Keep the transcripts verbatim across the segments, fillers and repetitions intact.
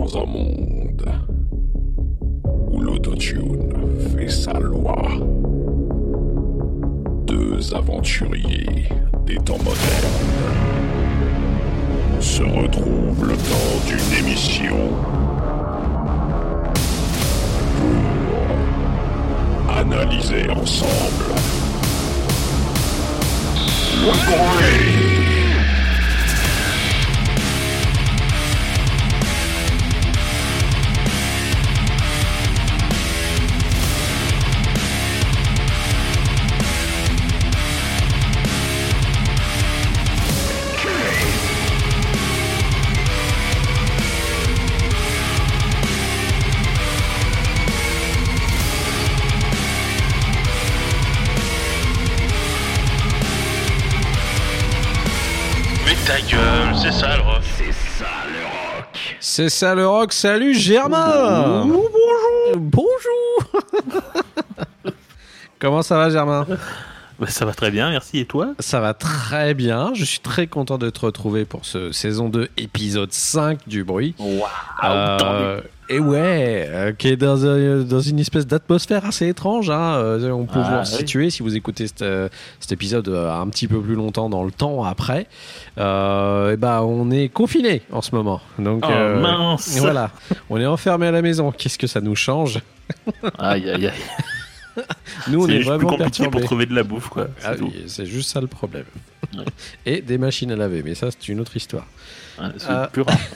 Dans un monde où l'autotune fait sa loi, deux aventuriers des temps modernes se retrouvent le temps d'une émission pour analyser ensemble le bruit. Ta gueule, c'est ça le rock. C'est ça le rock. C'est ça le rock. Salut Germain. Ouh, bonjour. Bonjour. Comment ça va Germain? Bah, ça va très bien, merci. Et toi? Ça va très bien. Je suis très content de te retrouver pour ce saison deux, épisode cinq du bruit. Waouh. Euh, et ouais, euh, qui est dans, un, dans une espèce d'atmosphère assez étrange. Hein. Euh, on peut Ah, vous oui. situer si vous écoutez cet, euh, cet épisode euh, un petit peu plus longtemps dans le temps après. Euh, et bah, on est confiné en ce moment. Donc, Oh euh, mince. voilà, on est enfermé à la maison. Qu'est-ce que ça nous change? Aïe aïe aïe. Nous, on C'est est juste plus vraiment compliqué perturbés. pour trouver de la bouffe, quoi. C'est Ah tout. oui, c'est juste ça le problème. Ouais. Et des machines à laver, mais ça, c'est une autre histoire. Ouais, c'est Euh, plus rare.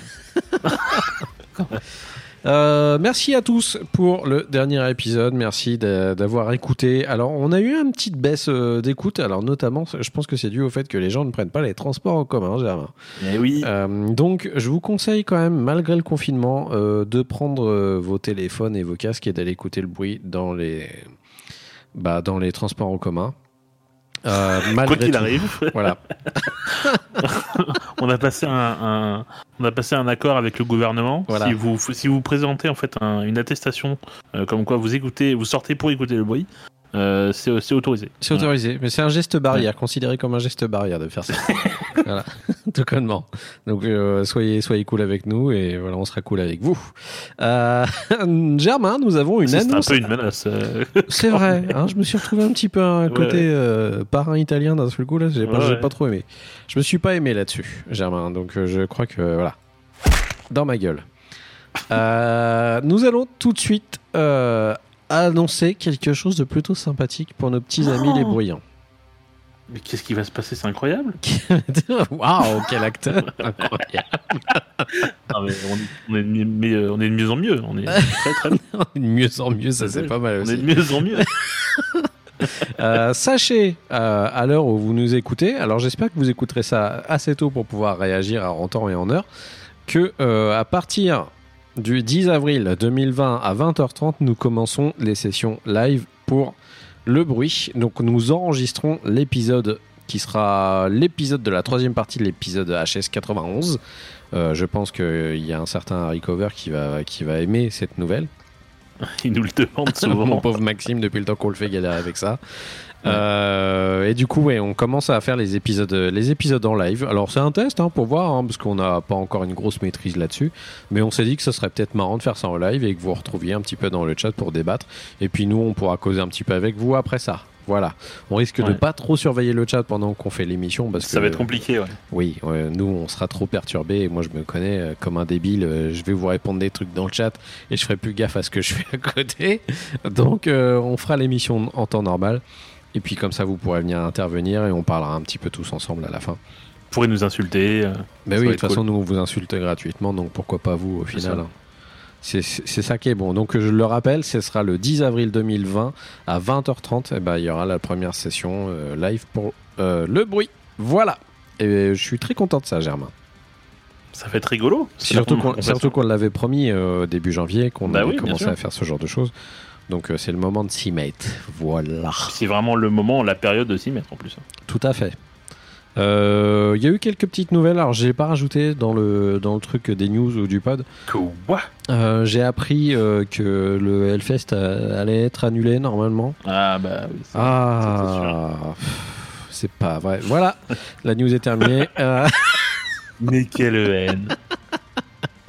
Euh, merci à tous pour le dernier épisode. Merci d'a- d'avoir écouté. Alors, on a eu une petite baisse euh, d'écoute. Alors, notamment, je pense que c'est dû au fait que les gens ne prennent pas les transports en commun, Germain. Eh oui. Euh, donc, je vous conseille quand même, malgré le confinement, euh, de prendre euh, vos téléphones et vos casques et d'aller écouter le bruit dans les, bah, dans les transports en commun. Euh, malgré Quoi qu'il tout. arrive, Voilà. on a passé un, un- on a passé un accord avec le gouvernement. Voilà. Si vous, si vous présentez en fait un- une attestation euh, comme quoi vous écoutez, vous sortez pour écouter le bruit, euh, c'est, c'est autorisé. C'est autorisé, mais c'est un geste barrière, considéré comme un geste barrière de faire ça. Voilà, tout connement. Donc euh, soyez, soyez cool avec nous et voilà, on sera cool avec vous. Euh, Germain, nous avons une C'est, c'est un annonce. peu une menace. euh. C'est vrai, hein, je me suis retrouvé un petit peu à un Ouais. côté euh, parrain italien d'un seul coup là. J'ai pas, Ouais, j'ai ouais. pas trop aimé. Je me suis pas aimé là-dessus, Germain. Donc euh, je crois que voilà, dans ma gueule. Euh, nous allons tout de suite euh, annoncer quelque chose de plutôt sympathique pour nos petits amis Oh. les bruyants. Mais qu'est-ce qui va se passer? C'est incroyable. Waouh, quel acteur incroyable. Non, mais on, on est de mieux, mais, euh, on est de mieux en mieux. On est très très bien. De mieux en mieux, ça c'est pas mal On aussi. est de mieux en mieux. Euh, sachez, euh, à l'heure où vous nous écoutez, alors j'espère que vous écouterez ça assez tôt pour pouvoir réagir en temps et en heure, que euh, à partir du dix avril deux mille vingt à vingt heures trente, nous commençons les sessions live pour le bruit. Donc nous enregistrons l'épisode qui sera l'épisode de la troisième partie de l'épisode H S quatre-vingt-onze. Euh, je pense qu'il y a un certain Harry Cover qui va, qui va aimer cette nouvelle. Il nous le demande souvent. Mon pauvre Maxime, depuis le temps qu'on le fait galérer avec ça. Euh, et du coup, ouais, on commence à faire les épisodes, les épisodes en live. Alors, c'est un test hein, pour voir, hein, parce qu'on n'a pas encore une grosse maîtrise là-dessus. Mais on s'est dit que ce serait peut-être marrant de faire ça en live et que vous retrouviez un petit peu dans le chat pour débattre. Et puis, nous, on pourra causer un petit peu avec vous après ça. Voilà. On risque de Ouais. pas trop surveiller le chat pendant qu'on fait l'émission parce Ça que va être compliqué, ouais. oui, ouais, nous on sera trop perturbés et moi je me connais euh, comme un débile, euh, je vais vous répondre des trucs dans le chat et je ferai plus gaffe à ce que je fais à côté. Donc euh, on fera l'émission en temps normal et puis comme ça vous pourrez venir intervenir et on parlera un petit peu tous ensemble à la fin. Vous pourrez nous insulter. euh, Mais ça oui, va de toute être façon cool. nous on vous insulte gratuitement donc pourquoi pas vous au C'est final. ça. hein. C'est, c'est c'est ça qui est bon. Donc je le rappelle, ce sera le dix avril deux mille vingt à vingt heures trente. Et ben, il y aura la première session euh, live pour euh, le bruit. Voilà. Et je suis très content de ça, Germain. Ça va être rigolo. C'est Surtout la qu'on, première surtout conversation. qu'on l'avait promis euh, début janvier, qu'on Bah avait oui, bien commencé sûr. à faire ce genre de choses. Donc euh, c'est le moment de s'y mettre. Voilà. C'est vraiment le moment, la période de s'y mettre en plus. Tout à fait. Euh, Il y a eu quelques petites nouvelles. Alors, je l'ai pas rajouté dans le, dans le truc des news ou du pod. Quoi? Euh, j'ai appris euh, que le Hellfest a- allait être annulé normalement. Ah bah oui. c'est- Ah, c'est pas vrai. Voilà, la news est terminée. Euh, Mais quelle haine.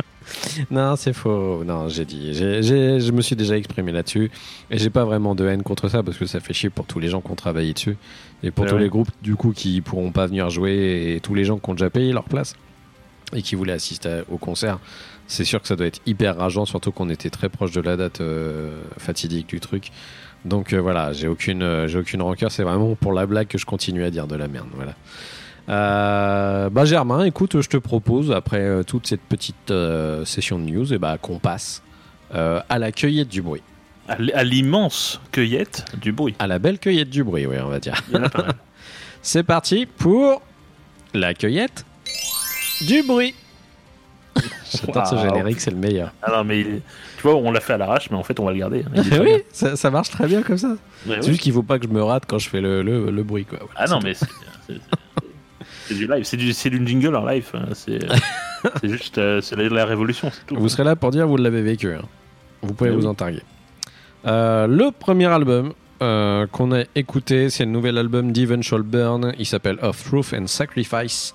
Non, c'est faux. Non, j'ai dit. J'ai, j'ai, je me suis déjà exprimé là-dessus. Et j'ai pas vraiment de haine contre ça parce que ça fait chier pour tous les gens qui ont travaillé dessus. Et pour Ouais, tous ouais. les groupes, du coup, qui pourront pas venir jouer et tous les gens qui ont déjà payé leur place et qui voulaient assister au concert. C'est sûr que ça doit être hyper rageant, surtout qu'on était très proche de la date euh, fatidique du truc. Donc euh, voilà, j'ai aucune, euh, j'ai aucune rancœur. C'est vraiment pour la blague que je continue à dire de la merde. Voilà. Euh, bah Germain, écoute, je te propose, après euh, toute cette petite euh, session de news, et bah, qu'on passe euh, à la cueillette du bruit. À l- à l'immense cueillette du bruit. À la belle cueillette du bruit, oui, on va dire. Il y en a pas mal. C'est parti pour la cueillette du bruit. J'adore ce Waouh. générique, c'est le meilleur. Ah non, mais il est- tu vois, on l'a fait à l'arrache, mais en fait, on va le garder. Il est très Oui, bien. ça, ça marche très bien comme ça. Ouais, C'est ouais. juste qu'il faut pas que je me rate quand je fais le, le, le bruit, quoi. Voilà, Ah c'est non, tout. mais c'est, c'est, c'est- c'est du live, c'est du, c'est du jingle en live. hein. C'est, c'est juste, euh, c'est la, la révolution, c'est tout. Vous serez là pour dire vous l'avez vécu. hein. Vous pouvez Mais vous oui. en targuer. Euh, le premier album euh, qu'on a écouté, c'est le nouvel album d'Eventual Burn. Il s'appelle Of Truth and Sacrifice.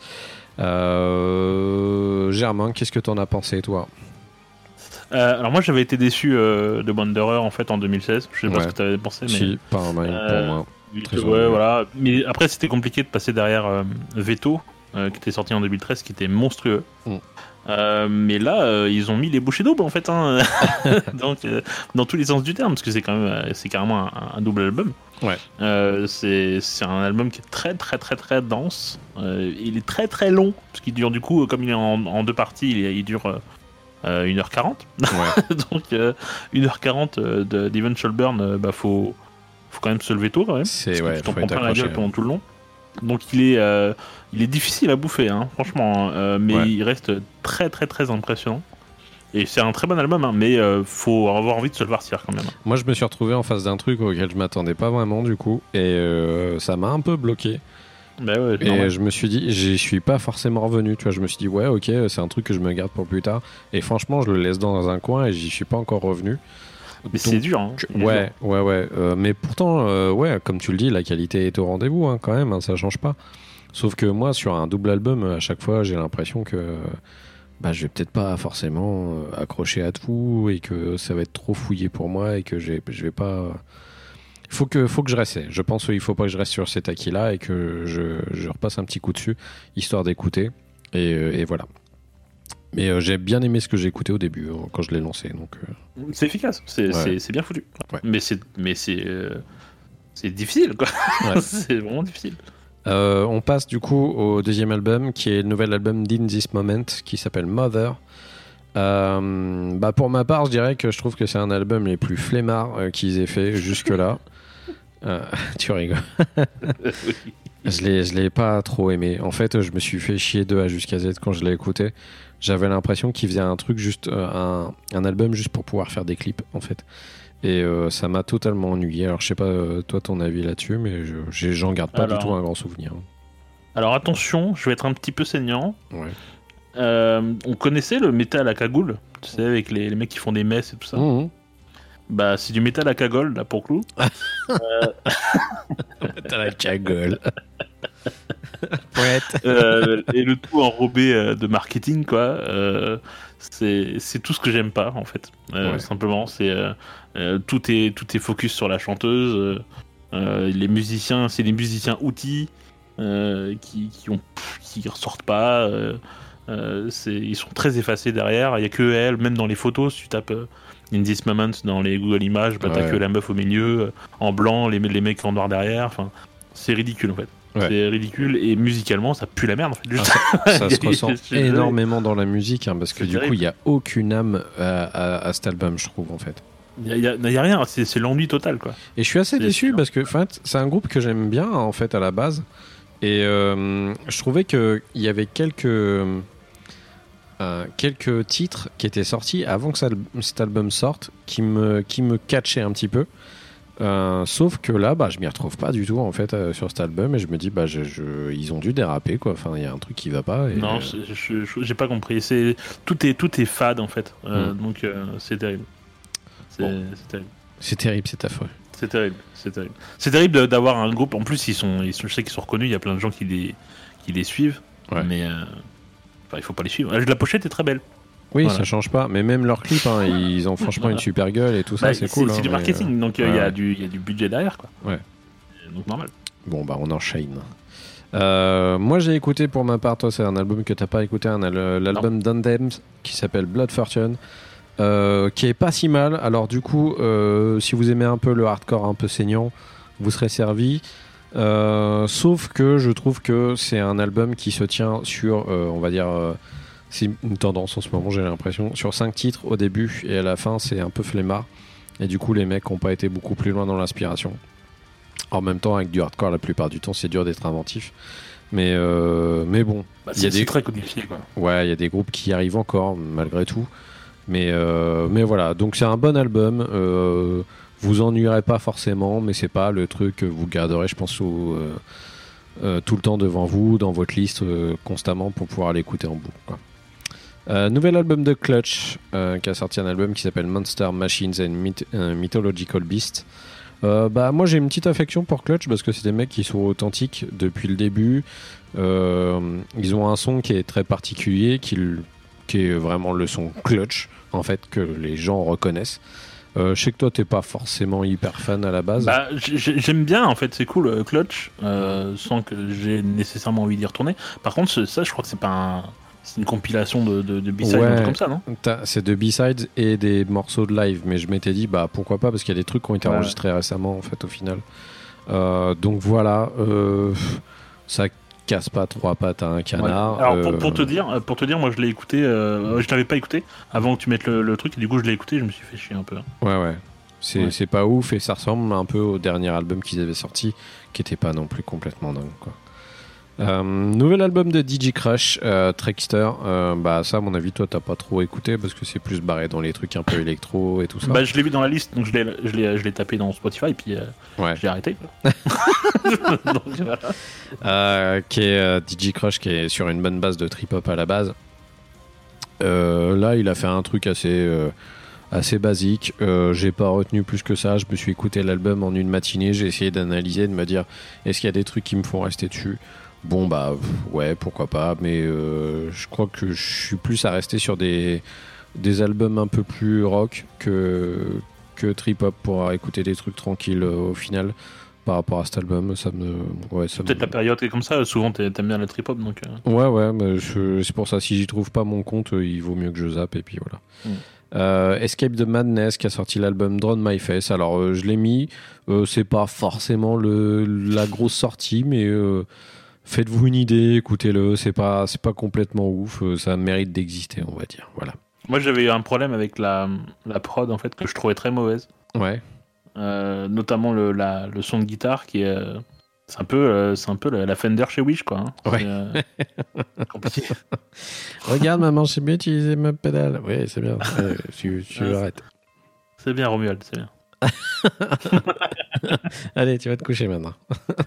Euh, Germain, qu'est-ce que t'en as pensé, toi? Euh, alors moi, j'avais été déçu euh, de Wanderer en fait en deux mille seize. Je sais pas Ouais. ce que tu avais pensé, mais Si, pas mal Euh, pour moi. très ouais, ennuyeux. voilà. Mais après, c'était compliqué de passer derrière euh, Veto, euh, qui était sorti en deux mille treize, qui était monstrueux. Mm. Euh, mais là, euh, ils ont mis les bouchées d'aube en fait, hein. Donc euh, dans tous les sens du terme, parce que c'est quand même, euh, c'est carrément un, un double album. Ouais. Euh, c'est, c'est un album qui est très très très très dense. Euh, il est très très long, parce qu'il dure du coup, comme il est en, en deux parties, il, est- il dure euh, euh, une heure quarante. Ouais. Donc euh, une heure quarante euh, de- d'Eventual Burn, euh, bah faut, faut quand même se lever tôt quand même. C'est Parce que ouais, tu t'en faut prends être plein la accroché. gueule pendant tout le long. Donc il est, euh, il est difficile à bouffer, hein, franchement, euh, mais Ouais. il reste très très très impressionnant. Et c'est un très bon album, hein, mais euh, faut avoir envie de se le farcir quand même. Moi, je me suis retrouvé en face d'un truc auquel je m'attendais pas vraiment, du coup, et euh, ça m'a un peu bloqué. Bah ouais, c'est Et normal. je me suis dit, j'y suis pas forcément revenu, tu vois. Je me suis dit, ouais, ok, c'est un truc que je me garde pour plus tard. Et franchement, je le laisse dans un coin et j'y suis pas encore revenu. Mais c'est Donc, dur, hein. Il est Ouais, dur. ouais, ouais. Euh, mais pourtant, euh, ouais, comme tu le dis, la qualité est au rendez-vous, hein, quand même, hein, ça change pas. Sauf que moi, sur un double album, à chaque fois, j'ai l'impression que bah, je vais peut-être pas forcément euh, accrocher à tout et que ça va être trop fouillé pour moi et que j'ai- je vais pas. Il faut que, faut que je reste. Je pense qu'il faut pas que je reste sur cet acquis-là et que je, je repasse un petit coup dessus, histoire d'écouter. Et, euh, et voilà. Mais euh, j'ai bien aimé ce que j'ai écouté au début, euh, quand je l'ai lancé. Donc, euh, C'est efficace, c'est, Ouais. c'est, c'est bien foutu. Ouais. Mais c'est, mais c'est, euh, c'est difficile, quoi. Ouais. C'est vraiment difficile. Euh, on passe du coup au deuxième album qui est le nouvel album d'In This Moment qui s'appelle Mother. Euh, bah pour ma part, je dirais que je trouve que c'est un album les plus flemmards euh, qu'ils aient fait jusque-là. Euh, tu rigoles. Oui. Je l'ai, je l'ai pas trop aimé. En fait, je me suis fait chier de A jusqu'à Z quand je l'ai écouté. J'avais l'impression qu'il faisait un truc juste, euh, un, un album juste pour pouvoir faire des clips, en fait. Et euh, ça m'a totalement ennuyé. Alors, je sais pas, euh, toi, ton avis là-dessus, mais je, j'ai- j'en garde pas Alors. du tout un grand souvenir. Alors attention, je vais être un petit peu saignant. Ouais. Euh, on connaissait le métal à cagoule, tu sais, avec les, les mecs qui font des messes et tout ça. Mmh. Bah, c'est du métal à cagole, là, pour le coup. T'as la cagole. Poète. Euh, et le tout enrobé euh, de marketing, quoi. Euh, c'est, c'est tout ce que j'aime pas, en fait. Euh, Ouais. Simplement, c'est euh, euh, tout est tout est focus sur la chanteuse. euh, euh, les musiciens, c'est des musiciens outils euh, qui qui ont qui ressortent pas. euh, euh, c'est, ils sont très effacés derrière. Il y a que elle, même dans les photos, si tu tapes euh, In This Moment dans les Google Images, bah, t'as Ouais. que la meuf au milieu, euh, en blanc, les les mecs en noir derrière. Enfin, c'est ridicule en fait. Ouais. C'est ridicule et musicalement ça pue la merde en fait. Juste. Ça se ressent Je suis désolé. énormément dans la musique, hein, parce que C'est du terrible. coup, il n'y a aucune âme à, à- à cet album, je trouve, en fait. Il y a, y a- y a rien, c'est, c'est l'ennui total quoi. Et je suis assez C'est déçu sûr. parce que, en fait, c'est un groupe que j'aime bien, en fait, à la base. Et euh, je trouvais qu'il y avait quelques, euh, quelques titres qui étaient sortis avant que ça- cet album sorte qui me, qui me catchaient un petit peu. Euh, sauf que là, bah, je m'y retrouve pas du tout en fait euh, sur cet album et je me dis bah je, je- ils ont dû déraper quoi. Enfin, il y a un truc qui va pas. Et, Non, euh, c'est- je, je- j'ai pas compris. C'est tout est tout est fade en fait. Euh, Mm. Donc euh, c'est terrible. C'est, Bon. c'est terrible. c'est terrible, c'est affreux. C'est terrible. C'est terrible. C'est terrible de- d'avoir un groupe. En plus, ils sont, ils sont, je sais qu'ils sont reconnus. Il y a plein de gens qui les qui les suivent. Ouais. Mais euh, enfin, il faut pas les suivre. La pochette est très belle. Oui, Voilà. ça change pas. Mais même leurs clips, hein, ils ont franchement une super gueule et tout ça, Bah, c'est cool. C'est hein, du mais, marketing, donc il ouais, y, a ouais. du, y a du budget derrière, quoi. Ouais. Donc normal. Bon, bah on enchaîne. Euh, moi j'ai écouté pour ma part, toi c'est un album que t'as pas écouté, un al- l'album d'Andem qui s'appelle Blood Fortune, euh, qui est pas si mal. Alors du coup, euh, si vous aimez un peu le hardcore un peu saignant, vous serez servi. Euh, sauf que je trouve que c'est un album qui se tient sur, euh, on va dire, euh, c'est une tendance en ce moment, j'ai l'impression, sur cinq titres au début et à la fin c'est un peu flemmard. Et du coup les mecs n'ont pas été beaucoup plus loin dans l'inspiration. En même temps, avec du hardcore, la plupart du temps, c'est dur d'être inventif. Mais, euh, mais bon, Bah, il y a c'est des... très codifié, quoi. ouais, il y a des groupes qui y arrivent encore, malgré tout. Mais, euh, mais voilà, donc c'est un bon album. Euh, vous ennuierez pas forcément, mais c'est pas le truc que vous garderez, je pense, au, euh, euh, tout le temps devant vous, dans votre liste, euh, constamment, pour pouvoir l'écouter en boucle, quoi. Euh, nouvel album de Clutch, euh, qui a sorti un album qui s'appelle Monster Machines and Myth- euh, Mythological Beasts. Euh, bah, moi j'ai une petite affection pour Clutch parce que c'est des mecs qui sont authentiques depuis le début. Euh, ils ont un son qui est très particulier, qui, qui est vraiment le son Clutch, en fait, que les gens reconnaissent. Euh, je sais que toi t'es pas forcément hyper fan à la base. Bah, j'ai- j'aime bien, en fait, c'est cool, euh, Clutch, euh, sans que j'ai nécessairement envie d'y retourner. Par contre, ce- ça, je crois que c'est pas un... C'est une compilation de, de, de B-sides, Ouais. un truc comme ça, non? T'as- C'est de B-sides et des morceaux de live, mais je m'étais dit bah pourquoi pas, parce qu'il y a des trucs qui ont été Ouais. enregistrés récemment en fait au final. Euh, donc voilà, euh, ça casse pas trois pattes à un canard. Ouais. Alors, pour, euh, pour te dire, pour te dire, moi, je l'ai écouté, euh, je l'avais pas écouté avant que tu mettes le, le truc, et du coup, je l'ai écouté, je me suis fait chier un peu. Ouais ouais, c'est Ouais. c'est pas ouf et ça ressemble un peu au dernier album qu'ils avaient sorti, qui était pas non plus complètement dingue quoi. Euh, nouvel album de D J Crush, euh, Trickster. Euh, bah ça à mon avis toi t'as pas trop écouté parce que c'est plus barré dans les trucs un peu électro et tout ça. Bah, je l'ai vu dans la liste, donc je l'ai, je l'ai, je l'ai tapé dans Spotify, et puis euh, Ouais. j'ai arrêté. quoi. donc, voilà. Euh, qui est euh, D J Crush, qui est sur une bonne base de trip-hop à la base. Euh, là, il a fait un truc assez, euh, assez basique. Euh, j'ai pas retenu plus que ça. Je me suis écouté l'album en une matinée. J'ai essayé d'analyser, de me dire est-ce qu'il y a des trucs qui me font rester dessus. Bon, bah, pff, ouais, pourquoi pas. Mais euh, je crois que je suis plus à rester sur des, des albums un peu plus rock que, que trip-hop pour écouter des trucs tranquilles euh, au final. Par rapport à cet album, ça me. Ouais, ça Peut-être me... la période qui est comme ça, souvent t'a- t'aimes bien le trip-hop, donc... euh, Ouais, ouais, mais je- c'est pour ça, si j'y trouve pas mon compte, euh, il vaut mieux que je zappe, et puis voilà. Mm. Euh, Escape the Madness, qui a sorti l'album Drawn My Face. Alors, euh, je l'ai mis, euh, c'est pas forcément le, la grosse sortie, mais euh, faites-vous une idée, écoutez-le, c'est pas, c'est pas complètement ouf, euh, ça mérite d'exister, on va dire. Voilà. Moi, j'avais eu un problème avec la, la prod, en fait, que je trouvais très mauvaise. Ouais. Euh, notamment le, la, le son de guitare qui est... euh, c'est un peu, euh, c'est un peu la, la Fender chez Wish, quoi. Hein. Ouais. C'est, euh, compliqué. Regarde, maman, j'ai bien utilisé ma pédale. Oui, c'est bien. Euh, tu tu Ouais, arrêtes. C'est bien, Romuald, c'est bien. Allez, tu vas te coucher maintenant.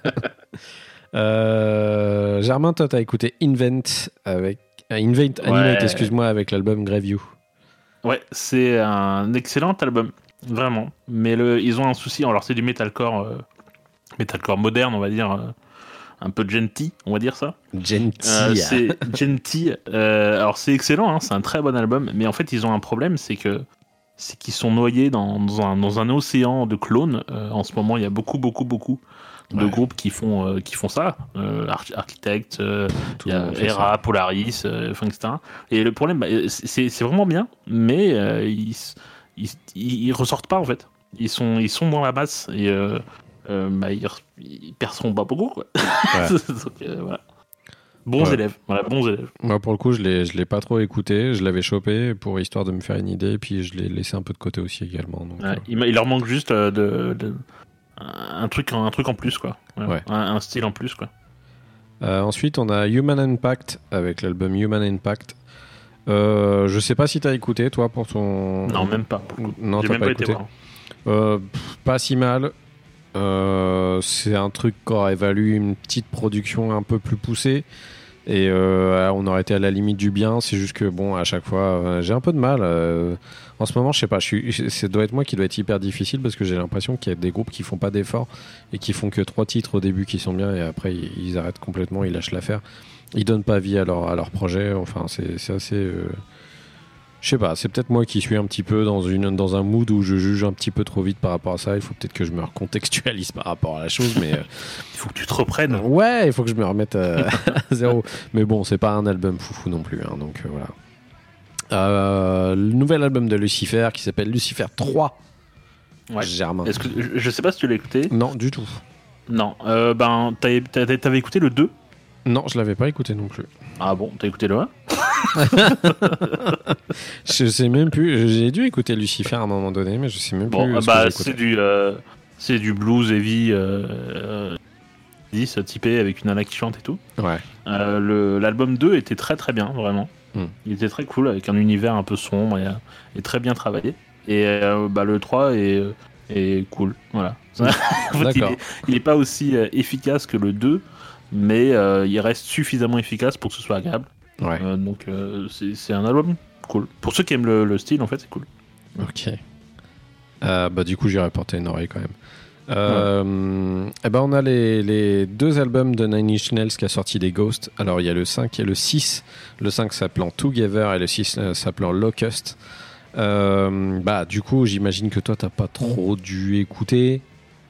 euh, Germain, toi, t'as écouté Invent avec euh, Invent Animate, Ouais. excuse-moi, avec l'album Greview. Ouais, c'est un excellent album, vraiment. Mais le, ils ont un souci. Alors, c'est du metalcore, euh, metalcore moderne, on va dire, euh, un peu gentil, on va dire ça. Gentil. Euh, c'est gentil. Euh, alors, c'est excellent, hein, c'est un très bon album. Mais en fait, ils ont un problème, c'est que c'est qu'ils sont noyés dans, dans, un, dans un océan de clones. Euh, en ce moment, il y a beaucoup, beaucoup, beaucoup de Ouais. groupes qui font, euh, qui font ça. Euh, Arch- Architect, euh, Tout il y le a monde fait Era, ça. Polaris, euh, enfin, et cetera. Et le problème, bah, c'est c'est vraiment bien, mais euh, ils, ils, ils ressortent pas en fait. Ils sont, ils sont dans la masse et euh, euh, bah, ils, re- ils perceront pas beaucoup. Quoi. Ouais. Donc, euh, voilà. Bons Ouais. élèves, voilà, bons élèves. Moi, pour le coup, je l'ai, je l'ai pas trop écouté. Je l'avais chopé pour histoire de me faire une idée, puis je l'ai laissé un peu de côté aussi également. Donc, Ouais, euh, il, il leur manque juste euh, de, de- un truc, un truc en plus quoi. Ouais. Ouais. Un, un style en plus quoi. Euh, ensuite, on a Human Impact avec l'album Human Impact. Euh, je sais pas si t'as écouté, toi, pour ton. Non, même pas. pour le coup. Non, J'ai t'as même pas, pas été écouté. voir. Euh, pff, pas si mal. Euh, c'est un truc qui aurait valu une petite production un peu plus poussée. Et euh, on aurait été à la limite du bien. C'est juste que, bon, à chaque fois, euh, j'ai un peu de mal. Euh, en ce moment, je sais pas, je suis, ça doit être moi qui doit être hyper difficile parce que j'ai l'impression qu'il y a des groupes qui font pas d'efforts et qui font que trois titres au début qui sont bien et après ils, ils arrêtent complètement, ils lâchent l'affaire. Ils donnent pas vie à leur, à leur projet. Enfin, c'est, c'est assez. Euh, Je sais pas, c'est peut-être moi qui suis un petit peu dans, une, dans un mood où je juge un petit peu trop vite par rapport à ça. Il faut peut-être que je me recontextualise par rapport à la chose, mais... euh, Il faut que tu te reprennes. ouais, il faut que je me remette euh, à zéro. Mais bon, c'est pas un album foufou non plus, hein, donc euh, voilà. Euh, le nouvel album de Lucifer qui s'appelle Lucifer trois. Ouais. Germain. Est-ce que, je, je sais pas si tu l'as écouté. Non, du tout. Non. Euh, ben, t'avais, t'avais, t'avais écouté le deux. Non, je l'avais pas écouté non plus. Ah bon, t'as écouté le un. Je sais même plus. J'ai dû écouter Lucifer à un moment donné, mais je sais même Bon, plus. euh, ce bah, que j'ai c'est écouté. du, euh, c'est du blues heavy euh, euh, dix typé avec une nana qui chante et tout. Ouais. Euh, le, l'album deux était très très bien, vraiment. Mm. Il était très cool, avec un univers un peu sombre et, euh, et très bien travaillé. Et euh, bah, le trois est, est cool, voilà. En fait, il, D'accord. est, il est pas aussi euh, efficace que le deux, mais euh, il reste suffisamment efficace pour que ce soit agréable. Ouais. Euh, donc euh, c'est, c'est un album cool. Pour ceux qui aiment le, le style, en fait, c'est cool. Ok. Euh, bah du coup, j'irai porter une oreille quand même. Euh, eh ben on a les, les deux albums de Nine Inch Nails qui a sorti des Ghosts. Alors il y a le cinq et le six. Le cinq s'appelant Together et le six euh, s'appelant Locust. Euh, bah du coup, j'imagine que toi t'as pas trop dû écouter.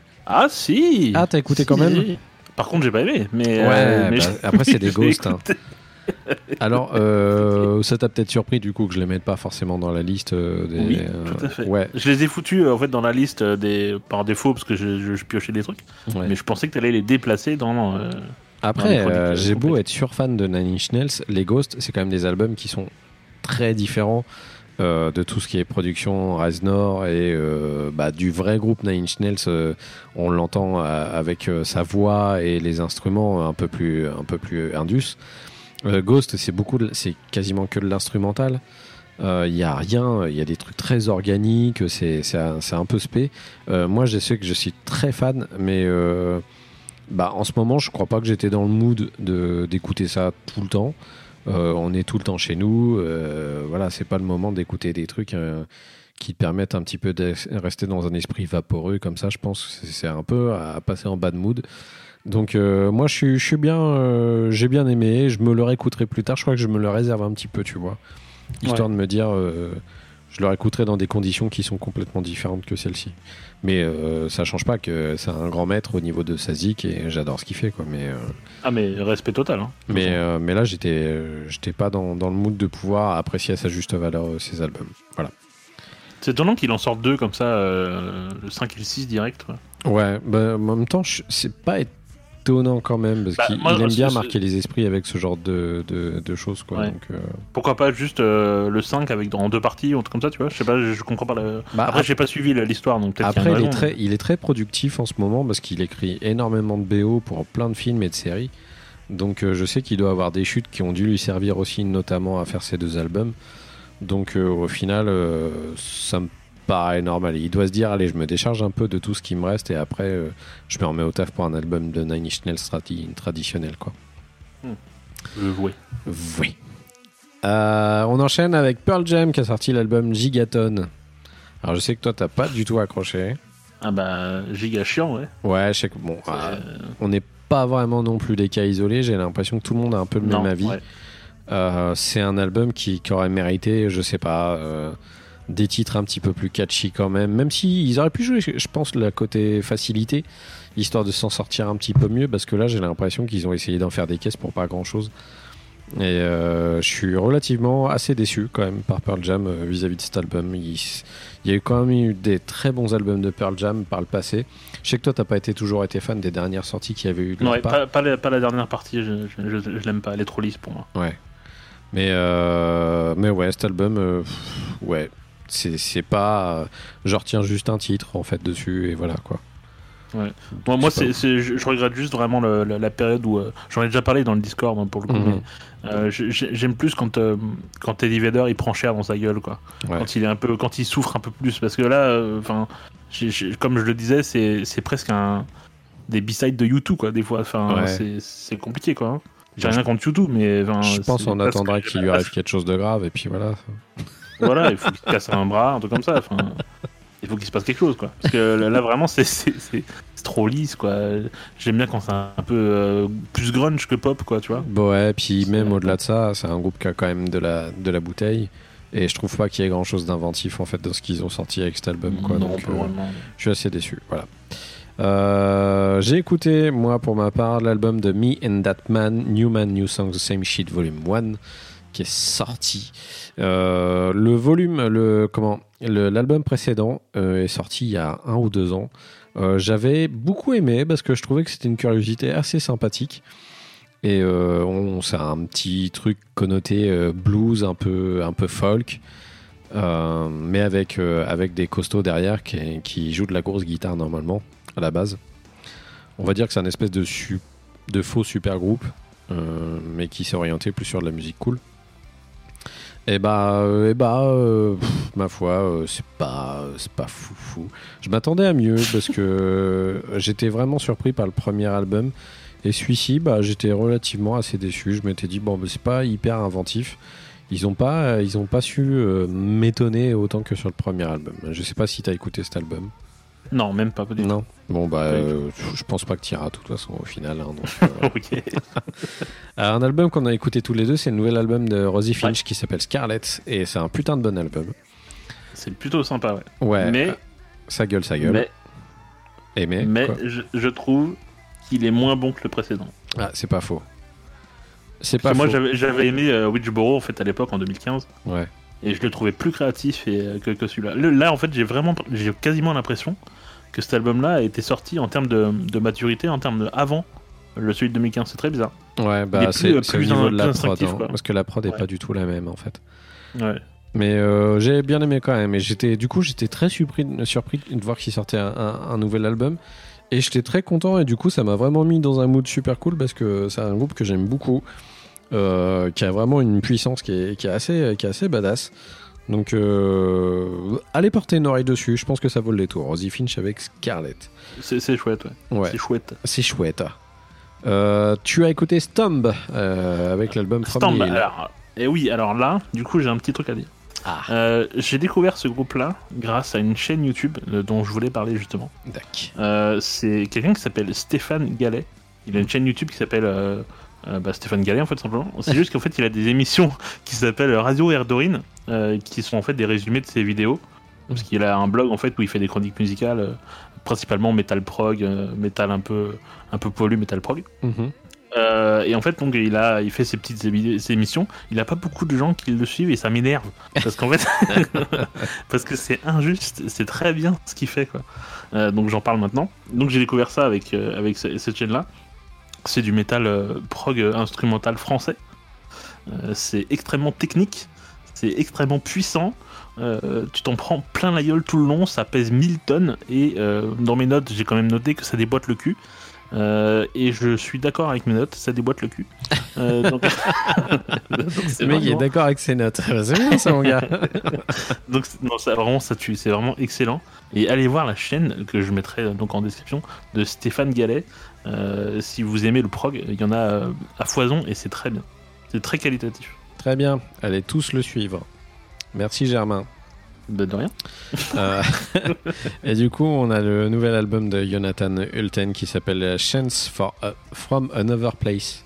Ah si. Ah, t'as écouté Si. quand même. Par contre, j'ai pas aimé. Mais, Ouais, euh, mais bah, j'ai- après c'est des j'ai Ghosts. Hein. écouté. Alors, euh, ça t'a peut-être surpris du coup que je les mette pas forcément dans la liste euh, des. Oui, euh, tout à fait. Ouais. Je les ai foutus euh, en fait dans la liste euh, des par défaut parce que je, je, je piochais des trucs. ouais. Mais je pensais que tu allais les déplacer dans. Euh... dans Après, les chroniques, euh, euh, j'ai beau complètes. être surfan de Nine Inch Nails, les Ghosts, c'est quand même des albums qui sont très différents euh, de tout ce qui est production Reznor et euh, bah, du vrai groupe Nine Inch Nails. Euh, on l'entend euh, avec euh, sa voix et les instruments un peu plus, un peu plus indus. Euh, Ghost, c'est beaucoup, de- c'est quasiment que de l'instrumental. Il euh, y a rien, il y a des trucs très organiques, c'est, c'est, un, c'est un peu spé. Euh, moi, je sais que je suis très fan, mais euh, bah, en ce moment, je crois pas que j'étais dans le mood de, d'écouter ça tout le temps. Euh, on est tout le temps chez nous, euh, voilà, c'est pas le moment d'écouter des trucs euh, qui te permettent un petit peu de rester dans un esprit vaporeux comme ça. Je pense que c'est, c'est un peu à passer en bad mood. Donc euh, moi je suis, je suis bien, euh, j'ai bien aimé, je me le réécouterai plus tard, je crois que je me le réserve un petit peu, tu vois, histoire Ouais. de me dire, euh, je le réécouterai dans des conditions qui sont complètement différentes que celle-ci. Mais euh, ça change pas que c'est un grand maître au niveau de sa zik et j'adore ce qu'il fait, quoi. Mais, euh, Ah mais respect total. Hein. mais, euh, mais là j'étais, euh, j'étais pas dans, dans le mood de pouvoir apprécier à sa juste valeur euh, ses albums. Voilà. C'est étonnant qu'il en sorte deux comme ça, euh, le cinq et le six direct. Ouais. Ouais, bah, en même temps, je- c'est pas étonnant quand même, parce Bah, qu'il moi, il aime c'est- bien c'est- marquer les esprits avec ce genre de, de, de choses, quoi. Ouais. Donc, euh, Pourquoi pas juste euh, le cinq avec en deux parties ou un truc comme ça, tu vois. Je sais pas, je, je comprends pas. La... Bah, Après, ap- j'ai pas suivi la- l'histoire, donc peut-être qu'il y Après, a une il est, raison, très, il est très productif en ce moment parce qu'il écrit énormément de B O pour plein de films et de séries. Donc, euh, je sais qu'il doit avoir des chutes qui ont dû lui servir aussi, notamment à faire ces deux albums. Donc, euh, au final, euh, ça me paraît normal. Il doit se dire, allez, je me décharge un peu de tout ce qui me reste et après, euh, je me remets au taf pour un album de Nine Inch Nails tradi- traditionnel, quoi. Je veux jouer. Oui. Euh, on enchaîne avec Pearl Jam qui a sorti l'album Gigaton. Alors, je sais que toi, t'as pas du tout accroché. Ah bah, giga chiant, ouais. Ouais, je sais que bon, C'est- ah, on n'est pas vraiment non plus des cas isolés. J'ai l'impression que tout le monde a un peu le non, même avis. ouais. Euh, c'est un album qui, qui aurait mérité, je sais pas, euh, des titres un petit peu plus catchy quand même. Même si ils auraient pu jouer, je pense, le côté facilité, histoire de s'en sortir un petit peu mieux. Parce que là, j'ai l'impression qu'ils ont essayé d'en faire des caisses pour pas grand chose. Et euh, je suis relativement assez déçu quand même par Pearl Jam euh, vis-à-vis de cet album. Il, il y a eu quand même eu des très bons albums de Pearl Jam par le passé. Je sais que toi, t'as pas été toujours été fan des dernières sorties qu'il y avait eu de leur Ouais, part. pas, pas, la, pas la dernière partie, je, je, je, je l'aime pas, elle est trop lisse pour moi. Ouais. Mais, euh, mais ouais, cet album, euh, pff, ouais, c'est, c'est pas. Euh, je retiens juste un titre en fait dessus et voilà quoi. Ouais. Moi, moi Je sais c'est, c'est, je, je regrette juste vraiment le, la, la période où. Euh, j'en ai déjà parlé dans le Discord hein, pour le coup, Mhm. mais euh, j'ai- j'aime plus quand, euh, quand Eddie Vedder il prend cher dans sa gueule, quoi. Ouais. Quand il est un peu, quand il souffre un peu plus, parce que là, enfin, comme je le disais, c'est, c'est presque un des B-sides de U deux, quoi, des fois. Enfin, Ouais. c'est, c'est compliqué, quoi. hein. J'ai Moi, rien contre U deux, mais enfin, Je pense c'est on parce attendra que qu'il j'ai lui pas- arrive quelque chose de grave et puis voilà. Voilà, il faut qu'il se casse un bras, un truc comme ça. Enfin, il faut qu'il se passe quelque chose, quoi. Parce que là, là, vraiment, c'est, c'est, c'est, c'est trop lisse, quoi. J'aime bien quand c'est un peu euh, plus grunge que pop, quoi, tu vois. Bon, ouais, puis C'est- même au-delà de ça, c'est un groupe qui a quand même de la, de la bouteille. Et je trouve pas qu'il y ait grand chose d'inventif en fait dans ce qu'ils ont sorti avec cet album. Quoi. Non, Donc, pas euh, vraiment. je suis assez déçu. Voilà. Euh, j'ai écouté, moi, pour ma part, l'album de Me and That Man, New Man, New Song, The Same Shit, Volume un, qui est sorti. Euh, le volume, le, comment, le, l'album précédent euh, est sorti il y a un ou deux ans. Euh, j'avais beaucoup aimé parce que je trouvais que c'était une curiosité assez sympathique. Et euh, on, c'est un petit truc connoté euh, blues, un peu, un peu folk. Euh, mais avec, euh, avec des costauds derrière qui, qui jouent de la grosse guitare normalement à la base. On va dire que c'est un espèce de, su- de faux super groupe, euh, mais qui s'est orienté plus sur de la musique cool. Et bah, euh, et bah euh, pff, ma foi, euh, c'est pas, c'est pas fou fou. Je m'attendais à mieux parce que euh, j'étais vraiment surpris par le premier album. Et celui-ci, bah, j'étais relativement assez déçu. Je m'étais dit, bon, bah, c'est pas hyper inventif. Ils ont pas, ils ont pas su euh, m'étonner autant que sur le premier album. Je sais pas si t'as écouté cet album. Non, même pas. Pas du tout. Non. Bon, bah, euh, je pense pas que t'iras, de toute façon, au final. Hein, donc, euh, Ok. Alors, un album qu'on a écouté tous les deux, c'est le nouvel album de Rosie Finch Ouais. qui s'appelle Scarlett. Et c'est un putain de bon album. C'est plutôt sympa, ouais. Ouais. Mais, euh, ça gueule, ça gueule. mais, Et mais, mais quoi je, je trouve qu'il est moins bon que le précédent. Ah, c'est pas faux. C'est pas Parce que moi, faux. j'avais, j'avais aimé euh, Witchboro en fait à l'époque en deux mille quinze. Ouais. Et je le trouvais plus créatif et, euh, que, que celui-là. Le- là, en fait, j'ai vraiment, j'ai quasiment l'impression que cet album-là a été sorti en termes de, de maturité, en termes de avant le celui de deux mille quinze. C'est très bizarre. Ouais, Il est bah, plus, c'est, euh, c'est au plus niveau in- de la plus prod. instinctif, Hein, quoi. parce que la prod est Ouais. pas du tout la même, en fait. Ouais. Mais euh, j'ai bien aimé quand même. Et j'étais, du coup, j'étais très surpris, surpris de voir qu'il sortait un, un, un nouvel album. Et j'étais très content. Et du coup, ça m'a vraiment mis dans un mood super cool parce que c'est un groupe que j'aime beaucoup. Euh, qui a vraiment une puissance qui est, qui est, assez, qui est assez badass. Donc, euh, allez porter une oreille dessus. Je pense que ça vaut le détour. Rosie Finch avec Scarlett. C'est, c'est chouette, ouais. Ouais, C'est chouette. c'est chouette. Euh, tu as écouté Stomp euh, avec l'album From Stamp, the Hill. alors, et oui, alors là, du coup, j'ai un petit truc à dire. Ah, Euh, j'ai découvert ce groupe-là grâce à une chaîne YouTube euh, dont je voulais parler justement. d'accord. Euh, c'est quelqu'un qui s'appelle Stéphane Gallet. Il a une chaîne YouTube qui s'appelle euh, euh, bah, Stéphane Gallet en fait simplement. C'est juste qu'en fait il a des émissions qui s'appellent Radio Erdorine, euh, qui sont en fait des résumés de ses vidéos. Parce qu'il a un blog en fait où il fait des chroniques musicales, euh, principalement metal prog, euh, metal un peu un peu poilu, metal prog. Mhm. Euh, et en fait, donc, il a, il fait ses petites émi- ses émissions. Il a pas beaucoup de gens qui le suivent et ça m'énerve parce qu'en fait, parce que c'est injuste. C'est très bien ce qu'il fait, quoi. Euh, donc j'en parle maintenant. Donc j'ai découvert ça avec euh, avec ce- cette chaîne-là. C'est du métal euh, prog euh, instrumental français. Euh, c'est extrêmement technique. C'est extrêmement puissant. Euh, tu t'en prends plein la gueule tout le long. Ça pèse mille tonnes et euh, dans mes notes, j'ai quand même noté que ça déboîte le cul. Euh, et je suis d'accord avec mes notes, ça déboîte le cul. Euh, donc... donc c'est Le mec il est vraiment- d'accord avec ses notes. C'est bien ça, mon gars. donc c'est- non, ça, vraiment ça tue, c'est vraiment excellent. Et allez voir la chaîne que je mettrai euh, donc en description de Stéphane Gallet. Euh, si vous aimez le prog, il y en a euh, à foison et c'est très bien. C'est très qualitatif. Très bien. Allez tous le suivre. Merci Germain. Bah, de rien. Euh, et du coup, on a le nouvel album de Jonathan Hulten qui s'appelle Chance for a- From Another Place.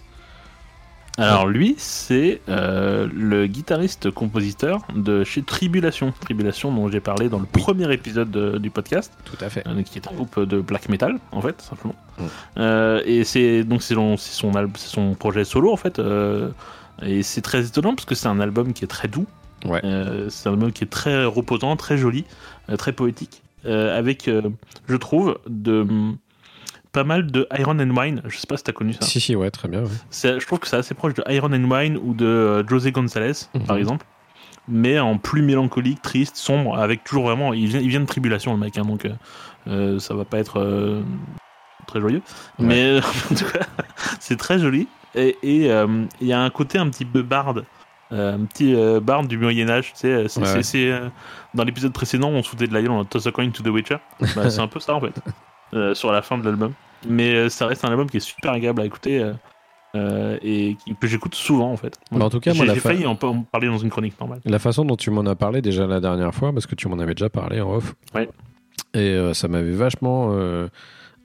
Alors lui, c'est euh, le guitariste-compositeur de chez Tribulation. Tribulation dont j'ai parlé dans le premier épisode de- du podcast. Tout à fait. Euh, qui est un groupe de black metal en fait simplement. Mm. Euh, et c'est donc c'est son, c'est son al- c'est son projet solo en fait. Euh, et c'est très étonnant parce que c'est un album qui est très doux. Ouais. Euh, c'est un album qui est très reposant, très joli, euh, très poétique, euh, avec euh, je trouve de pas mal de Iron and Wine. Je sais pas si t'as connu ça. Si, si, ouais, très bien. Ouais. C'est- je trouve que c'est assez proche de Iron and Wine ou de euh, José González, Mhm. par exemple, mais en plus mélancolique, triste, sombre, avec toujours vraiment. Il vient, il vient de Tribulation, le mec, hein, donc euh, euh, ça va pas être euh, très joyeux. Ouais. Mais en tout cas, c'est très joli. Et il et, euh, il y a un côté un petit peu barde. Euh, un petit euh, barde du Moyen-Âge, tu sais. C'est, Ouais, c'est, ouais. c'est, euh, dans l'épisode précédent, on se foutait de la gueule, on a Toss a Coin to the Witcher. Bah, c'est un peu ça, en fait, euh, sur la fin de l'album. Mais euh, ça reste un album qui est super agréable à écouter euh, euh, et qui- que j'écoute souvent, en fait. Bah, en tout cas, moi, j'ai, la j'ai fa- failli en, en parler dans une chronique normale. La façon dont tu m'en as parlé déjà la dernière fois, parce que tu m'en avais déjà parlé en off, Ouais. et euh, ça m'avait vachement euh,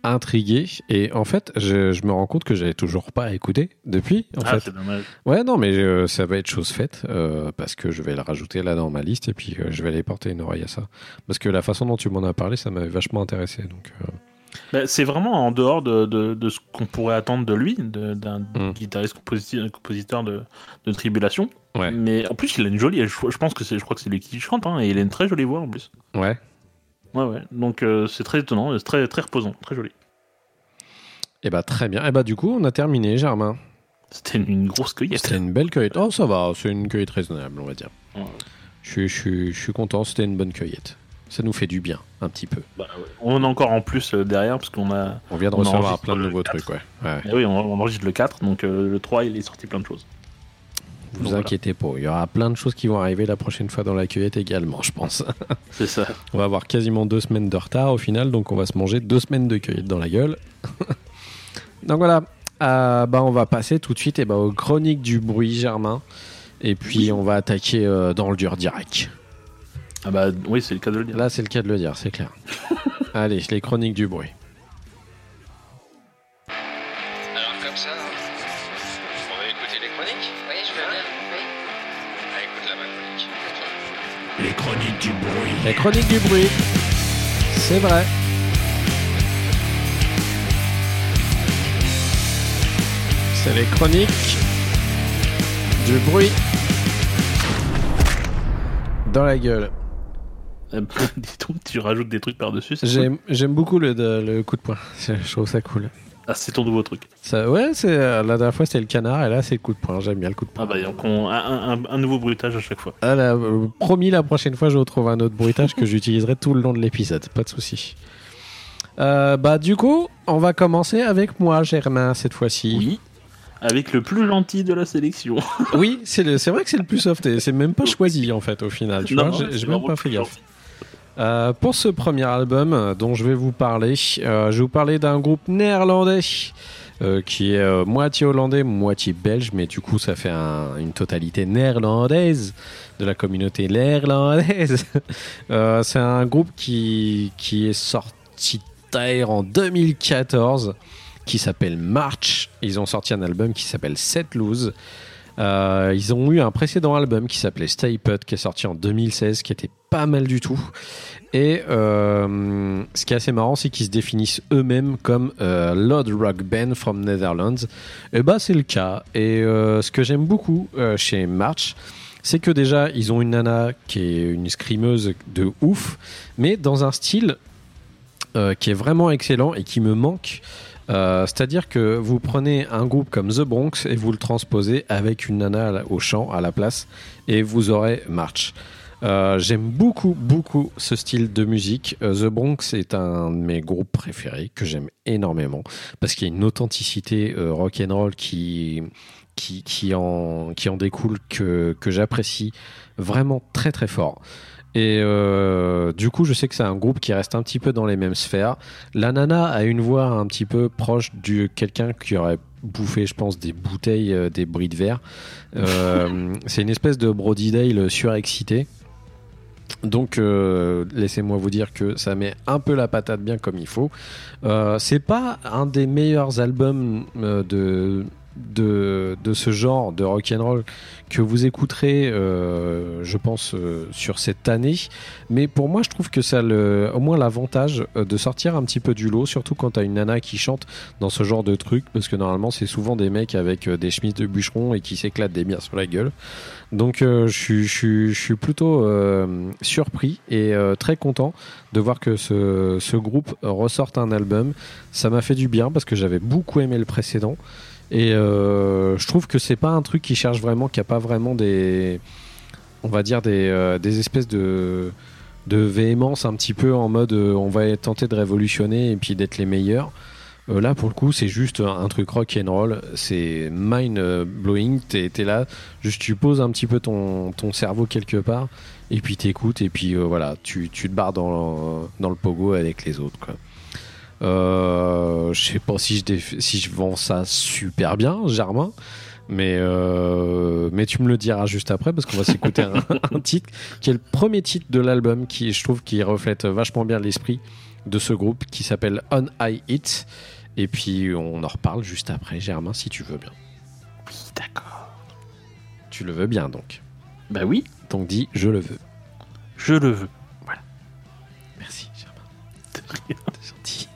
intrigué et en fait je, je me rends compte que j'avais toujours pas écouté depuis en Ah, fait. c'est dommage. Ouais non mais euh, ça va être chose faite euh, parce que je vais le rajouter là dans ma liste et puis euh, je vais aller porter une oreille à ça parce que la façon dont tu m'en as parlé ça m'avait vachement intéressé donc euh... Bah, c'est vraiment en dehors de, de, de ce qu'on pourrait attendre de lui, de- d'un Mm. guitariste composi- compositeur de, de Tribulation. Ouais. Mais en plus, il a une jolie. Je, je pense que c'est, je crois que c'est lui qui chante, hein, et il a une très jolie voix en plus. ouais. Ouais, ouais. Donc euh, c'est très étonnant, c'est très, très reposant, très joli. Et bah très bien et bah du coup on a terminé Germain. C'était une, une grosse cueillette. C'était une belle cueillette. Oh ça va c'est une cueillette raisonnable on va dire. Ouais. Je suis je suis je suis content c'était une bonne cueillette. Ça nous fait du bien un petit peu. Bah, ouais. On a encore en plus euh, derrière, parce qu'on a. On vient de On recevoir enregistre plein de le nouveaux quatre. trucs ouais. ouais. Eh oui, on, on enregistre le quatre, donc euh, le trois, il est sorti plein de choses. Vous Donc, voilà. inquiétez pas, il y aura plein de choses qui vont arriver la prochaine fois dans la cueillette également, je pense. C'est ça. On va avoir quasiment deux semaines de retard au final, donc on va se manger deux semaines de cueillette dans la gueule. Donc voilà, euh, bah on va passer tout de suite eh bah, aux chroniques du bruit, Germain. Et puis on va attaquer euh, dans le dur direct. Ah bah oui, c'est le cas de le dire. Là, c'est le cas de le dire, c'est clair. Allez, les chroniques du bruit. Alors comme ça, on va écouter les chroniques. Oui, je veux bien. Oui. Ah, écoute là ma chronique. Les chroniques du bruit. Les chroniques du bruit, c'est vrai. C'est les chroniques du bruit dans la gueule. Euh, dis donc, tu rajoutes des trucs par-dessus. c'est cool. J'aime, j'aime beaucoup le, de- le coup de poing. C'est- Je trouve ça cool. Ah, c'est ton nouveau truc. Ça, ouais, c'est, euh, la dernière fois c'était le canard et là c'est le coup de poing. J'aime bien le coup de poing. Ah bah donc on, un, un- un nouveau bruitage à chaque fois. Ah là, euh, promis, la prochaine fois je retrouve un autre bruitage que j'utiliserai tout le long de l'épisode. Pas de souci. Euh, bah du coup, on va commencer avec moi, Germain, cette fois-ci. Oui. Avec le plus gentil de la sélection. Oui, c'est, le- c'est vrai que c'est le plus soft et c'est même pas choisi en fait au final. Tu vois, j'ai, c'est j'ai même vraiment pas le fait plus gaffe. gentil. Euh, pour ce premier album euh, dont je vais vous parler, euh, je vais vous parler d'un groupe néerlandais euh, qui est euh, moitié hollandais, moitié belge, mais du coup ça fait un- une totalité néerlandaise de la communauté néerlandaise. Euh, c'est un groupe qui, qui est sorti d'ailleurs en deux mille quatorze qui s'appelle March. Ils ont sorti un album qui s'appelle Set Loose. Euh, ils ont eu un précédent album qui s'appelait Stay Put qui est sorti en deux mille seize qui était pas mal du tout et euh, ce qui est assez marrant c'est qu'ils se définissent eux-mêmes comme euh, Loud Rock Band from Netherlands et bah c'est le cas et euh, ce que j'aime beaucoup euh, chez March c'est que déjà ils ont une nana qui est une scrimeuse de ouf mais dans un style euh, qui est vraiment excellent et qui me manque. Euh, c'est-à-dire que vous prenez un groupe comme The Bronx et vous le transposez avec une nana à la- au chant à la place et vous aurez March. Euh, j'aime beaucoup, beaucoup ce style de musique. Euh, The Bronx est un de mes groupes préférés que j'aime énormément parce qu'il y a une authenticité euh, rock'n'roll qui, qui, qui, en, qui en découle que, que j'apprécie vraiment très très fort. Et euh, du coup, je sais que c'est un groupe qui reste un petit peu dans les mêmes sphères. La nana a une voix un petit peu proche de quelqu'un qui aurait bouffé, je pense, des bouteilles, euh, des bris de verre. Euh, c'est une espèce de Brody Dale surexcité. Donc, euh, laissez-moi vous dire que ça met un peu la patate bien comme il faut. Euh, c'est pas un des meilleurs albums euh, de, de, de ce genre de rock'n'roll que vous écouterez, euh, je pense, euh, sur cette année. Mais pour moi, je trouve que ça a le, au moins l'avantage euh, de sortir un petit peu du lot, surtout quand t'as une nana qui chante dans ce genre de truc, parce que normalement, c'est souvent des mecs avec euh, des chemises de bûcheron et qui s'éclatent des bières sur la gueule. Donc, euh, je suis- je suis- je suis plutôt euh, surpris et euh, très content de voir que ce, ce groupe ressorte un album. Ça m'a fait du bien parce que j'avais beaucoup aimé le précédent. Et euh, je trouve que c'est pas un truc qui cherche vraiment, qui a pas vraiment des, on va dire des, euh, des espèces de, de véhémence un petit peu en mode euh, on va tenter de révolutionner et puis d'être les meilleurs. Euh, là pour le coup c'est juste un, un truc rock and roll, c'est mind blowing. T'es, t'es là, juste tu poses un petit peu ton, ton cerveau quelque part et puis t'écoutes et puis euh, voilà, tu, tu te barres dans, dans le pogo avec les autres quoi. Euh, je sais pas si je, déf- si je vends ça super bien, Germain, Mais, euh, mais tu me le diras juste après parce qu'on va s'écouter un, un titre qui est le premier titre de l'album qui, je trouve, qui reflète vachement bien l'esprit de ce groupe qui s'appelle On I It. Et puis on en reparle juste après, Germain, si tu veux bien. Oui, d'accord. Tu le veux bien donc. Bah oui, Donc dis je le veux. je le veux. Merci Germain. De rien. T'es gentil.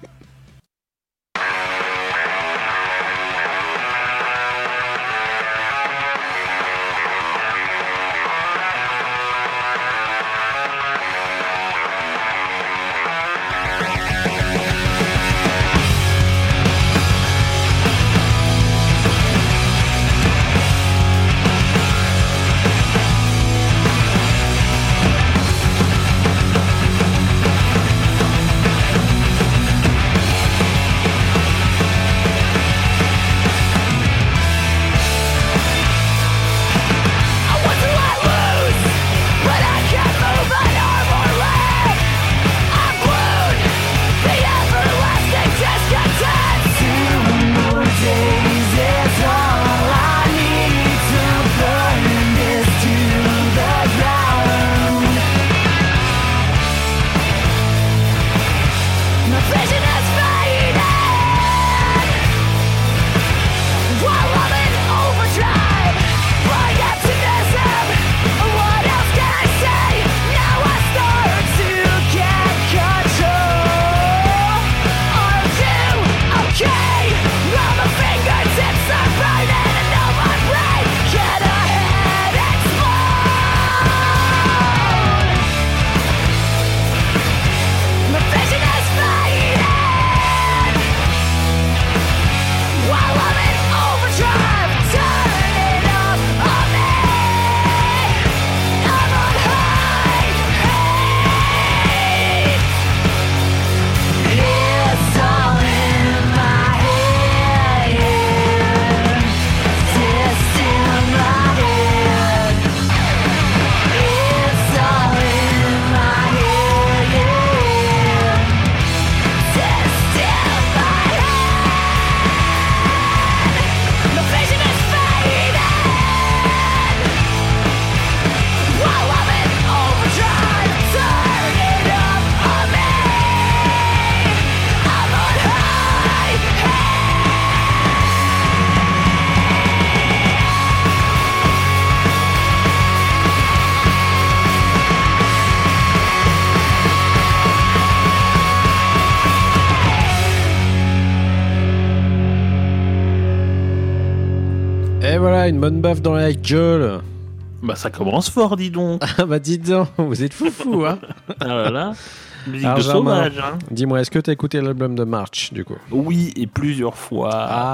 Et voilà, une bonne baffe dans la gueule. Bah ça commence fort, dis donc. Ah bah dis donc, vous êtes foufou, hein. Ah là là. Musique Alors, de Germain, sauvage, hein. Dis-moi, est-ce que t'as écouté l'album de March, du coup? Oui, et plusieurs fois.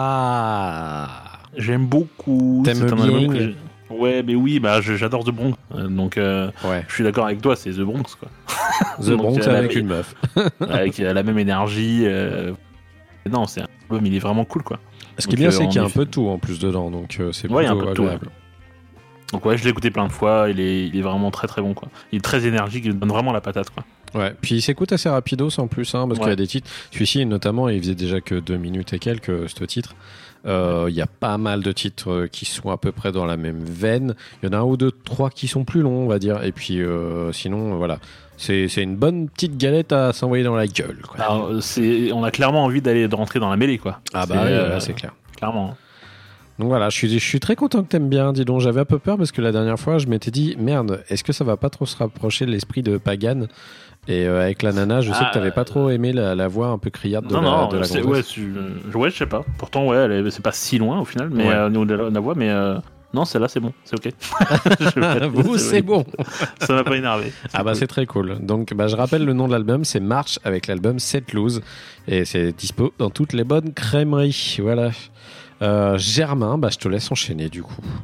Ah. J'aime beaucoup. T'aimes C'est un bien. album que j'ai- Ouais, mais oui, bah je- j'adore The Bronx. Euh, Donc euh, Ouais. je suis d'accord avec toi, c'est The Bronx, quoi. The Donc, Bronx euh, avec la- une meuf. Avec euh, la même énergie. euh, Non, c'est un album, il est vraiment cool, quoi. Ce qui est Donc, bien, euh, c'est on qu'il y a un est- peu de tout en plus dedans, donc euh, c'est Ouais, il y a un plutôt peu de tout, ouais. agréable. Donc ouais, je l'ai écouté plein de fois, il est, il est vraiment très très bon, quoi. Il est très énergique, il donne vraiment la patate, quoi. Ouais, puis il s'écoute assez rapidos en plus, hein, parce Ouais. qu'il y a des titres. Celui-ci, notamment, il faisait déjà que deux minutes et quelques, euh, ce titre. Euh, Il y a pas mal de titres euh, qui sont à peu près dans la même veine. Il y en a un ou deux, trois qui sont plus longs, on va dire. Et puis, euh, sinon, euh, voilà. C'est c'est une bonne petite galette à s'envoyer dans la gueule, quoi. Alors, c'est, on a clairement envie d'aller de rentrer dans la mêlée, quoi. Ah C'est, bah oui, euh, voilà, c'est clair. Clairement. Donc voilà, je suis, je suis très content que t'aimes bien, dis donc. J'avais un peu peur parce que la dernière fois, je m'étais dit, merde, est-ce que ça va pas trop se rapprocher de l'esprit de Pagan? Et euh, avec la nana, je sais Ah, que t'avais pas trop aimé la, la voix un peu criarde de non, la, non, de la c'est, gonzesse. ouais, tu- euh, ouais, je sais pas. Pourtant, ouais, elle est- c'est pas si loin au final, mais Ouais. euh, au niveau de la, de la voix, mais euh, non, celle-là, c'est bon, c'est ok. Je vais pas- Vous, c'est bon. Ça m'a pas énervé. Ah bah cool. c'est très cool. Donc bah, je rappelle le nom de l'album, c'est March avec l'album Set Loose. Et c'est dispo dans toutes les bonnes crèmeries. Voilà. Euh, Germain, bah, je te laisse enchaîner du coup.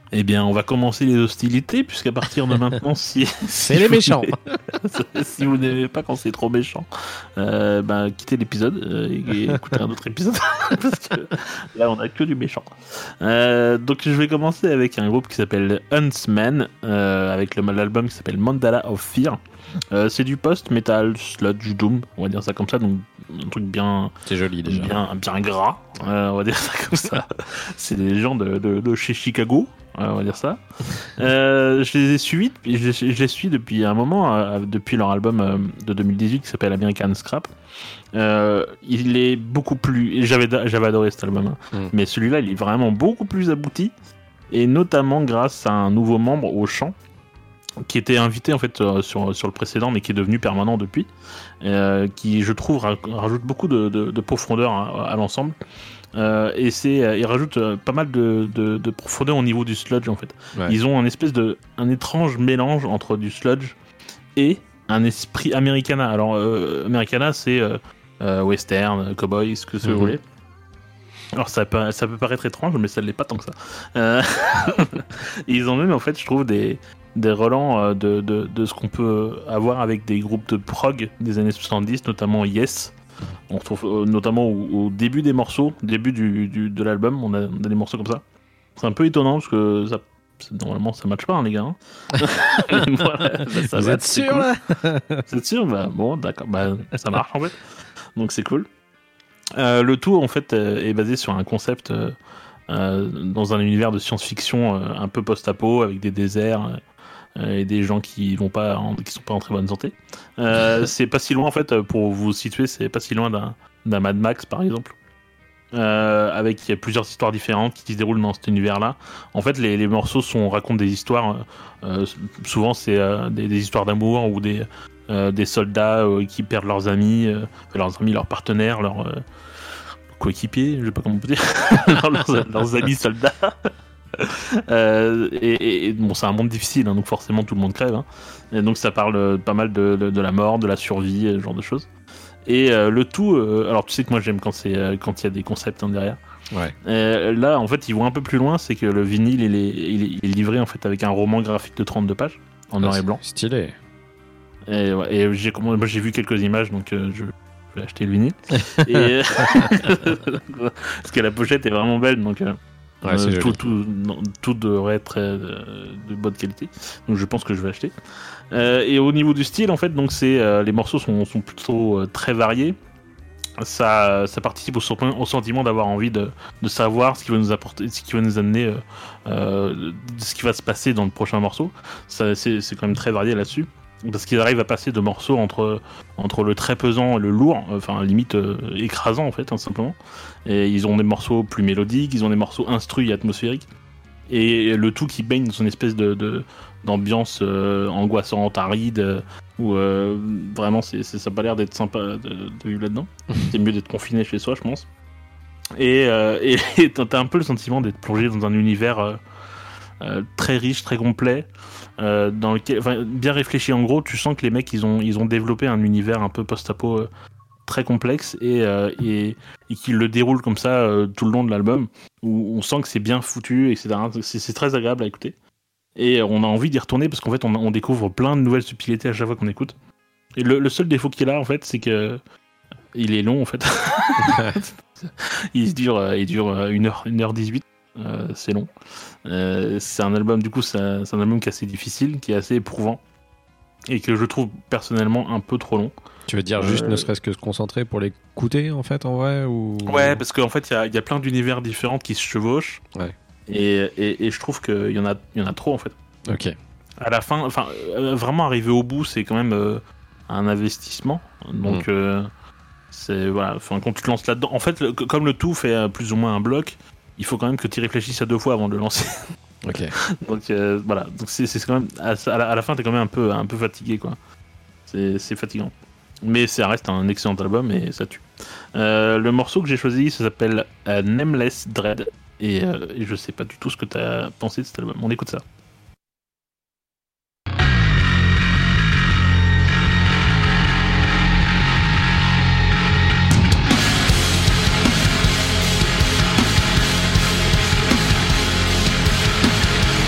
Eh bien, on va commencer les hostilités, puisqu'à partir de maintenant, si, si C'est les vous méchants. n'aimez- si vous n'aimez pas quand c'est trop méchant, euh, bah, quittez l'épisode euh, et, et écoutez un autre épisode, parce que là, on a que du méchant. Euh, donc, je vais commencer avec un groupe qui s'appelle Huntsman, euh, avec le, l'album qui s'appelle Mandala of Fear. Euh, c'est du post-metal, sludge, doom, on va dire ça comme ça, donc un truc bien, C'est joli déjà. bien, bien gras, euh, on va dire ça comme ça. C'est des gens de, de, de chez Chicago, euh, on va dire ça. Euh, je les ai suivis, je les, je les suis depuis un moment, euh, depuis leur album euh, de deux mille dix-huit qui s'appelle American Scrap. Euh, il est beaucoup plus, et j'avais, j'avais adoré cet album, hein. Mm. Mais celui-là, il est vraiment beaucoup plus abouti, et notamment grâce à un nouveau membre au chant, qui était invité en fait euh, sur, sur le précédent mais qui est devenu permanent depuis, euh, qui je trouve ra- rajoute beaucoup de, de, de profondeur à, à l'ensemble, euh, et c'est euh, il rajoute euh, pas mal de, de, de profondeur au niveau du sludge en fait. Ouais. Ils ont un espèce de un étrange mélange entre du sludge et un esprit Americana. Alors euh, Americana c'est euh, euh, western, cowboy, ce que ce que vous Mhm. voulez. Alors ça peut, ça peut paraître étrange, mais ça ne l'est pas tant que ça. Euh, ils ont même en fait, je trouve, des, des relents euh, de, de, de ce qu'on peut avoir avec des groupes de prog des années soixante-dix, notamment Yes. On retrouve euh, notamment au, au début des morceaux, début du, du, de l'album, on a, on a des morceaux comme ça. C'est un peu étonnant parce que ça, normalement ça matche pas, hein, les gars. Hein. Voilà, bah, ça Vous match, êtes c'est sûr cool. là Vous êtes sûr? Bah, bon, d'accord, bah, ça marche en fait. Donc c'est cool. Euh, le tout en fait euh, est basé sur un concept euh, euh, dans un univers de science-fiction euh, un peu post-apo avec des déserts euh, et des gens qui vont pas en, qui sont pas en très bonne santé. Euh, c'est pas si loin en fait, pour vous situer, c'est pas si loin d'un, d'un Mad Max par exemple. Euh, avec il y a plusieurs histoires différentes qui se déroulent dans cet univers-là. En fait, les, les morceaux sont racontent des histoires. Euh, souvent, c'est euh, des, des histoires d'amour ou des euh, des soldats euh, qui perdent leurs amis, euh, leurs amis, leurs partenaires, leurs euh, coéquipiers, je sais pas comment on peut dire, leurs, leurs amis soldats. euh, et, et, et bon, c'est un monde difficile, hein, donc forcément tout le monde crève. Hein. Et donc ça parle euh, pas mal de, de, de la mort, de la survie, ce genre de choses. Et euh, le tout, euh, alors tu sais que moi j'aime quand c'est euh, quand il y a des concepts hein, derrière. Ouais. Euh, là, en fait, ils vont un peu plus loin, c'est que le vinyle il est, il est, il est livré en fait avec un roman graphique de trente-deux pages en noir Ah, et blanc. Stylé. Et, ouais, et j'ai commandé- moi j'ai vu quelques images, donc euh, je vais acheter le vinyle. et... Parce que la pochette est vraiment belle, donc euh, Ouais, c'est euh, joli. tout, tout, non, tout devrait être euh, de bonne qualité. Donc je pense que je vais acheter. Euh, et au niveau du style, en fait, donc c'est euh, les morceaux sont, sont plutôt euh, très variés. Ça, ça participe au, sen- au sentiment d'avoir envie de, de savoir ce qui va nous apporter, ce qui va nous amener, euh, euh, ce qui va se passer dans le prochain morceau. Ça, c'est, c'est quand même très varié là-dessus. Parce qu'ils arrivent à passer de morceaux entre, entre le très pesant et le lourd, enfin limite euh, écrasant en fait, hein, simplement. Et ils ont des morceaux plus mélodiques, ils ont des morceaux instruits et atmosphériques. Et le tout qui baigne dans une espèce de, de, d'ambiance euh, angoissante, aride, euh, où euh, vraiment c'est, c'est, ça n'a pas l'air d'être sympa de, de vivre là-dedans. C'est mieux d'être confiné chez soi, je pense. Et, euh, et, et t'as un peu le sentiment d'être plongé dans un univers euh, euh, très riche, très complet. Euh, dans lequel, enfin, bien réfléchi en gros, tu sens que les mecs ils ont, ils ont développé un univers un peu post-apo euh, très complexe et, euh, et, et qu'ils le déroulent comme ça euh, tout le long de l'album, où on sent que c'est bien foutu, et cetera. C'est, c'est très agréable à écouter. Et on a envie d'y retourner parce qu'en fait on, on découvre plein de nouvelles subtilités à chaque fois qu'on écoute. Et le, le seul défaut qu'il a en fait, c'est que il est long en fait. il dure, euh, il dure une heure, une heure dix-huit. Euh, c'est long. Euh, c'est un album, du coup, c'est un, c'est un album qui est assez difficile, qui est assez éprouvant, et que je trouve personnellement un peu trop long. Tu veux dire juste Euh, ne serait-ce que se concentrer pour l'écouter en fait en vrai ou... Ouais, parce qu'en fait, il y a, y a plein d'univers différents qui se chevauchent, Ouais. et, et, et je trouve qu'il y en a, il y en a trop en fait. Ok. À la fin, enfin, euh, vraiment arriver au bout, c'est quand même euh, un investissement. Donc, Mm. euh, c'est voilà. Enfin, quand tu te lances là-dedans, en fait, le- comme le tout fait euh, plus ou moins un bloc, il faut quand même que tu y réfléchisses à deux fois avant de le lancer. Ok. Donc euh, voilà. Donc c'est, c'est quand même à, à la, à la fin, t'es quand même un peu, un peu fatigué, quoi. C'est, c'est fatigant. Mais ça reste un excellent album et ça tue. Euh, le morceau que j'ai choisi, ça s'appelle euh, Nameless Dread. Et, euh, et je sais pas du tout ce que t'as pensé de cet album. On écoute ça. Thank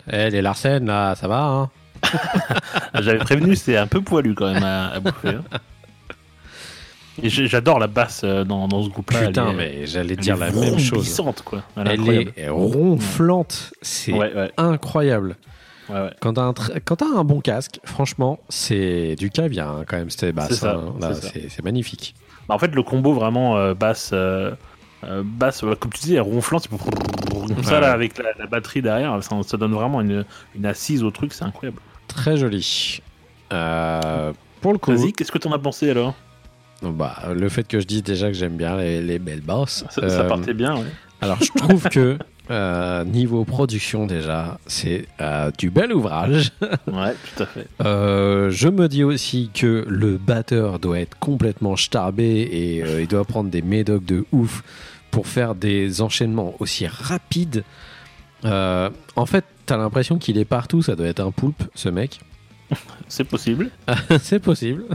Eh, les Larsen, là, ça va, hein? J'avais prévenu, c'est un peu poilu quand même à, à bouffer. Hein. Et j'adore la basse dans, dans ce groupe-là. Putain, est, mais j'allais dire la même chose. Quoi. Elle, elle est ronflante, c'est ouais, ouais. incroyable. Ouais, ouais. Quand t'as un, tr- quand t'as un bon casque, franchement, c'est du caviar hein, quand même, c'était basse. C'est, ça, hein, là, c'est, c'est, c'est magnifique. Bah, en fait, le combo vraiment euh, basse, euh, euh, basse, comme tu dis, ronflante, c'est comme ouais, ça là, avec la, la batterie derrière, ça, ça donne vraiment une, une assise au truc, c'est incroyable. Très joli. Euh, pour le coup. Vas-y, qu'est-ce que t'en as pensé alors? Bah, le fait que je dise déjà que j'aime bien les, les belles basses. Ça, euh, ça partait bien, ouais. Alors, je trouve que euh, niveau production, déjà, c'est euh, du bel ouvrage. Ouais, tout à fait. Euh, je me dis aussi que le batteur doit être complètement starbé et euh, il doit prendre des médocs de ouf pour faire des enchaînements aussi rapides. Euh, en fait, t'as l'impression qu'il est partout. Ça doit être un poulpe, ce mec. C'est possible. C'est possible.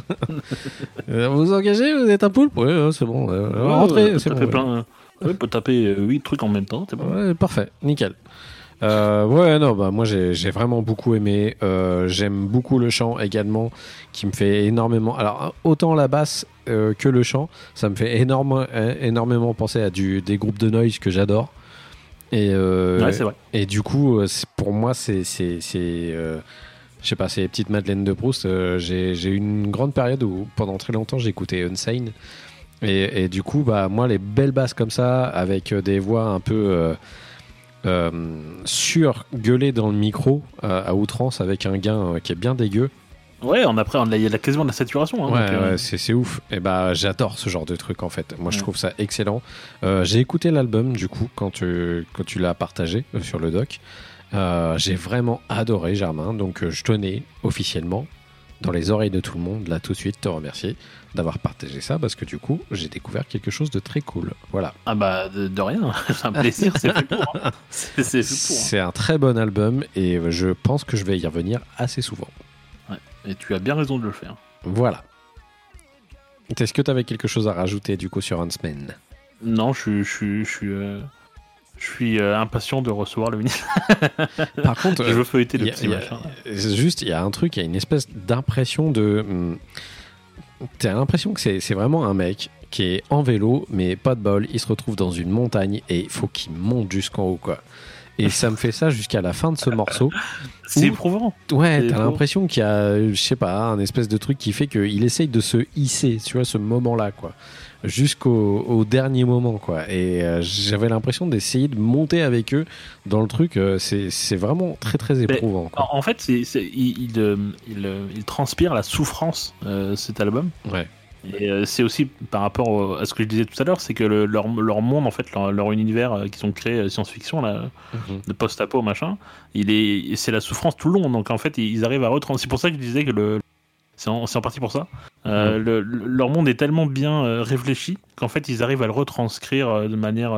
Vous engagez, vous êtes un poulpe? Oui, c'est bon. Euh, ouais, rentrez, ouais, c'est bon. Ouais. Plein, ouais, peut taper huit trucs en même temps. C'est bon. Ouais, parfait, nickel. Euh, ouais, non, bah moi j'ai, j'ai vraiment beaucoup aimé. Euh, j'aime beaucoup le chant également, qui me fait énormément. Alors autant la basse euh, que le chant, ça me fait énorme, énormément penser à du, des groupes de noise que j'adore. Et euh, ouais, c'est vrai. Et du coup, c'est, pour moi, c'est, c'est, c'est euh, je sais pas, c'est les petites Madeleines de Proust. Euh, j'ai, j'ai eu une grande période où pendant très longtemps j'écoutais Unsane. Et, et du coup, bah moi, les belles basses comme ça, avec des voix un peu euh, euh, surgueulées dans le micro euh, à outrance, avec un gain euh, qui est bien dégueu. Ouais, on après, il y a quasiment de la saturation. Hein, ouais, donc, euh... ouais c'est, c'est ouf. Et bah, j'adore ce genre de truc en fait. Moi, ouais. je trouve ça excellent. Euh, j'ai écouté l'album du coup quand tu, quand tu l'as partagé euh, sur le doc. Euh, j'ai vraiment adoré Germain, donc euh, je tenais officiellement dans les oreilles de tout le monde là tout de suite te remercier d'avoir partagé ça parce que du coup j'ai découvert quelque chose de très cool. Voilà. Ah bah de, de rien, c'est un plaisir, c'est fait pour. Hein. C'est, c'est, fait pour, hein. C'est un très bon album et je pense que je vais y revenir assez souvent. Ouais, et tu as bien raison de le faire. Voilà. Est-ce que tu avais quelque chose à rajouter du coup sur Huntsman? Non, je, je, je suis. Euh... Je suis euh, impatient de recevoir le vinyle. Par contre, je veux feuilleter le y a, petit y a, machin. Juste, il y a un truc, il y a une espèce d'impression de. Hum, t'as l'impression que c'est, c'est vraiment un mec qui est en vélo, mais pas de bol, il se retrouve dans une montagne et il faut qu'il monte jusqu'en haut, quoi. Et ça me fait ça jusqu'à la fin de ce morceau. C'est où, éprouvant. Ouais, c'est t'as éprouvant. l'impression qu'il y a, je sais pas, un espèce de truc qui fait qu'il essaye de se hisser, tu vois, ce moment-là, quoi. Jusqu'au au dernier moment, quoi. Et euh, j'avais l'impression d'essayer de monter avec eux dans le truc. Euh, c'est, c'est vraiment très, très éprouvant, quoi. En fait, c'est, c'est, il, il, il, il transpire la souffrance, euh, cet album. Ouais. Et euh, c'est aussi par rapport au, à ce que je disais tout à l'heure, c'est que le, leur, leur monde, en fait, leur, leur univers euh, qu'ils ont créé, euh, science-fiction, là, mm-hmm. de post-apo, machin, il est, c'est la souffrance tout le long. Donc en fait, ils arrivent à retranscrire. C'est pour ça que je disais que le C'est en, c'est en partie pour ça. Euh, mmh. le, le, leur monde est tellement bien euh, réfléchi qu'en fait, ils arrivent à le retranscrire euh, de manière.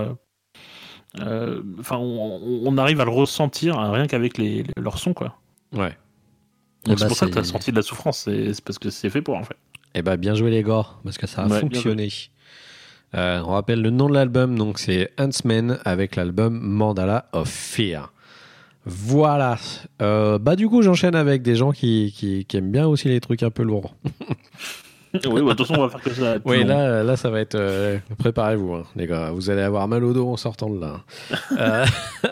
Enfin, euh, on, on arrive à le ressentir hein, rien qu'avec les, les, leurs sons, quoi. Ouais. Donc c'est bah pour c'est... ça que tu as senti de la souffrance. C'est, c'est parce que c'est fait pour, en fait. Eh bah, bien joué, les gars, parce que ça a ouais, fonctionné. Euh, on rappelle le nom de l'album, donc c'est Huntsman avec l'album Mandala of Fear. Voilà. Euh, bah du coup, j'enchaîne avec des gens qui, qui, qui aiment bien aussi les trucs un peu lourds. Oui, bah, de toute façon, on va faire que ça. Oui, là, là, ça va être... Euh, préparez-vous, hein, les gars. Vous allez avoir mal au dos en sortant de là. euh...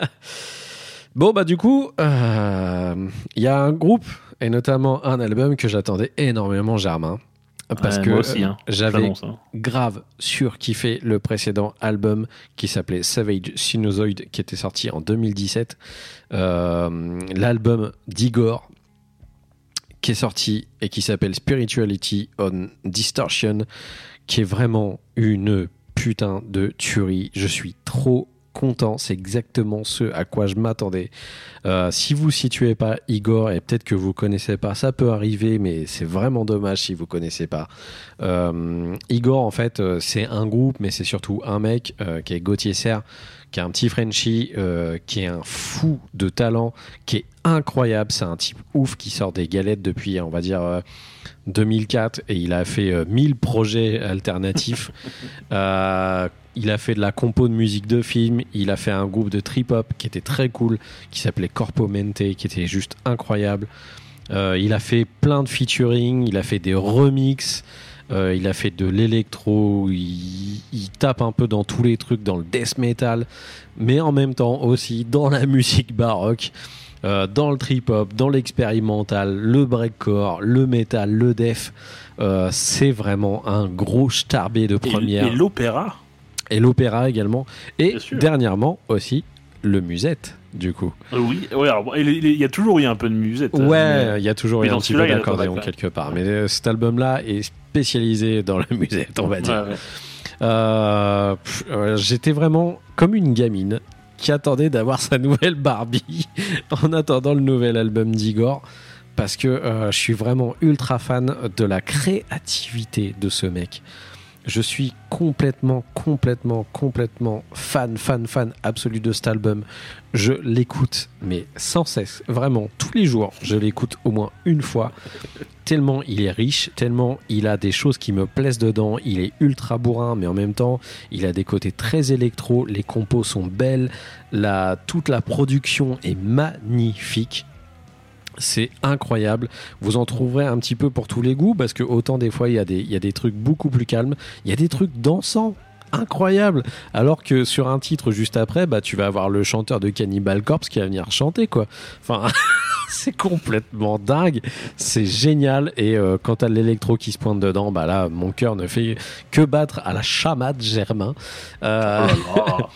Bon, bah du coup, il euh, y a un groupe, et notamment un album que j'attendais énormément, Germain. Parce ouais, que moi aussi, hein. j'avais hein. grave surkiffé le précédent album qui s'appelait Savage Sinusoid, qui était sorti en deux mille dix-sept. Euh, l'album d'Igor qui est sorti et qui s'appelle Spirituality on Distortion, qui est vraiment une putain de tuerie. Je suis trop content, c'est exactement ce à quoi je m'attendais. Euh, si vous situez pas Igor et peut-être que vous connaissez pas, ça peut arriver, mais c'est vraiment dommage si vous connaissez pas. Euh, Igor, en fait, euh, c'est un groupe, mais c'est surtout un mec euh, qui est Gauthier Serre, qui est un petit Frenchie, euh, qui est un fou de talent, qui est incroyable. C'est un type ouf qui sort des galettes depuis, on va dire, euh, deux mille quatre, et il a fait euh, mille projets alternatifs. euh, il a fait de la compo de musique de film, il a fait un groupe de trip-hop qui était très cool, qui s'appelait Corpo Mente, qui était juste incroyable. Euh, il a fait plein de featuring, il a fait des remixes, euh, il a fait de l'électro, il, il tape un peu dans tous les trucs, dans le death metal, mais en même temps aussi dans la musique baroque, euh, dans le trip-hop, dans l'expérimental, le breakcore, le metal, le death. Euh, c'est vraiment un gros starbé de première. Et, et l'opéra. Et l'opéra également. Et Bien sûr. dernièrement aussi, le musette, du coup. Euh, oui, ouais, alors, bon, il il y a toujours eu un peu de musette. Ouais, euh, il y a toujours mais eu un dans petit peu celui-là, il y a d'accordéon pas, ouais. quelque part. Mais euh, cet album-là est spécialisé dans le musette, on va mais- dire. ouais, ouais. Euh, pff, euh, j'étais vraiment comme une gamine qui attendait d'avoir sa nouvelle Barbie en attendant le nouvel album d'Igor, parce que euh, je suis vraiment ultra fan de la créativité de ce mec. Je suis complètement, complètement, complètement fan, fan, fan absolu de cet album. Je l'écoute, mais sans cesse, vraiment, tous les jours. Je l'écoute au moins une fois. Tellement il est riche, tellement il a des choses qui me plaisent dedans. Il est ultra bourrin, mais en même temps, il a des côtés très électro. Les compos sont belles. La, toute la production est magnifique. C'est incroyable. Vous en trouverez un petit peu pour tous les goûts, parce que autant des fois il y a des, il y a des trucs beaucoup plus calmes, il y a des trucs dansants incroyables, alors que sur un titre juste après, bah tu vas avoir le chanteur de Cannibal Corpse qui va venir chanter, quoi. Enfin, c'est complètement dingue, c'est génial. Et euh, quand t'as l'électro qui se pointe dedans, bah là mon cœur ne fait que battre à la chamade Germain. Euh... Oh là là.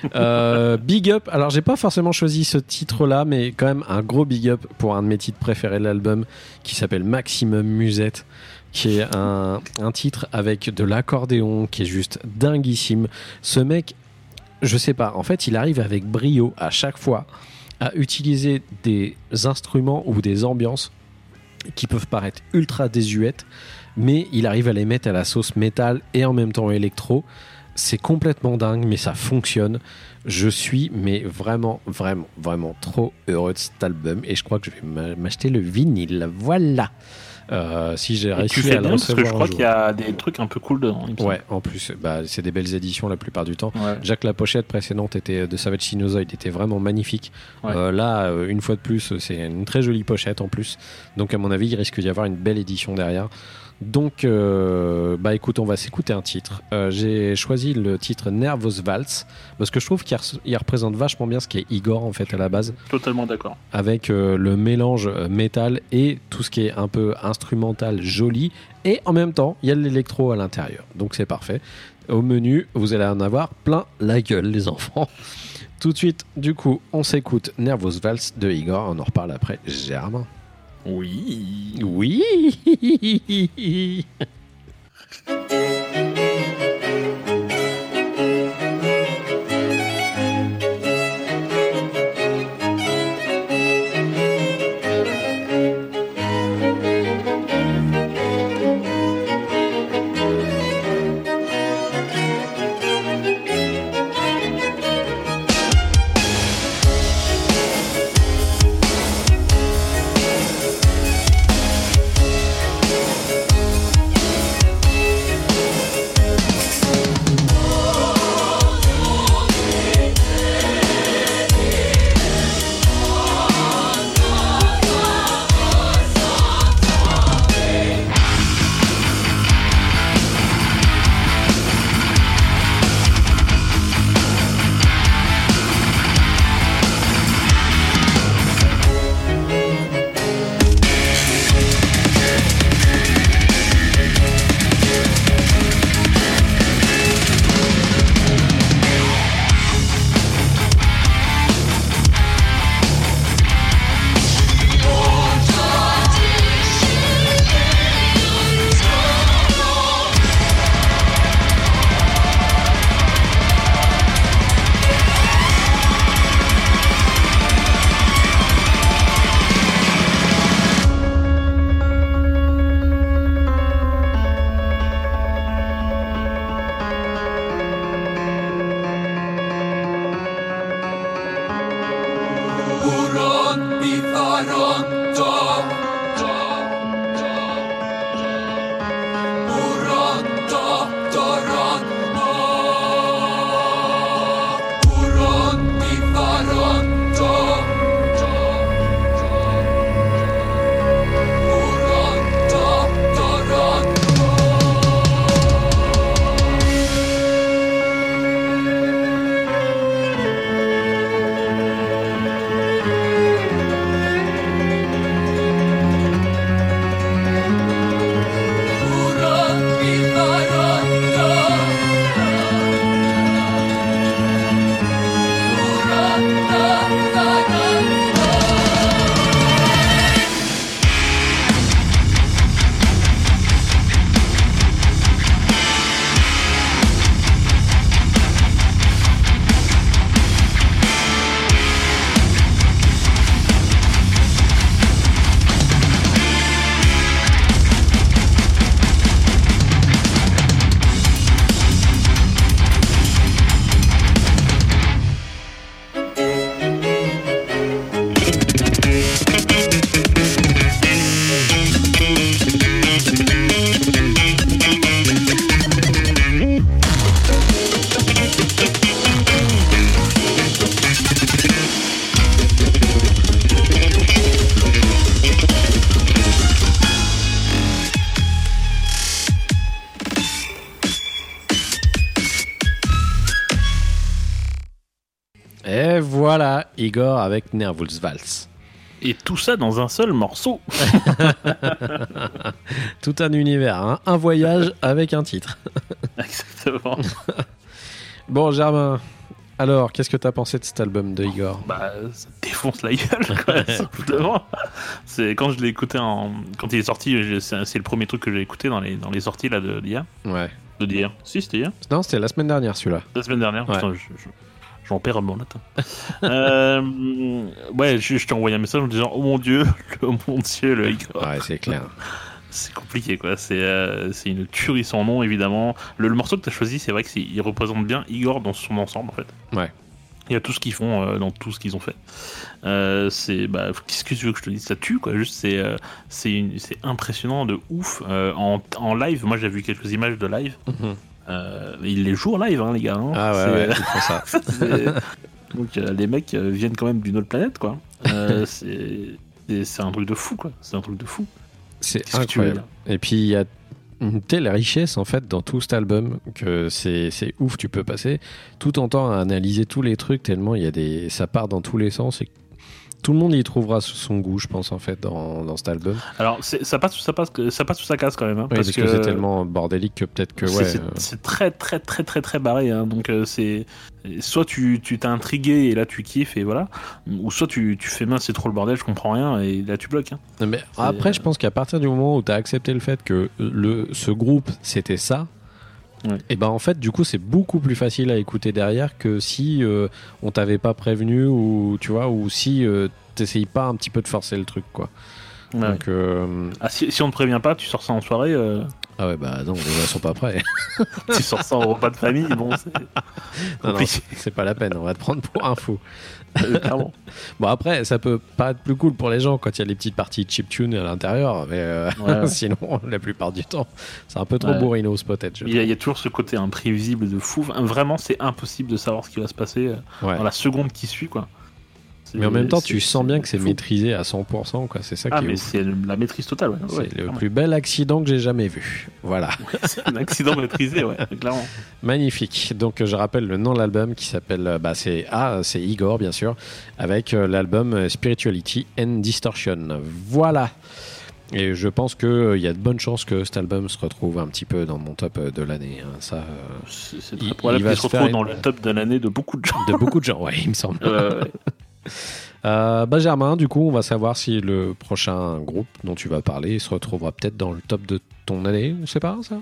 Euh, big up, alors j'ai pas forcément choisi ce titre là, mais quand même un gros big up pour un de mes titres préférés de l'album, qui s'appelle Maximum Musette, qui est un, un titre avec de l'accordéon qui est juste dinguissime. Ce mec, je sais pas, en fait il arrive avec brio à chaque fois à utiliser des instruments ou des ambiances qui peuvent paraître ultra désuètes, mais il arrive à les mettre à la sauce métal et en même temps électro. C'est complètement dingue, mais ça fonctionne. Je suis mais vraiment, vraiment, vraiment trop heureux de cet album, et je crois que je vais m'acheter le vinyle. Voilà. Euh, si j'ai Et réussi tu fais à le bien parce que recevoir je un crois jour. qu'il y a des trucs un peu cool dedans. il me semble. Ouais, en plus, bah, c'est des belles éditions la plupart du temps. Ouais. Déjà que la pochette précédente était de Savage Sinusoid était vraiment magnifique. Ouais. Euh, là, euh, une fois de plus, c'est une très jolie pochette en plus. Donc, à mon avis, il risque d'y avoir une belle édition derrière. Donc, euh, bah écoute, on va s'écouter un titre. Euh, j'ai choisi le titre Nervous Waltz parce que je trouve qu'il re- il représente vachement bien ce qu'est Igor en fait à la base, Totalement d'accord. avec euh, le mélange euh, métal et tout ce qui est un peu instrumental joli, et en même temps il y a de l'électro à l'intérieur, donc c'est parfait. Au menu vous allez en avoir plein la gueule les enfants. Tout de suite du coup on s'écoute Nervous Waltz de Igor, on en reparle après. Germain. Oui. Oui. Igor avec Nervulsvals. Et tout ça dans un seul morceau. Tout un univers, hein. Un voyage avec un titre. Exactement. Bon, Germain, alors, qu'est-ce que t'as pensé de cet album de Igor ? Bah, ça défonce la gueule, quoi, simplement. C'est, quand je l'ai écouté, en... quand il est sorti, je- c'est, c'est le premier truc que j'ai écouté dans les, dans les sorties là, de, d'hier. Ouais. De d'hier. Si, c'était hier. Non, c'était la semaine dernière, celui-là. La semaine dernière. Ouais. Putain, je, je- j'en perds mon latin. euh, ouais, je, je t'ai envoyé un message en disant oh mon dieu, le, oh mon dieu, le Igor. Ouais, c'est clair. C'est compliqué, quoi. C'est, euh, c'est une tuerie sans nom, évidemment. Le, le morceau que t'as choisi, c'est vrai qu'il représente bien Igor dans son ensemble, en fait. Ouais. Il y a tout ce qu'ils font euh, dans tout ce qu'ils ont fait. Euh, c'est, bah, qu'est-ce que tu veux que je te dise ? Ça tue, quoi. Juste, c'est, euh, c'est, une, c'est impressionnant de ouf. Euh, en, en live, moi j'ai vu quelques images de live. Mhm. Euh, ils les jouent en live, hein, les gars. Hein. Ah ouais, C'est- ouais, ils font ça. c'est- Donc euh, les mecs euh, viennent quand même d'une autre planète, quoi. Euh, c'est, c'est, c'est un truc de fou, quoi. C'est un truc de fou. C'est Qu'est-ce que tu veux incroyable. Et puis, il y a une telle richesse, en fait, dans tout cet album que c'est, c'est ouf. Tu peux passer tout ton temps à analyser tous les trucs tellement il y a des... ça part dans tous les sens et tout le monde y trouvera son goût, je pense, en fait, dans, dans cet album. Alors c'est, ça passe, ça passe, ça passe sous sa case quand même, hein, Oui, parce, parce que, c'est tellement bordélique que peut-être que, c'est, ouais... c'est, euh, c'est très très très très très barré, hein, donc euh, c'est soit tu, tu t'es intrigué et là tu kiffes et voilà, ou soit tu, tu fais mince c'est trop le bordel, je comprends rien et là tu bloques. Hein. Mais C'est- après, je pense qu'à partir du moment où tu as accepté le fait que le, ce groupe, c'était ça, Ouais. et ben en fait, du coup, c'est beaucoup plus facile à écouter derrière que si euh, on t'avait pas prévenu ou tu vois, ou si euh, t'essayes pas un petit peu de forcer le truc, quoi. Ouais. Donc, euh, Ah, si, si on te prévient pas, tu sors ça en soirée, euh, ah ouais, bah non, les gens sont pas prêts. tu sors ça au repas de famille, bon c'est Non, non, compliqué, c'est c'est pas la peine, on va te prendre pour un fou. euh, clairement. Bon, après, ça peut paraître plus cool pour les gens quand il y a les petites parties chiptune à l'intérieur, mais euh, Ouais, ouais. sinon, la plupart du temps, c'est un peu trop Ouais. bourrino, peut-être. je Il y, a, il y a toujours ce côté imprévisible de fou. Enfin, vraiment, c'est impossible de savoir ce qui va se passer euh, trouve. Ouais. dans la seconde qui suit, quoi. C'est- Mais en même temps, c'est- tu sens bien que c'est fou. maîtrisé à cent pour cent, quoi. C'est ça Ah, qui est mais ouf. c'est la maîtrise totale, ouais. C'est Ouais, le clairement. plus bel accident que j'ai jamais vu. Voilà. C'est un accident maîtrisé, ouais, clairement. Magnifique. Donc, je rappelle le nom de l'album qui s'appelle, euh, bah, c'est, ah, c'est Igor, bien sûr, avec euh, l'album euh, Spirituality and Distortion. Voilà. Et je pense qu'il y a de bonnes chances que cet album se retrouve un petit peu dans mon top euh, de l'année. hein. Ça, euh, C'est, c'est Il- très probable il va qu'il se se faire retrouve dans une- le top de l'année de beaucoup de gens. de beaucoup de gens, ouais, il me semble. Euh, Euh, bah, Germain, du coup, on va savoir si le prochain groupe dont tu vas parler se retrouvera peut-être dans le top de ton année. On sait pas, ça.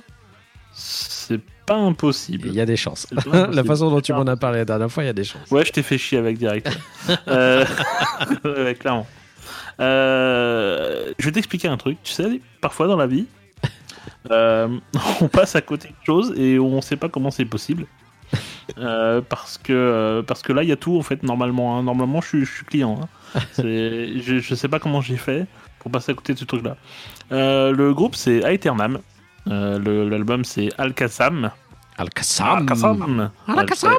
c'est pas impossible. Il y a des chances. C'est pas La impossible. façon dont C'est tu pas m'en as parlé la dernière fois, il y a des chances. Ouais, je t'ai fait chier avec direct. euh... ouais, clairement. Euh... Je vais t'expliquer un truc. Tu sais, parfois dans la vie, euh, on passe à côté de choses et on sait pas comment c'est possible. Euh, parce que euh, parce que là, il y a tout en fait normalement. hein. Normalement, je suis, je suis client. hein. C'est- je, je sais pas comment j'ai fait pour passer à côté de ce truc-là. Euh, le groupe, c'est Aeternam. Euh, le- L'album, c'est Al-Qassam. Al-Qassam. Al-Qassam. Al-Qassam.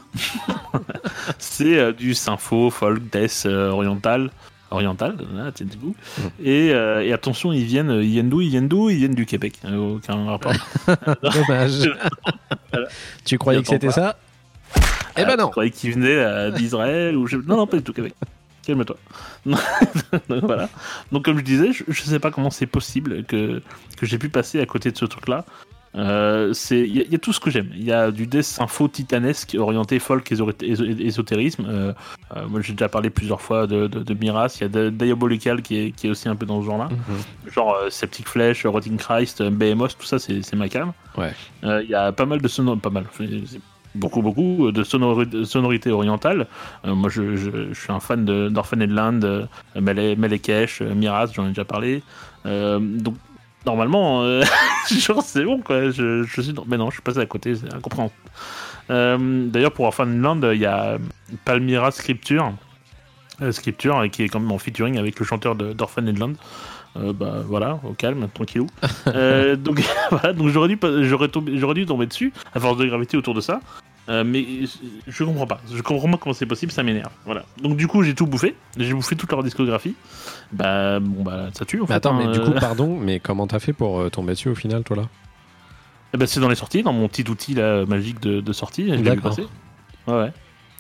C'est euh, du sympho, folk, death euh, oriental. Oriental, là, tiens du goût. Mm. Et, euh, et attention, ils viennent, ils viennent d'où Ils viennent d'où Ils viennent du Québec. Euh, aucun rapport. Dommage. Tu croyais que c'était ça Eh ben Ah, non. Je croyais qu'ils venaient euh, d'Israël ou je... Non, non, pas du tout Québec. Calme-toi. Donc, voilà. Donc comme je disais, je, je sais pas comment c'est possible que, que j'ai pu passer à côté de ce truc-là. Euh, c'est il y, a- il y a tout ce que j'aime. Il y a du death sympho titanesque orienté folk éso- éso- ésotérisme. Euh, euh, moi j'ai déjà parlé plusieurs fois de, de, de Miras. Il y a de- Diabolical qui est, qui est aussi un peu dans ce genre-là. Mhm. Genre euh, Septic Flesh, Rotting Christ, euh, Behemoth, tout ça c'est c'est ma cam. Ouais. Euh, Il y a pas mal de sonorités, pas mal, c'est- c'est beaucoup beaucoup de, sonori- de sonorités orientales. Euh, moi je, je, je suis un fan de- d'Orphan Land, euh, Mele- Melekesh, euh, Miraz, j'en ai déjà parlé. Euh, donc normalement, euh, genre c'est bon quoi. Je, je suis, mais non, je suis passé à côté, c'est incompréhensible. Euh, D'ailleurs pour Orphan Land, il y a Palmyra Scripture, euh, Scripture euh, qui est quand même en featuring avec le chanteur de- d'Orphan Land. Euh, bah voilà, au calme, tranquillou. euh, donc voilà, donc j'aurais dû, pas- j'aurais, tombé- j'aurais dû tomber dessus à force de gravité autour de ça. Euh, mais je comprends pas, je comprends pas comment c'est possible, ça m'énerve. Voilà. Donc du coup j'ai tout bouffé, j'ai bouffé toute leur discographie. Bah bon bah ça tue en Mais fait. attends, hein, mais du euh. coup, pardon, mais comment t'as fait pour euh, tomber dessus au final, toi là Eh ben, c'est dans les sorties, dans mon petit outil là, magique de, de sortie. Je l'ai vu D'accord. passer. Ouais, ouais.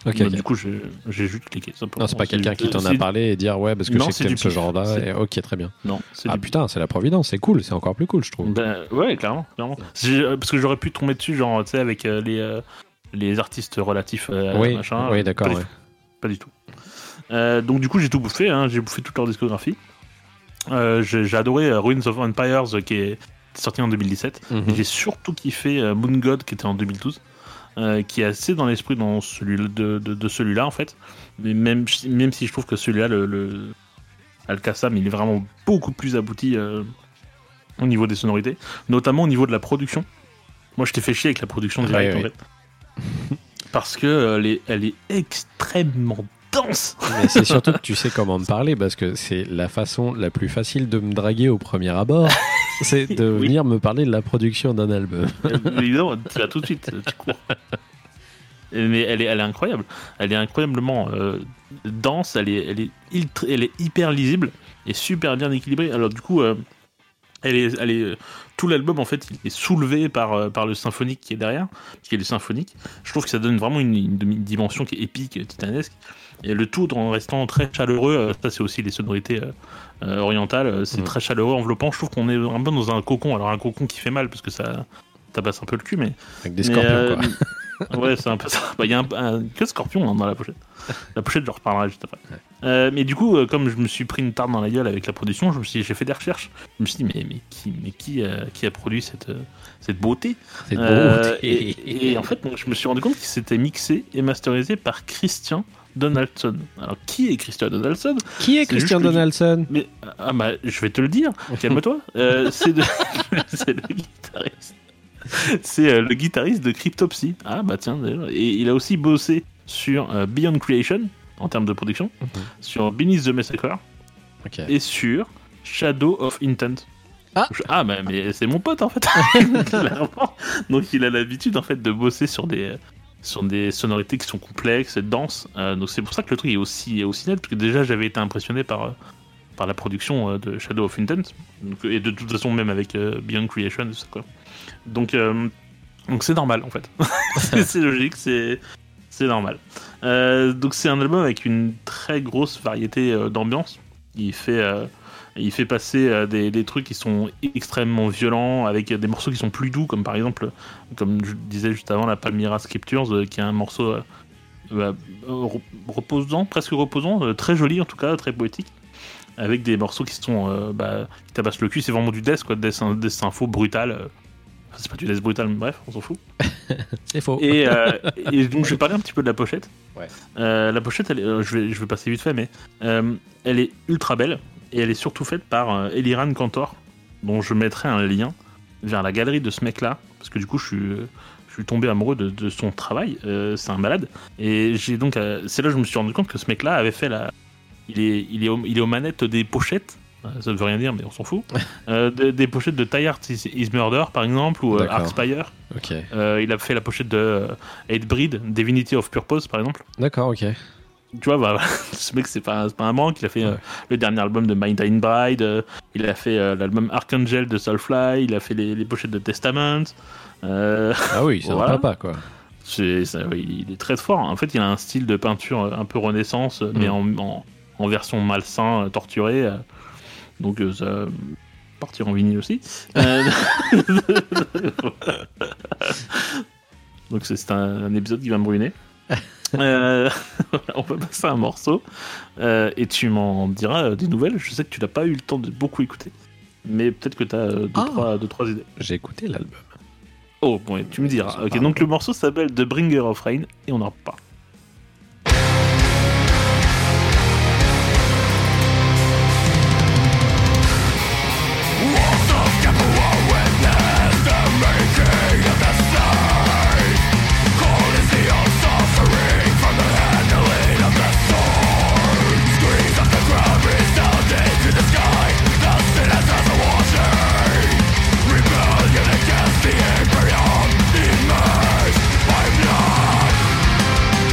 Ok, Bah, ok. Du coup, j'ai, j'ai juste cliqué. Ça, Non, c'est pas quelqu'un qui t'en a c'est- parlé et dire ouais, parce que Non, je sais c'est que t'aimes du ce pif. genre-là. C'est- et- Ok, très bien. Non, c'est Ah du... putain, c'est la Providence, c'est cool, c'est encore plus cool, je trouve. Ben, ouais, clairement. clairement. J'ai- euh, parce que j'aurais pu tomber dessus, genre, tu sais, avec euh, les, euh, les artistes relatifs euh, oui, machin. oui, d'accord. Pas, Ouais. du tout. Pas du tout. Euh, donc, du coup, j'ai tout bouffé. Hein, j'ai bouffé toute leur discographie. Euh, j'ai, j'ai adoré euh, Ruins of Empires, euh, qui est sorti en deux mille dix-sept. Mhm. Et j'ai surtout kiffé euh, Moon God, qui était en deux mille douze. Euh, qui est assez dans l'esprit dans celui de, de, de celui-là, en fait. Mais même, même si je trouve que celui-là, le, le Al-Qassam, il est vraiment beaucoup plus abouti euh, au niveau des sonorités, notamment au niveau de la production. Moi, je t'ai fait chier avec la production directe, Ouais, en fait. Parce que euh, elle, est, elle est extrêmement dense. Mais c'est surtout que tu sais comment me parler parce que c'est la façon la plus facile de me draguer au premier abord, c'est de Oui. venir me parler de la production d'un album. Évidemment, tu vas tout de suite, tu cours. Mais elle est, elle est incroyable. Elle est incroyablement euh, dense, elle est, elle, est ultra- elle est hyper lisible et super bien équilibrée. Alors du coup, euh, elle est, elle est, tout l'album en fait, il est soulevé par, euh, par le symphonique qui est derrière, qui est le symphonique. Je trouve que ça donne vraiment une, une, une dimension qui est épique, titanesque. Et le tout en restant très chaleureux, euh, ça c'est aussi les sonorités euh, euh, orientales, c'est Mm. très chaleureux, enveloppant. Je trouve qu'on est un peu dans un cocon, alors un cocon qui fait mal parce que ça tabasse un peu le cul, mais. Avec des mais, scorpions, euh, quoi. Ouais, c'est un peu ça. Bah, il y a un, un que scorpion hein, dans la pochette. La pochette, j'en reparlerai juste après. Ouais. Euh, mais du coup, euh, comme je me suis pris une tarte dans la gueule avec la production, je me suis, j'ai fait des recherches. Je me suis dit, mais, mais qui, mais qui, euh, qui a produit cette, euh, cette beauté C'est beau. Euh, et, et en fait, donc, je me suis rendu compte qu'il s'était mixé et masterisé par Christian Donaldson. Alors, qui est Christian Donaldson? Qui est c'est Christian juste que- Donaldson? Mais ah bah, je vais te le dire. Calme-toi. Euh, c'est, de- c'est le guitariste. C'est euh, le guitariste de Cryptopsy. Ah bah tiens, d'ailleurs. Et il a aussi bossé sur euh, Beyond Creation en termes de production, Mhm. sur Beneath the Massacre Ok. et sur Shadow of Intent. Ah. Je- ah bah mais c'est mon pote en fait. Clairement. Donc il a l'habitude en fait de bosser sur des sur des sonorités qui sont complexes et denses. Euh, donc c'est pour ça que le truc est aussi est aussi net, parce que déjà j'avais été impressionné par euh, par la production euh, de Shadow of Intent, donc, et de toute façon même avec euh, Beyond Creation, tout ça, quoi. Donc euh, donc c'est normal en fait. c'est, c'est logique, c'est c'est normal. Euh, donc c'est un album avec une très grosse variété euh, d'ambiance. Il fait euh, il fait passer euh, des, des trucs qui sont extrêmement violents, avec des morceaux qui sont plus doux, comme par exemple, comme je disais juste avant, la Palmyra Scriptures, euh, qui est un morceau euh, bah, euh, reposant, presque reposant, euh, très joli en tout cas, très poétique, avec des morceaux qui sont euh, bah, qui tabassent le cul. C'est vraiment du death, quoi, death, death sympho brutal. euh. Enfin, c'est pas du death brutal, mais bref, on s'en fout. C'est faux. Et, euh, et donc je vais parler un petit peu de la pochette. Ouais. Euh, la pochette, elle est- euh, je, vais, je vais passer vite fait, mais euh, elle est ultra belle et elle est surtout faite par euh, Eliran Kantor, dont je mettrai un lien vers la galerie de ce mec-là, parce que du coup je suis, euh, je suis tombé amoureux de, de son travail. Euh, c'est un malade. Et j'ai donc, euh, c'est là que je me suis rendu compte que ce mec-là avait fait la, il est, il est, au, il est aux manettes des pochettes. Ça veut rien dire, mais on s'en fout. Euh, des, des pochettes de Die Hard is, is Murder, par exemple, ou euh, D'accord. Arcspire. Ok. Euh, il a fait la pochette de euh, Hatebreed, Divinity of Purpose, par exemple. D'accord, ok. Tu vois, bah, ce mec, c'est pas, c'est pas un manque. Il a fait euh, Ouais. le dernier album de Mind and Bride. euh, il a fait euh, l'album Archangel de Soulfly. Il a fait les, les pochettes de Testament. Euh, Ah oui, c'est Voilà. un papa, quoi. c'est, ça, oui, il est très fort. En fait, il a un style de peinture un peu renaissance, mais Mm. en, en, en version malsain, euh, torturé. euh. Donc, euh, ça va partir en vinyle aussi. Euh, Donc, c'est, c'est un, un épisode qui va me ruiner. Euh, on va passer à un morceau euh, et tu m'en diras euh, des nouvelles. Je sais que tu n'as pas eu le temps de beaucoup écouter, mais peut-être que tu as deux, Ah. trois, deux, trois idées. J'ai écouté l'album. Oh, bon, tu me diras. Ça Ok, parle. donc le morceau s'appelle The Bringer of Rain et on en reparle. Rebellion against the imperium, the maze by blood.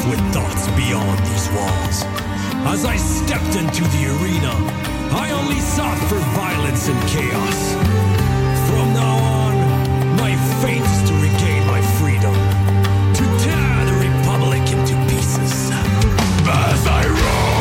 life with thoughts beyond these walls. As I stepped into the arena, I only sought for violence and chaos. From now on, my fate is to regain my freedom, to tear the Republic into pieces. As I roll.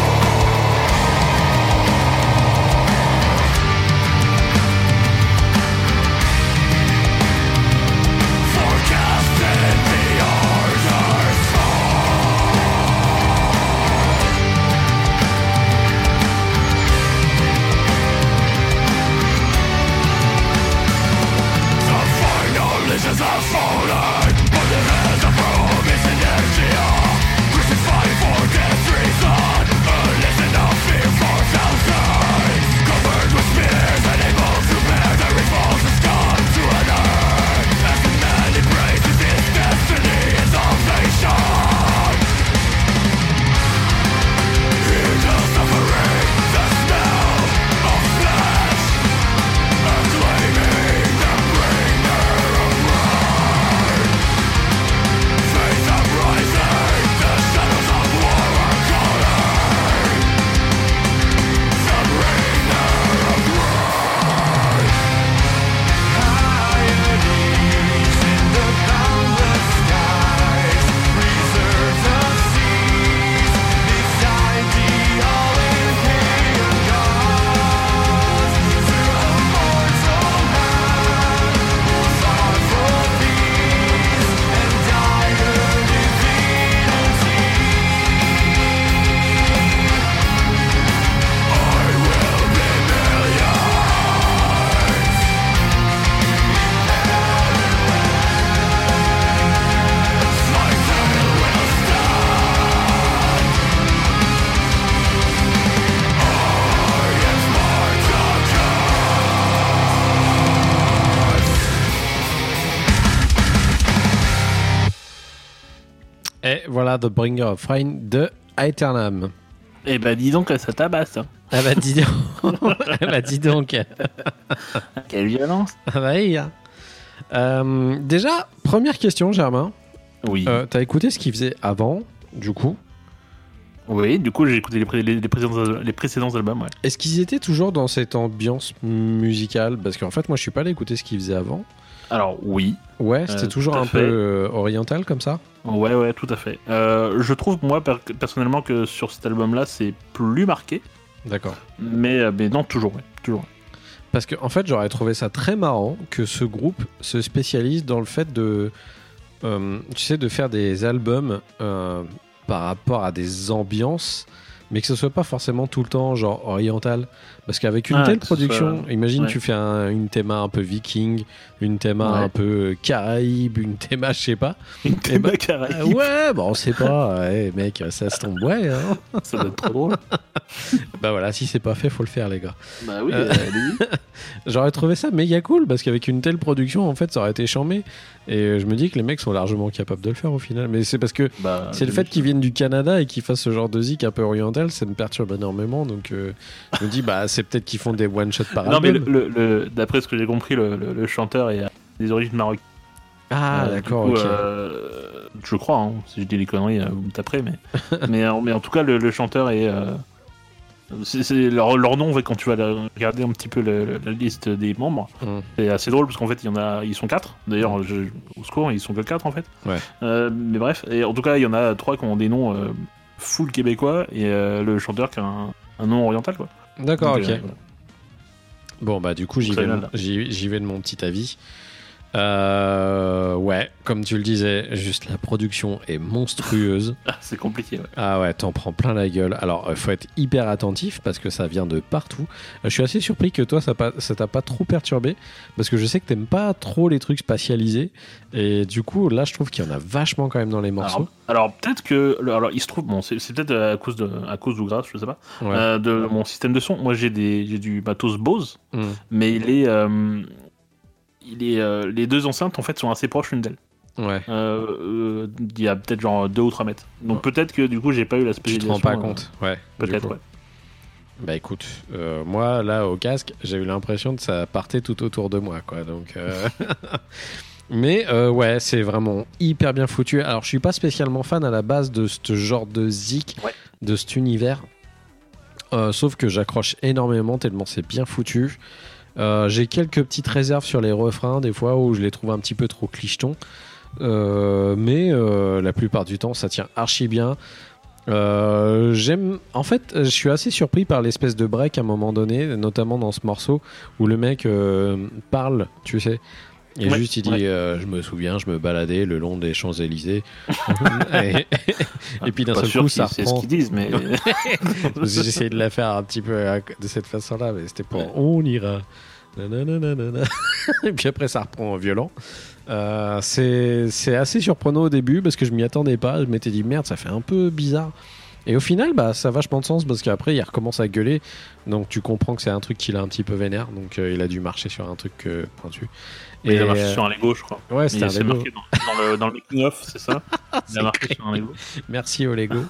Visions are falling, but the hands of Rome is inertia. Crucified for this reason, a lesson of fear for thousands. Covered with spears and able to bear the revolts has come to an end. As the man embraces his destiny and salvation. Hear the suffering, the smell of flesh, acclaiming the bringer of face uprising, the shadows of war are calling. The bringer of pride. Higher deeps in the boundless skies, reserves of seas, beside the all-imperial gods. Through a mortal man, fought for peace and dire divinity. I will be millions. My tale will stand. I am Spartacus. Et voilà The Bringer of Rain de Aeternam. Eh ben dis donc, ça tabasse. Hein. Ah bah dis donc. Ah bah dis donc. Quelle violence. Ah bah oui. hein. Euh, déjà, première question, Germain. Oui. Euh, T'as écouté ce qu'il faisait avant, du coup. Oui, du coup j'ai écouté les, pré- les, les précédents, les précédents albums, ouais. Est-ce qu'ils étaient toujours dans cette ambiance musicale? Parce qu'en fait, moi, je suis pas allé écouter ce qu'ils faisaient avant. Alors oui, Ouais, c'était Euh, toujours tout à un fait. peu euh, oriental comme ça. ouais ouais, tout à fait. Euh, je trouve moi per- personnellement que sur cet album-là c'est plus marqué, D'accord. mais, euh, mais non, toujours, ouais, toujours. Parce que en fait, j'aurais trouvé ça très marrant que ce groupe se spécialise dans le fait de, euh, tu sais, de faire des albums euh, par rapport à des ambiances, mais que ce soit pas forcément tout le temps genre oriental. Parce qu'avec une Ah, telle que ce production, soit- imagine ouais. tu fais un- une théma un peu viking, une théma Ouais. un peu euh, Caraïbe, une théma je sais pas. Une Eh ben, théma Caraïbe, Euh, ouais, bah on sait pas, ouais, mec, ça se tombe, ouais. Hein. ça doit être trop drôle. Bah voilà, si c'est pas fait, faut le faire, les gars. Bah oui, Euh, euh, allez-y. J'aurais trouvé ça méga cool parce qu'avec une telle production, en fait, ça aurait été chambé. Et euh, je me dis que les mecs sont largement capables de le faire au final. Mais c'est parce que Bah, c'est le fait qu'ils viennent du Canada et qu'ils fassent ce genre de zik un peu oriental, ça me perturbe énormément. Donc euh, je me dis, bah c'est peut-être qu'ils font des one shot par Non mais album. le, le- le- d'après ce que j'ai compris, le, le- le chanteur est euh, des origines marocaines. Ah Euh, d'accord, du coup, ok. euh, je crois, hein, si je dis des conneries, euh, vous me taperez, mais, mais, en- mais en tout cas, le, le chanteur est. euh, c'est, c'est leur, leur nom, en fait, quand tu vas la- regarder un petit peu le- le- la liste des membres, Mm. c'est assez drôle parce qu'en fait, il y en a, ils sont quatre. D'ailleurs, je- au secours, ils sont que quatre en fait. Ouais. Euh, mais bref, et en tout cas, il y en a trois qui ont des noms euh, full québécois et euh, le chanteur qui a un, un nom oriental, quoi. D'accord, Donc, ok. euh, voilà. Bon bah du coup j'y Ça vais, vient de- de là. j'y, j'y vais de mon petit avis. Euh, ouais, comme tu le disais, juste la production est monstrueuse. Ah, c'est compliqué, ouais. Ah ouais, t'en prends plein la gueule. Alors, il faut être hyper attentif parce que ça vient de partout. Euh, je suis assez surpris que toi, ça, pas, ça t'a pas trop perturbé parce que je sais que t'aimes pas trop les trucs spatialisés. Et du coup, là, je trouve qu'il y en a vachement quand même dans les morceaux. Alors, alors, peut-être que. Alors, il se trouve, bon, c'est, c'est peut-être à cause, de, à cause ou grâce, je sais pas, Ouais. euh, de mon système de son. Moi, j'ai, des, j'ai du matos Bose, Mm. mais il est. euh, il est euh, les deux enceintes, en fait, sont assez proches l'une d'elles. Ouais. Euh, euh, il y a peut-être genre deux ou trois mètres. Donc, peut-être que du coup, j'ai pas eu la Tu te spécialisation. rends pas euh, compte. Ouais. du Peut-être, coup. ouais. Bah écoute, euh, moi, là, au casque, j'ai eu l'impression que ça partait tout autour de moi, quoi. Donc. euh, Mais euh, ouais, c'est vraiment hyper bien foutu. Alors, je suis pas spécialement fan à la base de ce genre de zik, Ouais. de cet univers. Euh, sauf que j'accroche énormément tellement c'est bien foutu. Euh, j'ai quelques petites réserves sur les refrains, des fois où je les trouve un petit peu trop clichetons. Euh, mais euh, la plupart du temps, ça tient archi bien. Euh, j'aime. En fait, je suis assez surpris par l'espèce de break à un moment donné, notamment dans ce morceau où le mec euh, parle, tu sais. Et Ouais, juste il dit ouais. euh, je me souviens, je me baladais le long des Champs-Élysées. et, et puis d'un Pas seul sûr coup, que ça c'est ce reprend. qu'ils disent, mais J'ai essayé de la faire un petit peu à- de cette façon-là, mais c'était pour Ouais. on ira. Nananana. Et puis après, ça reprend en violent. Euh, c'est c'est assez surprenant au début parce que je m'y attendais pas. Je m'étais dit merde, ça fait un peu bizarre. Et au final, bah, ça a vachement de sens parce qu'après, il recommence à gueuler. Donc tu comprends que c'est un truc qu'il a un petit peu vénère. Donc euh, il a dû marcher sur un truc euh, pointu. il a Et, marché euh, sur un Lego, je crois. Ouais, c'était Mais un c'est Lego. marqué dans, dans le, dans le making-of, c'est ça Il C'est a marqué clair. sur un Lego. Merci au Lego.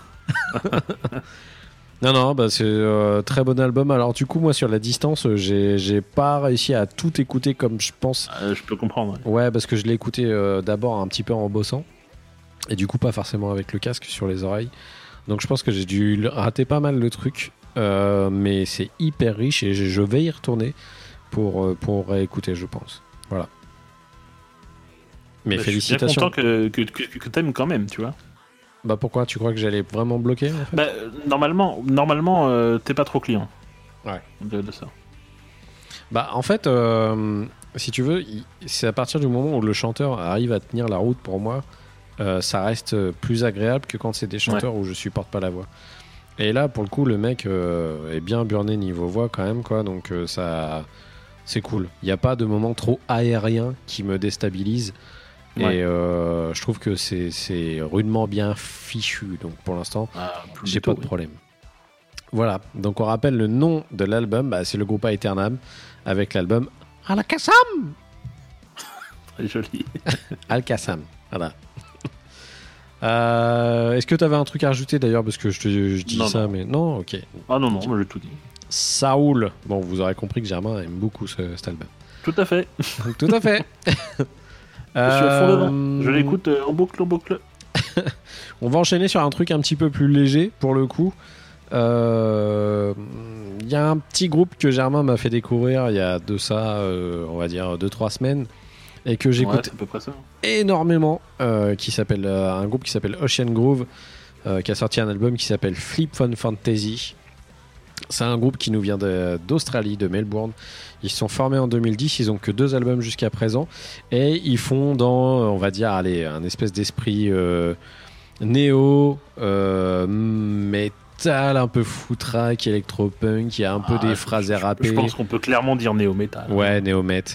Non, non, bah c'est euh, très bon album. Alors, du coup, moi, sur la distance, euh, j'ai j'ai pas réussi à tout écouter comme je pense. Euh, je peux comprendre. ouais. Ouais, parce que je l'ai écouté euh, d'abord un petit peu en bossant. Et du coup, pas forcément avec le casque sur les oreilles. Donc, je pense que j'ai dû le- rater pas mal de trucs. Euh, mais c'est hyper riche et je je vais y retourner pour, euh, pour réécouter, je pense. Voilà. Mais Bah, Je suis bien félicitations. content que, que, que, que t'aimes quand même, tu vois. Bah, pourquoi tu crois que j'allais vraiment bloquer en fait Bah, euh, normalement, normalement euh, t'es pas trop client. Ouais. De, de ça. Bah, en fait, euh, si tu veux, il- c'est à partir du moment où le chanteur arrive à tenir la route pour moi, euh, ça reste plus agréable que quand c'est des chanteurs où je supporte pas la voix. Et là, pour le coup, le mec euh, est bien burné niveau voix quand même, quoi. Donc euh, ça, c'est cool. Il n'y a pas de moment trop aérien qui me déstabilise. Ouais. Et euh, je trouve que c'est c'est rudement bien fichu. Donc pour l'instant, Ah, plus j'ai du tout, pas de problème. Voilà, donc on rappelle le nom de l'album, bah, c'est le groupe Aeternam avec l'album Al-Qassam. oui. Très joli. Al-Qassam, voilà. Euh, Est-ce que tu avais un truc à rajouter d'ailleurs parce que je, te, je dis Non, ça, non. mais non, ok. Ah non, non, moi j'ai tout dit. Saoul. Bon, vous aurez compris que Germain aime beaucoup ce, cet album. Tout à fait. Tout à fait. Je suis à fond dedans. Je l'écoute euh, en boucle, en boucle. On va enchaîner sur un truc un petit peu plus léger pour le coup. Il euh, y a un petit groupe que Germain m'a fait découvrir il y a de ça, euh, on va dire deux trois semaines, et que Ouais, j'écoute c'est à peu près ça. énormément, euh, qui s'appelle euh, un groupe qui s'appelle Ocean Groove, euh, qui a sorti un album qui s'appelle Flip Fun Fantasy. C'est un groupe qui nous vient de- d'Australie, de Melbourne. Ils se sont formés en deux mille dix, ils ont que deux albums jusqu'à présent, et ils font dans, on va dire, allez, un espèce d'esprit euh, néo, euh, métal, un peu footrack, électropunk, il y a un peu Ah, des je- phrases je- râpées. Je pense qu'on peut clairement dire néo-métal. Ouais, néo-met.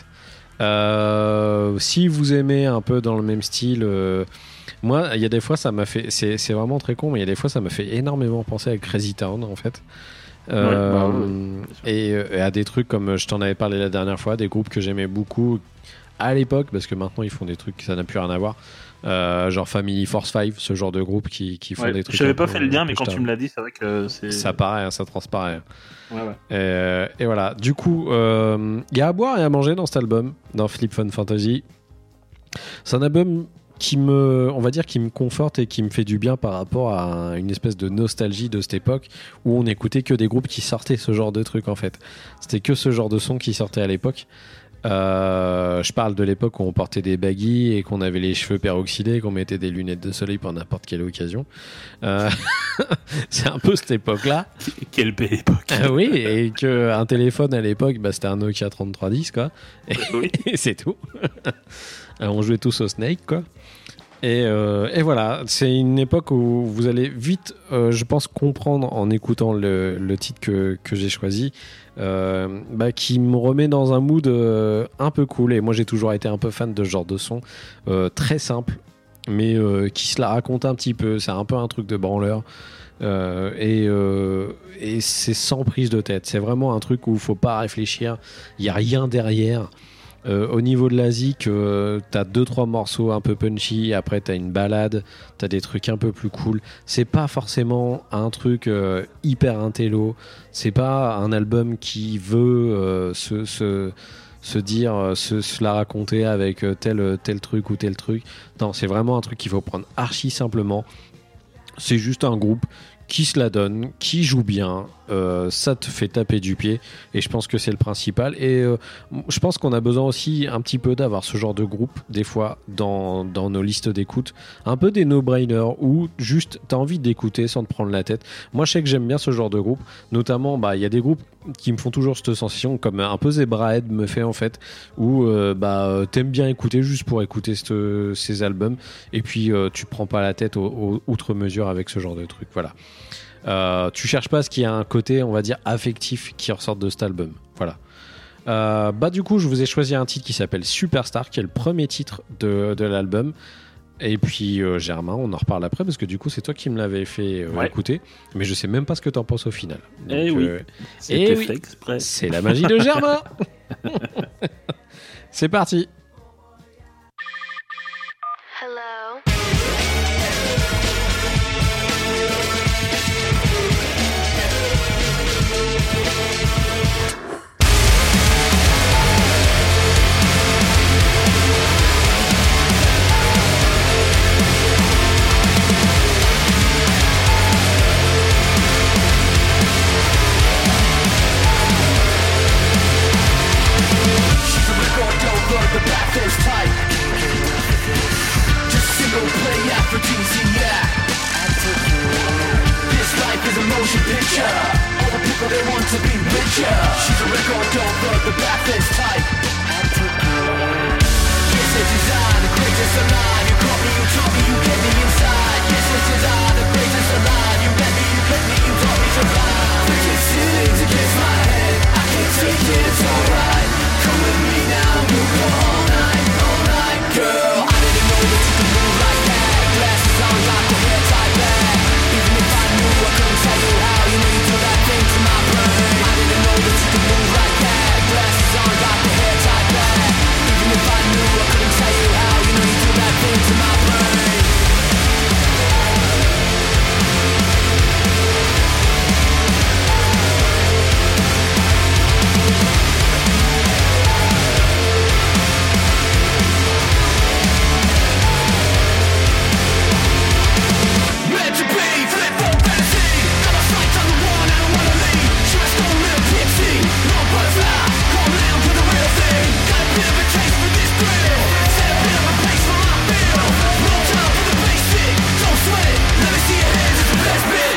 Euh, si vous aimez un peu dans le même style, euh, moi, il y a des fois, ça m'a fait. C'est c'est vraiment très con, mais il y a des fois, ça m'a fait énormément penser à Crazy Town, en fait. Euh, bah ouais, bien sûr. et, euh, et à des trucs comme je t'en avais parlé la dernière fois, des groupes que j'aimais beaucoup à l'époque, parce que maintenant ils font des trucs, ça n'a plus rien à voir. Euh, genre Family Force five, ce genre de groupe qui, qui font Ouais, des trucs. je n'avais un pas peu- fait le lien, un mais peu quand tu style. me l'as dit, c'est vrai que c'est. Ça paraît, hein, ça transparaît. Ouais, ouais. Euh, et voilà, du coup, il euh, y a à boire et à manger dans cet album, dans Flip Fun Fantasy. C'est un album qui me, on va dire, qui me conforte et qui me fait du bien par rapport à une espèce de nostalgie de cette époque où on n'écoutait que des groupes qui sortaient ce genre de trucs en fait. C'était que ce genre de son qui sortait à l'époque. Euh, je parle de l'époque où on portait des baggy et qu'on avait les cheveux peroxydés, qu'on mettait des lunettes de soleil pour n'importe quelle occasion. Euh, c'est un peu cette époque-là. Quelle belle époque. Ah oui, et qu'un téléphone à l'époque, bah, c'était un Nokia trente-trois dix, quoi. Et, Oui. et c'est tout. Alors, on jouait tous au Snake, quoi. Et, euh, et voilà, c'est une époque où vous allez vite, euh, je pense, comprendre en écoutant le, le titre que, que j'ai choisi, euh, bah, qui me remet dans un mood euh, un peu cool. Et moi, j'ai toujours été un peu fan de ce genre de son, euh, très simple, mais euh, qui se la raconte un petit peu. C'est un peu un truc de branleur. Euh, et, euh, et c'est sans prise de tête. C'est vraiment un truc où il faut pas réfléchir. Il y a rien derrière. Euh, au niveau de la zik, euh, t'as deux trois morceaux un peu punchy. Après, t'as une balade. T'as des trucs un peu plus cool. C'est pas forcément un truc euh, hyper intello. C'est pas un album qui veut euh, se, se se dire, euh, se, se la raconter avec euh, tel, tel truc ou tel truc. Non, c'est vraiment un truc qu'il faut prendre archi simplement. C'est juste un groupe qui se la donne, qui joue bien, euh, ça te fait taper du pied, et je pense que c'est le principal. Et euh, je pense qu'on a besoin aussi un petit peu d'avoir ce genre de groupe, des fois, dans, dans nos listes d'écoute, un peu des no-brainers, où juste t'as envie d'écouter sans te prendre la tête. Moi, je sais que j'aime bien ce genre de groupe, notamment, bah, il y a des groupes qui me font toujours cette sensation, comme un peu Zebrahead me fait en fait, où euh, bah, t'aimes bien écouter juste pour écouter cette, ces albums, et puis euh, tu te prends pas la tête au, au, outre mesure avec ce genre de truc. Voilà. Euh, tu cherches pas ce qu'il y a un côté, on va dire, affectif qui ressort de cet album. Voilà. Euh, bah du coup, je vous ai choisi un titre qui s'appelle Superstar, qui est le premier titre de, de l'album. Et puis euh, Germain, on en reparle après parce que du coup, c'est toi qui me l'avais fait euh, Ouais. écouter, mais je sais même pas ce que t'en penses au final. Donc, Eh oui, euh, c'était eh oui. fait exprès. c'est la magie de Germain. C'est parti. Hello. The path is tight. Just single play aphrodisiac. This life is a motion picture. All the people they want to be richer. She's a record over. The path is tight. Yes, it is I, the greatest alive. You caught me, you taught me, you get me inside. Yes, it is I, the greatest alive. You let me, you let me, you taught me to fly. Wicked ceilings against my head. I can't take it, it's alright. Come with me now, we'll go all night, all night, girl. I didn't know that you could move like that. Glasses on, got the hair tied back. Even if I knew, I couldn't tell you how. You know you do that thing to my brain. I didn't know that you could move like that. Glasses on, got the hair tied back. Even if I knew, I couldn't tell you how. You know you do that thing to my brain. Meant to be, flip for fantasy. Got my sights on the one, I don't wanna leave. Just a little tipsy, no butterfly. Calm down to the real thing. Got a bit of a taste for this thrill. Set a bit of a pace for my feel. No time for the basic, don't sweat it. Let me see your hands, it's the best bit.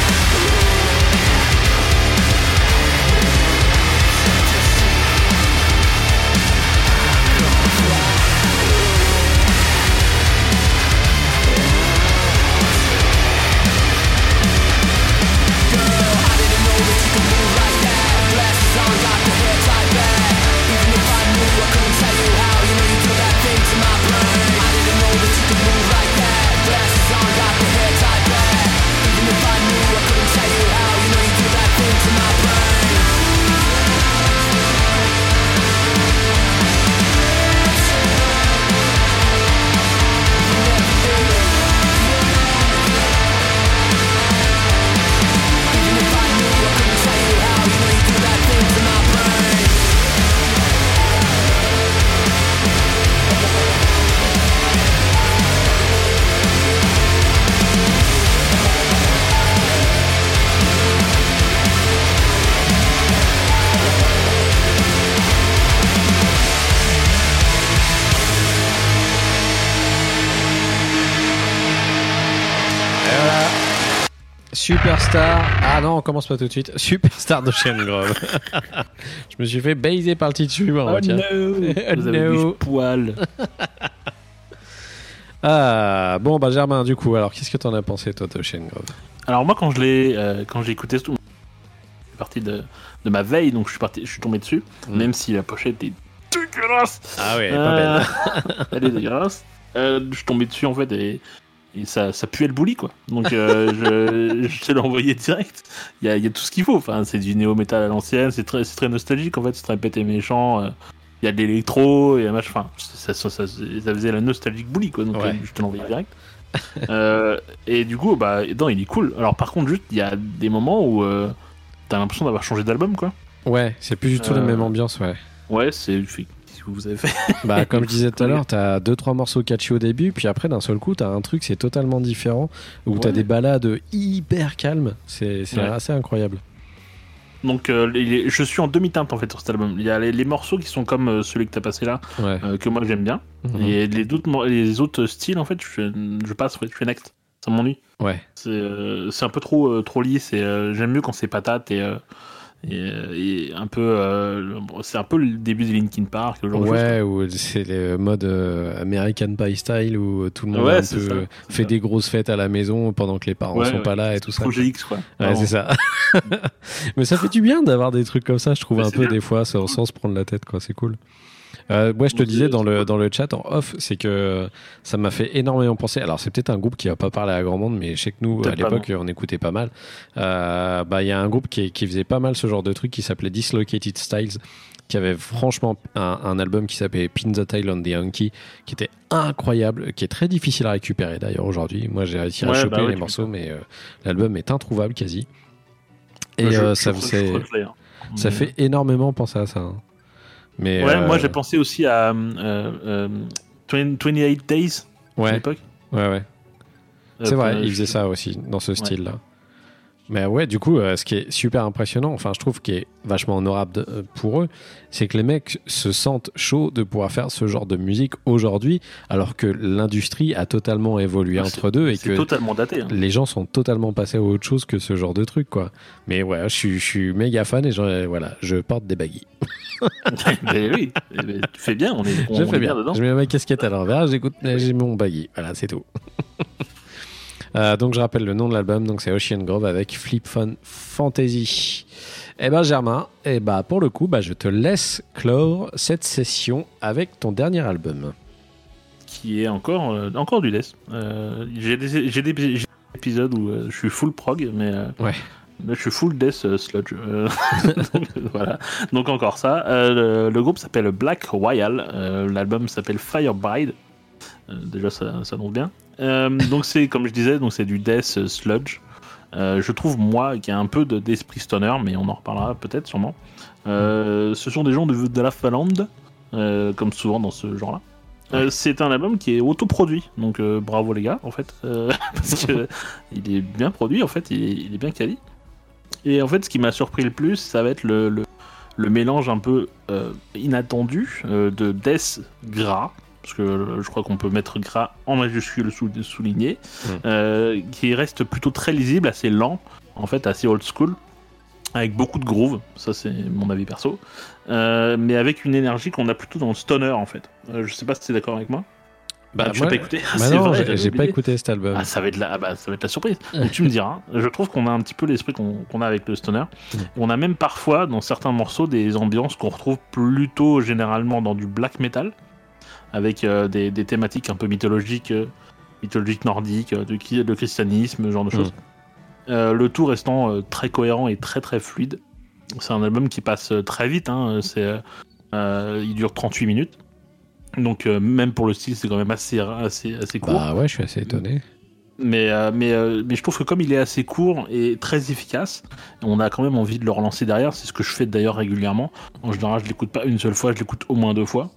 Superstar. Ah non, on commence pas tout de suite. Superstar de Shane Grove. Je me suis fait baiser par le titre suivant. Oh tiens. no, vous avez no. du poil. Ah bon bah Germain, du coup, alors qu'est-ce que t'en as pensé toi de Shane Grove? Alors moi quand je l'ai euh, quand j'ai écouté tout, c'est parti de, de ma veille, donc je suis parti, je suis tombé dessus, Mm. même si la pochette est dégueulasse. Ah oui, elle est pas belle. Euh, elle est dégueulasse. Euh, je suis tombé dessus en fait et, et ça, ça puait le bouli quoi. Donc euh, je, je te l'ai envoyé direct. Il y a, il y a tout ce qu'il faut. Enfin, c'est du néo-métal à l'ancienne, c'est très, c'est très nostalgique en fait, c'est très pété méchant. Euh, il y a de l'électro et un machin. Enfin, ça, ça, ça, ça faisait la nostalgique bouli quoi. Donc Ouais. euh, je te l'ai envoyé direct. euh, et du coup, bah, non, il est cool. Alors par contre, juste, il y a des moments où euh, t'as l'impression d'avoir changé d'album quoi. Ouais, c'est plus du tout la Euh, même ambiance, ouais. Ouais, c'est ce que vous avez fait. Bah, comme je disais tout à l'heure, t'as deux trois morceaux catchy au début, puis après d'un seul coup t'as un truc c'est totalement différent où Ouais. t'as des balades hyper calmes. C'est, c'est Ouais. assez incroyable. Donc, euh, les- je suis en demi-teinte en fait sur cet album. Il y a les, les morceaux qui sont comme euh, celui que t'as passé là, Ouais. euh, que moi j'aime bien. Mhm. Et les autres, mo- les autres styles, en fait, je, je passe, ouais, je fais next. Ça m'ennuie. Ouais. C'est, euh, c'est un peu trop, euh, trop lisse. Et, euh, j'aime mieux quand c'est patate et, euh, et, euh, et un peu. euh, bon, c'est un peu le début de Linkin Park. Ce genre de choses, Ouais, ou c'est le mode euh, American Pie style où tout le monde Ouais, a un c'est peu ça, fait c'est ça. des grosses fêtes à la maison pendant que les parents Ouais, sont ouais. pas là et tout ça. Projet X, quoi. Ouais, Vraiment. c'est ça. Mais ça fait du bien d'avoir des trucs comme ça, je trouve Mais un c'est peu bien. des fois, sans, sans se prendre la tête, quoi. C'est cool. Euh, ouais, je te Donc, disais c'est- dans c'est le, cool. dans le chat en off, c'est que ça m'a fait énormément penser. Alors, c'est peut-être un groupe qui va pas parler à grand monde, mais je sais que nous, Peut-être à pas, l'époque, on écoutait pas mal. Euh, bah, il y a un groupe qui, qui faisait pas mal ce genre de truc qui s'appelait Dislocated Styles, qui avait franchement un, un album qui s'appelait Pin the Tail on the Hunky, qui était incroyable, qui est très difficile à récupérer d'ailleurs aujourd'hui. Moi, j'ai réussi à Ouais, choper bah ouais, les tu morceaux, mais euh, l'album est introuvable quasi. Et Moi, je- euh, je ça, crois- je c'est- crois que je l'ai, hein. ça Mais- fait énormément penser à ça. hein. Mais, Ouais, euh, moi j'ai pensé aussi à euh, euh, vingt- vingt-huit Days à Ouais, l'époque. ouais, ouais. C'est Euh, vrai, euh, il je- faisait ça aussi, dans ce style-là. Mais ouais, du coup, euh, ce qui est super impressionnant, enfin, je trouve qui est vachement honorable de- euh, pour eux, c'est que les mecs se sentent chauds de pouvoir faire ce genre de musique aujourd'hui, alors que l'industrie a totalement évolué C'est- entre deux et C'est que totalement daté. hein. les gens sont totalement passés à autre chose que ce genre de truc, quoi. Mais ouais, je suis, je suis méga fan et genre, voilà, je porte des baguilles. Mais oui, eh ben, tu fais bien, on est, on, Je on fais est bien. dedans. Je mets ma casquette à l'envers, j'écoute, j'ai mon baggy. Voilà, c'est tout. Euh, donc je rappelle le nom de l'album, donc c'est Ocean Grove avec Flip Phone Fantasy. Eh ben Germain, eh ben pour le coup, bah, je te laisse clore cette session avec ton dernier album. Qui est encore, euh, encore du death. Euh, j'ai des, j'ai des, j'ai des épisodes où euh, je suis full prog, mais euh, Ouais. là, je suis full death euh, sludge. Euh, donc, voilà. Donc encore ça. Euh, le, le groupe s'appelle Black Royal. Euh, l'album s'appelle Firebride. Euh, déjà, ça, ça annonce bien. Euh, donc c'est, comme je disais, donc c'est du death euh, sludge. Euh, je trouve, moi, qu'il y a un peu de, d'esprit stoner, mais on en reparlera peut-être sûrement. Euh, ce sont des gens de, de la Finlande, euh, comme souvent dans ce genre-là. Euh, c'est un album qui est autoproduit, donc euh, bravo les gars, en fait, euh, parce que il est bien produit, en fait, il est, il est bien quali. Et en fait, ce qui m'a surpris le plus, ça va être le, le, le mélange un peu euh, inattendu euh, de death gras, parce que euh, je crois qu'on peut mettre gras en majuscule sou- souligné, Mm. euh, qui reste plutôt très lisible, assez lent, en fait, assez old school, avec beaucoup de groove, ça c'est mon avis perso, euh, mais avec une énergie qu'on a plutôt dans le stoner, en fait. Euh, je sais pas si tu es d'accord avec moi. Bah, tu moi- l'as pas écouté. Bah C'est non, vrai, j'ai- j'avais j'ai pas oublié. écouté cet album. Ah, ça va être la, ah bah, ça va être la surprise. Donc tu me diras. Je trouve qu'on a un petit peu l'esprit qu'on qu'on a avec le stoner. Mm. On a même parfois dans certains morceaux des ambiances qu'on retrouve plutôt généralement dans du black metal, avec euh, des, des thématiques un peu mythologiques, euh, mythologiques nordiques, euh, de, qui- de christianisme, ce genre de choses. Euh, le tout restant euh, très cohérent et très très fluide. C'est un album qui passe euh, très vite. Hein. C'est, euh, euh, il dure trente-huit minutes. Donc euh, même pour le style, c'est quand même assez assez assez court. Bah ouais, je suis assez étonné. Mais, euh, mais, euh, mais je trouve que comme il est assez court et très efficace, on a quand même envie de le relancer derrière. C'est ce que je fais d'ailleurs régulièrement. En général, je l'écoute pas une seule fois, je l'écoute au moins deux fois.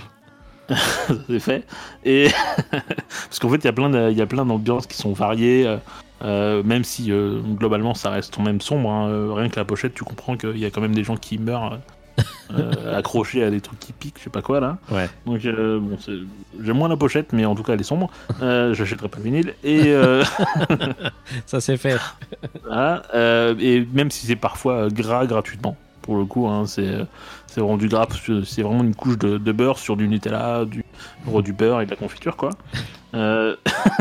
Ça, c'est fait. Et parce qu'en fait, il y a plein de- il y a plein d'ambiances qui sont variées. euh, euh, même si euh, globalement ça reste quand même sombre. Hein. Euh, rien que la pochette, tu comprends qu'il y a quand même des gens qui meurent euh, accrochés à des trucs qui piquent, je sais pas quoi là. Ouais. Donc euh, bon, c'est- j'aime moins la pochette, mais en tout cas elle est sombre. Euh, J'achèterai pas le vinyle. Et euh, Ça c'est fait. voilà, euh, et même si c'est parfois euh, gras gratuitement, pour le coup, hein, c'est euh, c'est vraiment du gras, parce que c'est vraiment une couche de, de beurre sur du Nutella, du, du beurre et de la confiture, quoi. Euh,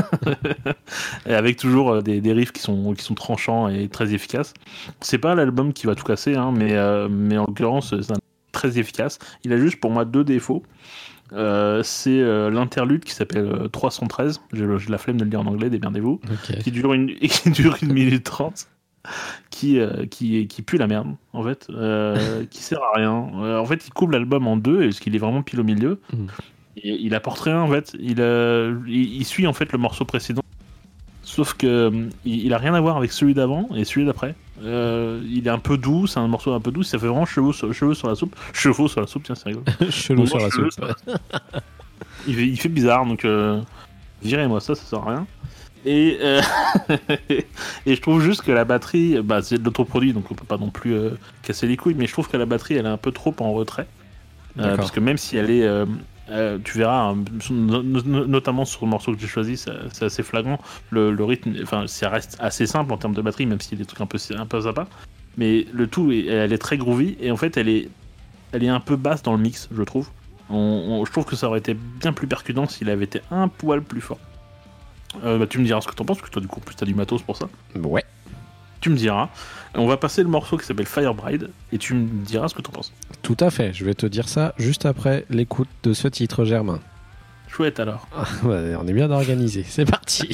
et avec toujours euh, des, des riffs qui sont, qui sont tranchants et très efficaces. C'est pas l'album qui va tout casser, hein, mais, euh, mais en l'occurrence, c'est un très efficace. Il a juste pour moi deux défauts. Euh, c'est euh, l'interlude qui s'appelle euh, trois cent treize. J'ai le- j'ai la flemme de le dire en anglais, démerdez-vous. Ok. Qui dure une, qui dure une minute trente. Qui, euh, qui, qui pue la merde, en fait. Euh, qui sert à rien. Euh, en fait, il coupe l'album en deux, parce qu'il est vraiment pile au milieu. Mm. Et il apporte rien, en fait. Il, euh, il, il suit, en fait, le morceau précédent. sauf que euh, il, il a rien à voir avec celui d'avant et celui d'après. Euh, il est un peu doux, c'est un morceau un peu doux, ça fait vraiment cheveux sur, cheveux sur la soupe. Chevaux sur la soupe, tiens, c'est rigolo. Chelou sur la Cheveux soupe. sur la- il, fait, il fait bizarre, donc euh, virez-moi ça, ça sert à rien. Et, euh, et je trouve juste que la batterie, bah, c'est de l'autoproduit, donc on peut pas non plus euh, casser les couilles, mais je trouve que la batterie, elle est un peu trop en retrait. Euh, D'accord. parce que même si elle est, euh, euh, tu verras, hein, no- no- notamment sur le morceau que j'ai choisi, c'est, c'est assez flagrant. Le, le rythme, enfin, ça reste assez simple en termes de batterie, même s'il y a des trucs un peu, un peu sympas. Mais le tout, est- elle est très groovy et en fait, elle est, elle est un peu basse dans le mix, je trouve. On, on- je trouve que ça aurait été bien plus percutant s'il avait été un poil plus fort. Euh, bah, tu me diras ce que t'en penses, parce que toi, du coup, en plus, t'as du matos pour ça. Ouais. Tu me diras. On va passer le morceau qui s'appelle Firebride et tu me diras ce que t'en penses. Tout à fait. Je vais te dire ça juste après l'écoute de ce titre, Germain. Chouette alors. Ouais, on est bien organisé. C'est parti.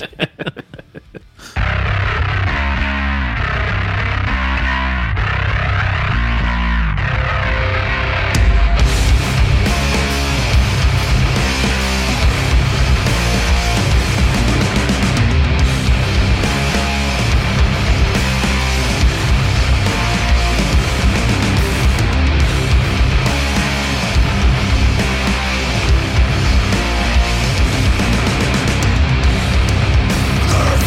There's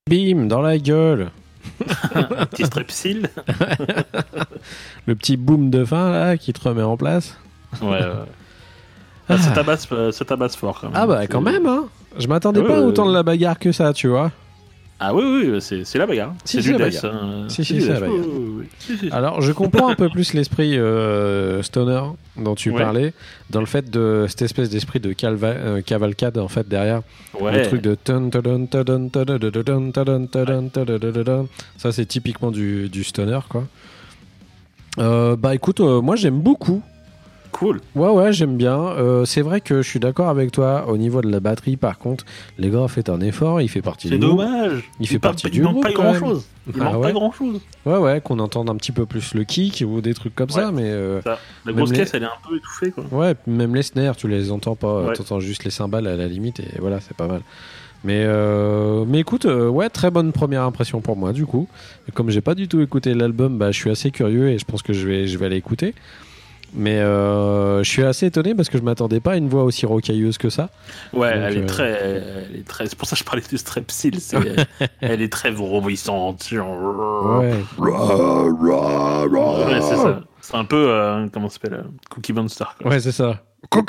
Bim, dans la gueule. Un petit strepsil. Le petit boom de fin là qui te remet en place. Ouais, ouais. Ah, ça, tabasse, ça tabasse fort quand même. Ah bah C'est- quand même, hein. Je m'attendais Ouais, pas à ouais. autant de la bagarre que ça, tu vois. Ah oui, oui, c'est, c'est la bagarre. Si, c'est c'est du la death. bagarre. hein. Si, si, du c'est la death. bagarre. Oui, oui, oui. Si, si. Alors, je comprends un peu plus l'esprit euh, stoner dont tu Ouais. parlais, dans le fait de cette espèce d'esprit de calva- euh, cavalcade en fait derrière, Ouais. le truc de tun, tadun, tadun, tadun, tadun, tadun, tadun, tadun, tadun. Ça c'est typiquement du, du stoner quoi. Euh, bah écoute, euh, moi j'aime beaucoup. Cool. Ouais ouais j'aime bien. Euh, c'est vrai que je suis d'accord avec toi au niveau de la batterie. Par contre, les gars fait un effort, il fait partie C'est du groupe. dommage. Il fait pas- partie il du manque groupe, pas quand grand même. chose. Il Ah manque ouais. pas grand chose. Ouais ouais qu'on entende un petit peu plus le kick ou des trucs comme ça, mais euh, La Même grosse les- caisse, elle est un peu étouffée quoi. ouais, même les snares, tu les entends pas, Ouais. t'entends juste les cymbales à la limite et voilà, c'est pas mal. Mais, euh, mais écoute, euh, ouais, très bonne première impression pour moi du coup. Et comme j'ai pas du tout écouté l'album, bah, je suis assez curieux et je pense que je vais, je vais aller écouter. Mais euh, je suis assez étonné parce que je m'attendais pas à une voix aussi rocailleuse que ça. Ouais, Donc, elle, est euh, très, elle est très. C'est pour ça que je parlais du strepsil. C'est, elle est très vrombissante. Ouais. Ouais, c'est ça. C'est un peu euh, comment ça s'appelle euh, Cookie Monster. Quoi. Ouais, c'est ça. Cookie!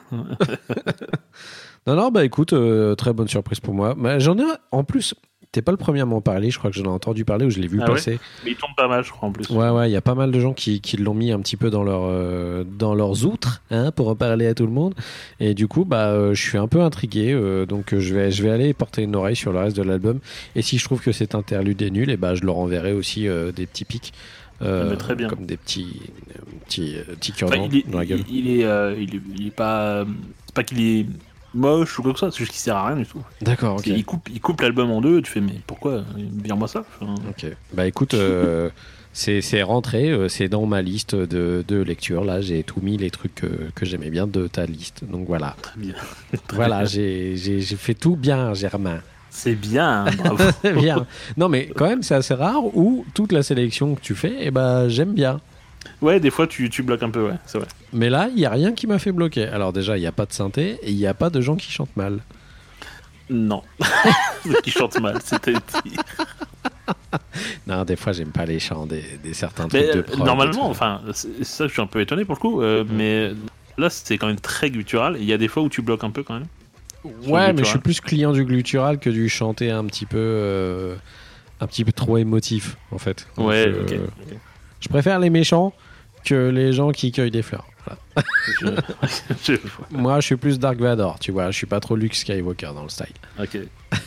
Non, non, bah écoute, euh, très bonne surprise pour moi. Bah, j'en ai en plus, t'es pas le premier à m'en parler, je crois que j'en ai entendu parler ou je l'ai vu Ah ouais passer. Mais il tombe pas mal, je crois en plus. Ouais, ouais, il y a pas mal de gens qui, qui l'ont mis un petit peu dans, leur, euh, dans leurs outres, hein, pour en parler à tout le monde. Et du coup, bah, euh, je suis un peu intrigué, euh, donc euh, je vais, je vais aller porter une oreille sur le reste de l'album. Et si je trouve que cet interlude est nul, et bah, je leur enverrai aussi euh, des petits pics. Euh, Ah bah, très bien. Comme des petits, euh, petits, euh, petits cure Enfin, il, est, dans la gueule. il, il est, euh, il est, il est pas, c'est pas qu'il est moche ou quoi que ce soit, c'est juste qu'il sert à rien du tout. D'accord, ok. C'est- Il coupe, il coupe l'album en deux. Tu fais mais pourquoi Vire-moi ça. Enfin, Ok. Bah écoute, euh, c'est c'est rentré, euh, c'est dans ma liste de, de lecture. Là, j'ai tout mis les trucs que, que j'aimais bien de ta liste. Donc voilà. très bien. Très Voilà, bien. j'ai j'ai- j'ai fait tout bien, Germain. C'est bien. Bravo. C'est bien. Non, mais quand même, c'est assez rare où toute la sélection que tu fais, eh ben, j'aime bien. Ouais, des fois tu, tu bloques un peu, ouais, c'est vrai. Mais là, il n'y a rien qui m'a fait bloquer. Alors déjà, il n'y a pas de synthé et il n'y a pas de gens qui chantent mal. Non. Qui chante mal, c'était dit. Non, des fois, j'aime pas les chants des, des certains trucs Mais de euh, prod et normalement, tout. enfin, c'est c'est ça que je suis un peu étonné pour le coup, euh, mais là c'était quand même très guttural. et Il y a des fois où tu bloques un peu quand même. sur Ouais, le mais je suis guttural. plus client du glutural que du chanter un petit peu, euh, un petit peu trop émotif, en fait. Donc, Ouais, euh, ok. ok. Je préfère les méchants que les gens qui cueillent des fleurs. Voilà. Je- je vois. Moi, je suis plus Dark Vador, tu vois. Je suis pas trop Luke Skywalker dans le style. Ok.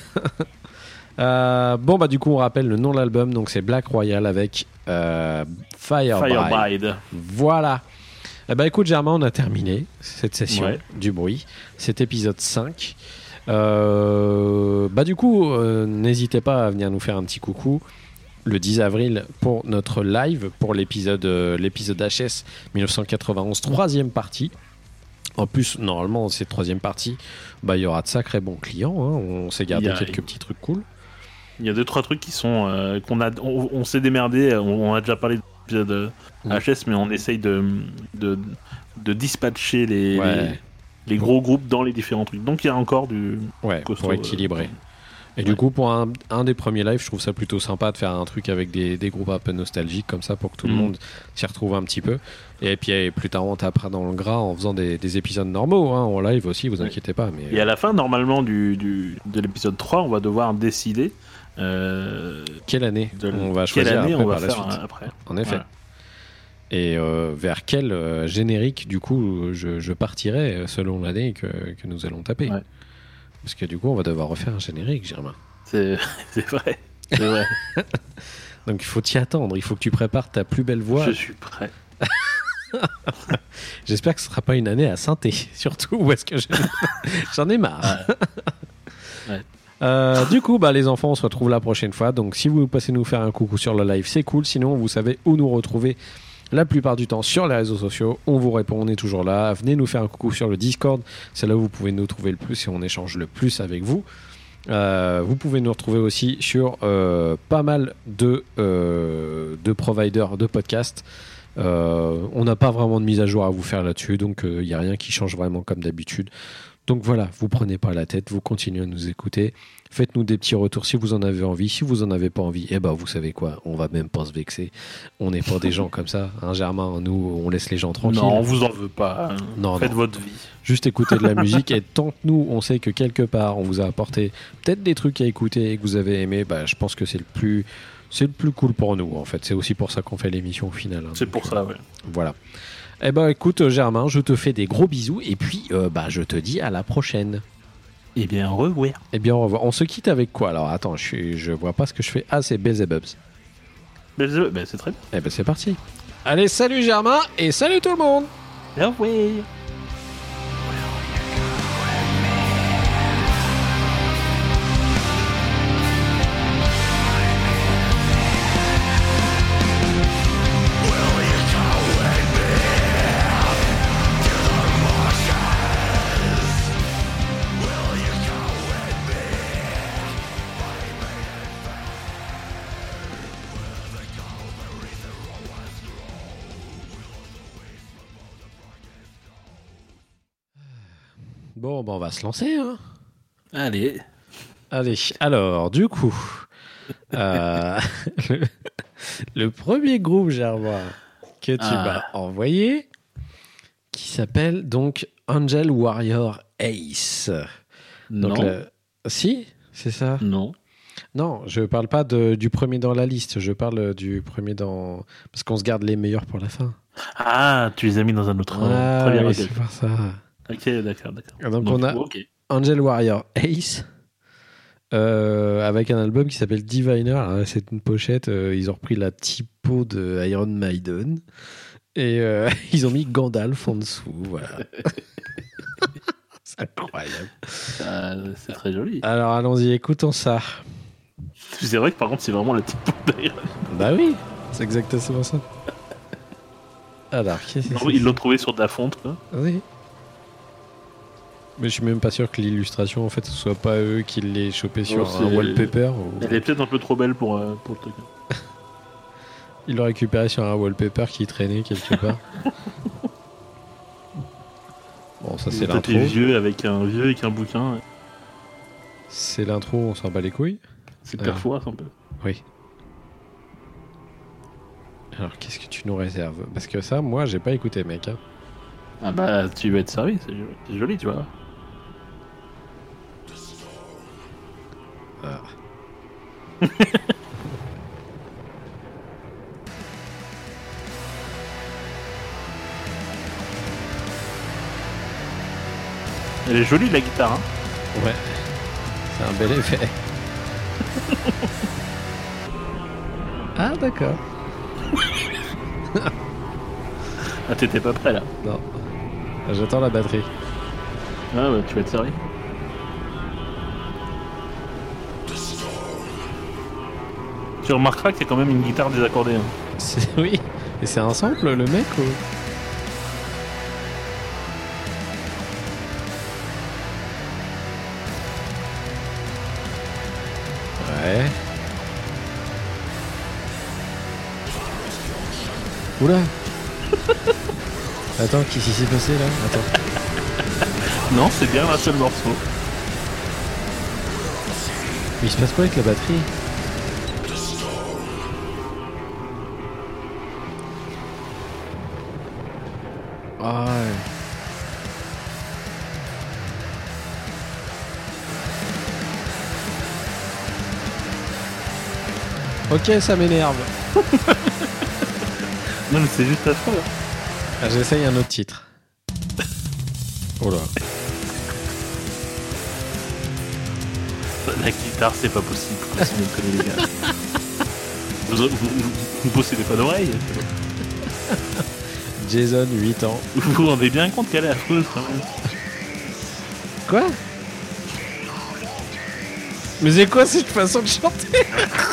Euh, bon, bah, du coup, on rappelle le nom de l'album. Donc, c'est Black Royal avec euh, Firebride. Firebride. Voilà. Eh ben, écoute, Germain, on a terminé cette session Ouais. du bruit, cet épisode cinq. Euh, bah, du coup, euh, n'hésitez pas à venir nous faire un petit coucou le dix avril pour notre live pour l'épisode euh, l'épisode H S mille neuf cent quatre-vingt-onze, troisième partie. En plus, normalement, cette troisième partie, bah, il y aura de sacrés bons clients. Hein. On s'est gardé Il y a- quelques petits trucs cool. Il y a deux trois trucs qui sont euh, qu'on a, on, on s'est démerdé. On, on a déjà parlé de l'épisode euh, Mm. H S, mais on essaye de de, de dispatcher les, Ouais. les les gros groupes dans les différents trucs. Donc il y a encore du Ouais, costaud, pour équilibrer. euh, Et ouais. du coup, pour un, un des premiers lives, je trouve ça plutôt sympa de faire un truc avec des, des groupes un peu nostalgiques comme ça pour que tout le Mm. monde s'y retrouve un petit peu. Et puis et plus tard, on tapera dans le gras en faisant des, des épisodes normaux, hein, en live aussi, vous Ouais. inquiétez pas. Mais Et à la fin, normalement, du, du, de l'épisode trois, on va devoir décider euh, quelle année de on va quelle choisir année après on va par la faire suite. euh, après. En effet. Voilà. Et euh, vers quel euh, générique, du coup, je, je partirai euh, selon l'année que, que nous allons taper. Ouais. Parce que du coup, on va devoir refaire un générique, Germain. C'est c'est vrai. C'est vrai. Donc il faut t'y attendre, il faut que tu prépares ta plus belle voix. Je suis prêt. J'espère que ce sera pas une année à synthé, surtout, ou est-ce que je- j'en ai marre. Ouais. Euh, du coup, bah, les enfants, on se retrouve la prochaine fois. Donc, si vous passez nous faire un coucou sur le live, c'est cool. Sinon, vous savez où nous retrouver la plupart du temps sur les réseaux sociaux. On vous répond, on est toujours là. Venez nous faire un coucou sur le Discord. C'est là où vous pouvez nous trouver le plus et on échange le plus avec vous. Euh, vous pouvez nous retrouver aussi sur euh, pas mal de, euh, de providers de podcasts. Euh, on n'a pas vraiment de mise à jour à vous faire là-dessus, donc il n'y a rien qui change vraiment comme d'habitude. Donc voilà, vous prenez pas la tête, vous continuez à nous écouter. Faites-nous des petits retours si vous en avez envie. Si vous en avez pas envie, eh ben vous savez quoi, on va même pas se vexer. On n'est pas des gens comme ça, hein, Germain. Nous, on laisse les gens tranquilles. Non, on vous en veut pas. Non, Faites non. votre vie. Juste écouter de la musique et tant que nous, on sait que quelque part, on vous a apporté peut-être des trucs à écouter et que vous avez aimé, bah, je pense que c'est le plus, c'est le plus cool pour nous. En fait, c'est aussi pour ça qu'on fait l'émission au final. Hein. C'est Donc, pour ça, ouais. Voilà. Eh ben, écoute, Germain, je te fais des gros bisous et puis, euh, bah, je te dis à la prochaine. Eh bien, au revoir. Eh bien, au revoir. On se quitte avec quoi? Alors, attends, je, suis, je vois pas ce que je fais. Ah, c'est Beelzebubs. Ben, ben, c'est très bien. Eh ben, c'est parti. Allez, salut Germain et salut tout le monde. Au revoir. Bon, ben, on va se lancer, hein. Allez. Allez, alors, du coup, euh, le, le premier groupe, Germain, que tu Ah. m'as envoyé, qui s'appelle donc Angel Warrior Ace. Donc, Non. le- Si, c'est ça. Non. Non, je parle pas de, du premier dans la liste, je parle du premier dans... Parce qu'on se garde les meilleurs pour la fin. Ah, tu les as mis dans un autre Ah, premier oui, modèle. c'est pour ça. Ok, d'accord, d'accord. Donc, on a ok. Angel Warrior Ace, euh, avec un album qui s'appelle Diviner. Alors là, c'est une pochette, euh, ils ont repris la typo de Iron Maiden et euh, ils ont mis Gandalf en dessous. Voilà. C'est incroyable. Ah, c'est très joli. Alors allons-y, écoutons ça. C'est vrai que par contre, c'est vraiment le type d'ailleurs. Bah oui, c'est exactement ça. Alors, qu'est-ce que c'est? Ils l'ont trouvé sur de la fonte, quoi. Oui. Mais je suis même pas sûr que l'illustration, en fait, ce soit pas eux qui l'aient chopé sur Oh, un c'est- wallpaper. Ou... Elle est peut-être un peu trop belle pour, euh, pour le truc. Ils l'ont récupéré sur un wallpaper qui traînait quelque part. Bon, ça c'est Toi, l'intro. t'es vieux avec un vieux avec un bouquin. C'est l'intro, on s'en bat les couilles. C'est Ah. perfouasse un peu. Oui. Alors, qu'est-ce que tu nous réserves? Parce que ça, moi, j'ai pas écouté, mec. hein. Ah bah, tu vas être servi, c'est joli, c'est joli, tu vois. Ah. Elle est jolie, la guitare, hein. Ouais. C'est un bel effet. Ah, d'accord. Ah, t'étais pas prêt, là. Non. J'attends la batterie. Ah bah, tu vas être servi. Tu remarqueras que c'est quand même une guitare désaccordée. Hein. C'est... Oui. Et c'est un sample, le mec ou... Ouais. Oula. Attends, qu'est-ce qui s'est passé là? Attends. Non, c'est bien un seul morceau. Mais il se passe quoi avec la batterie? Ah ouais. Ok, ça m'énerve. Non, mais c'est juste affreux. hein. Ah, j'essaye un autre titre. Oh là. La guitare, c'est pas possible. Continuez de connaître les gars. Vous, vous, vous, vous possédez pas d'oreilles. Jason, huit ans. Vous vous rendez bien compte qu'elle est affreuse quand même. Quoi? Mais c'est quoi cette façon de chanter?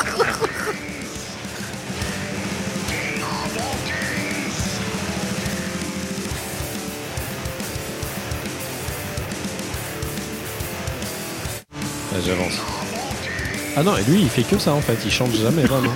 Ah, j'avance. Ah non, et lui il fait que ça en fait, il chante jamais vraiment.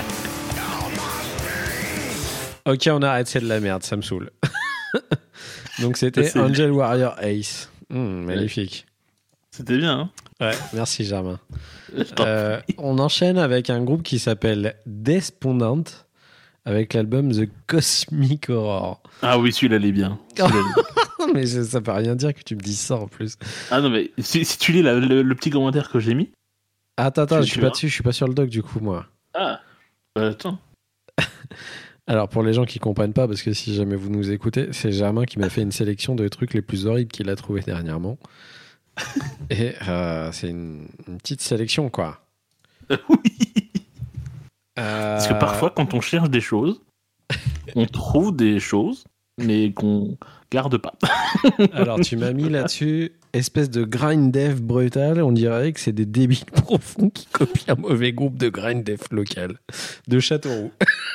Ok, on arrête, c'est de la merde, ça me saoule. Donc c'était C'est- Angel Warrior Ace. Hum, magnifique. C'était bien, hein. Ouais, merci Germain. Je t'en Euh, on enchaîne avec un groupe qui s'appelle Despondent avec l'album The Cosmic Horror. Ah oui, celui-là, il est bien. Celui-là, il est bien. Mais ça, ça peut rien dire que tu me dises ça en plus. Ah non, mais si, si tu lis la- le, le petit commentaire que j'ai mis. Attends, attends, Tu- je tu suis pas verras. dessus, je suis pas sur le doc du coup moi. Ah, bah, attends. Alors pour les gens qui comprennent pas, parce que si jamais vous nous écoutez, c'est Germain qui m'a fait une sélection de trucs les plus horribles qu'il a trouvé dernièrement. Et euh, c'est une, une petite sélection quoi. Oui. Euh, Parce que parfois, quand on cherche des choses, on trouve des choses, mais qu'on garde pas. Alors tu m'as mis là-dessus espèce de grind dev brutal. On dirait que c'est des débiles profonds qui copient un mauvais groupe de grind dev local de Châteauroux.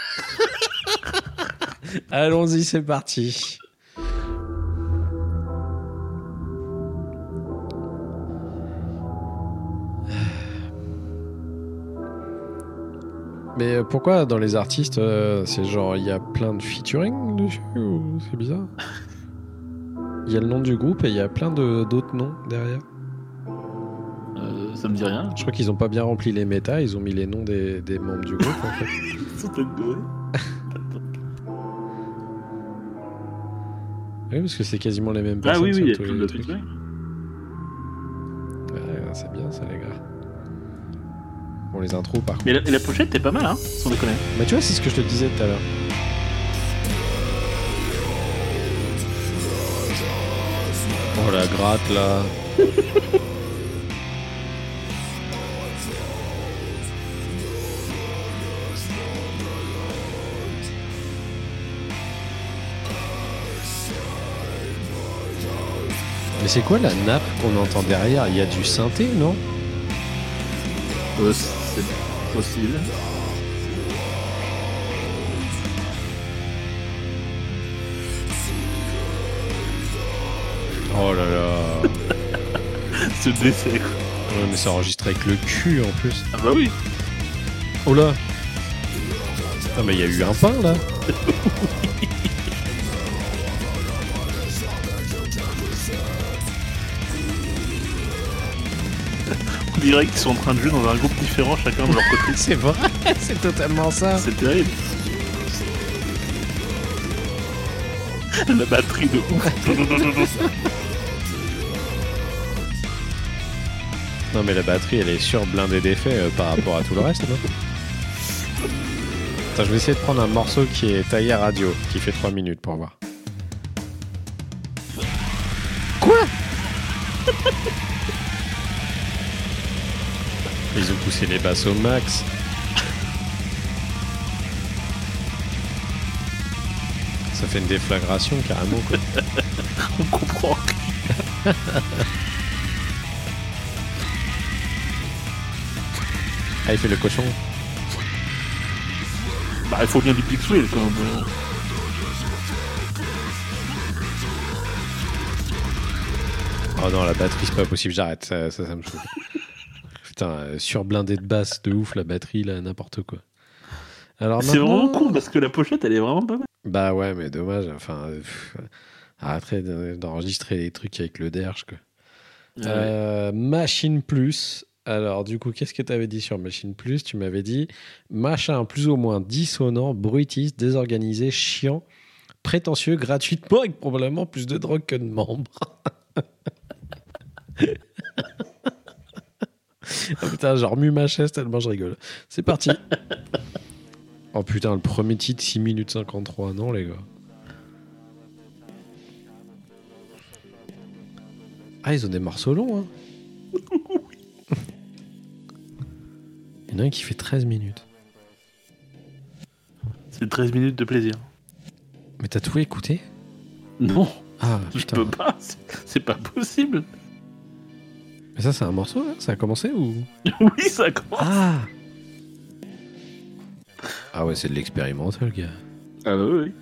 Allons-y, c'est parti. Mais pourquoi dans les artistes, euh, c'est genre il y a plein de featuring dessus ou c'est bizarre? Il y a le nom du groupe et il y a plein de, d'autres noms derrière. Euh, ça me dit rien. Je crois qu'ils ont pas bien rempli les méta, ils ont mis les noms des, des membres du groupe en fait. Ils sont peut-être doués. Oui, parce que c'est quasiment les mêmes Ah personnes oui, oui, sur il y a tous tout les le trucs. truc. Ouais, c'est bien ça les gars. Bon, les intros par contre. Mais la, et la pochette, t'es pas mal, hein, sans déconner. Bah tu vois, c'est ce que je te disais tout à l'heure. Oh la gratte là. Mais c'est quoi la nappe qu'on entend derrière? Il y a du synthé, non? Euh, c'est possible. Oh là là. Ce décès, quoi. Ouais, mais c'est enregistré avec le cul en plus. Ah bah oui. Oh là. Ah mais il y a eu un pain là. On dirait qu'ils sont en train de jouer dans un groupe différent, chacun de leur côté. C'est vrai, c'est totalement ça. C'est terrible. La batterie de ouf. Non mais la batterie elle est surblindée d'effets euh, par rapport à tout le reste, non? Attends, je vais essayer de prendre un morceau qui est taillé à radio, qui fait trois minutes pour voir. Quoi? Ils ont poussé les basses au max. Ça fait une déflagration carrément quoi. On comprend. Ah il fait le cochon. Bah, il faut bien du pixel quand même. Oh non, la batterie, c'est pas possible, j'arrête, ça, ça, ça me chauffe. Putain, euh, surblindé de basse, de ouf, la batterie, là, n'importe quoi. Alors C'est maintenant- vraiment con parce que la pochette, elle est vraiment pas mal. Bah ouais, mais dommage, enfin... euh, pff, arrêtez de- d'enregistrer des trucs avec le derge, quoi. Euh, Machine Plus. Alors, du coup, qu'est-ce que tu avais dit sur Machine Plus? Tu m'avais dit machin plus ou moins dissonant, brutiste, désorganisé, chiant, prétentieux, gratuitement, avec probablement plus de drogue que de membres. Oh putain, genre remue ma chaise tellement je rigole. C'est parti. Oh putain, le premier titre, six minutes cinquante-trois. Non, les gars. Ah, ils ont des morceaux longs, hein. Il y en a un qui fait treize minutes. C'est treize minutes de plaisir. Mais t'as tout écouté? Non, Ah, je putain. peux pas. C'est c'est pas possible. Mais ça, c'est un morceau, là? Ça a commencé ou... Oui, ça commence. Ah Ah ouais, c'est de l'expérimental, gars. Ah bah oui.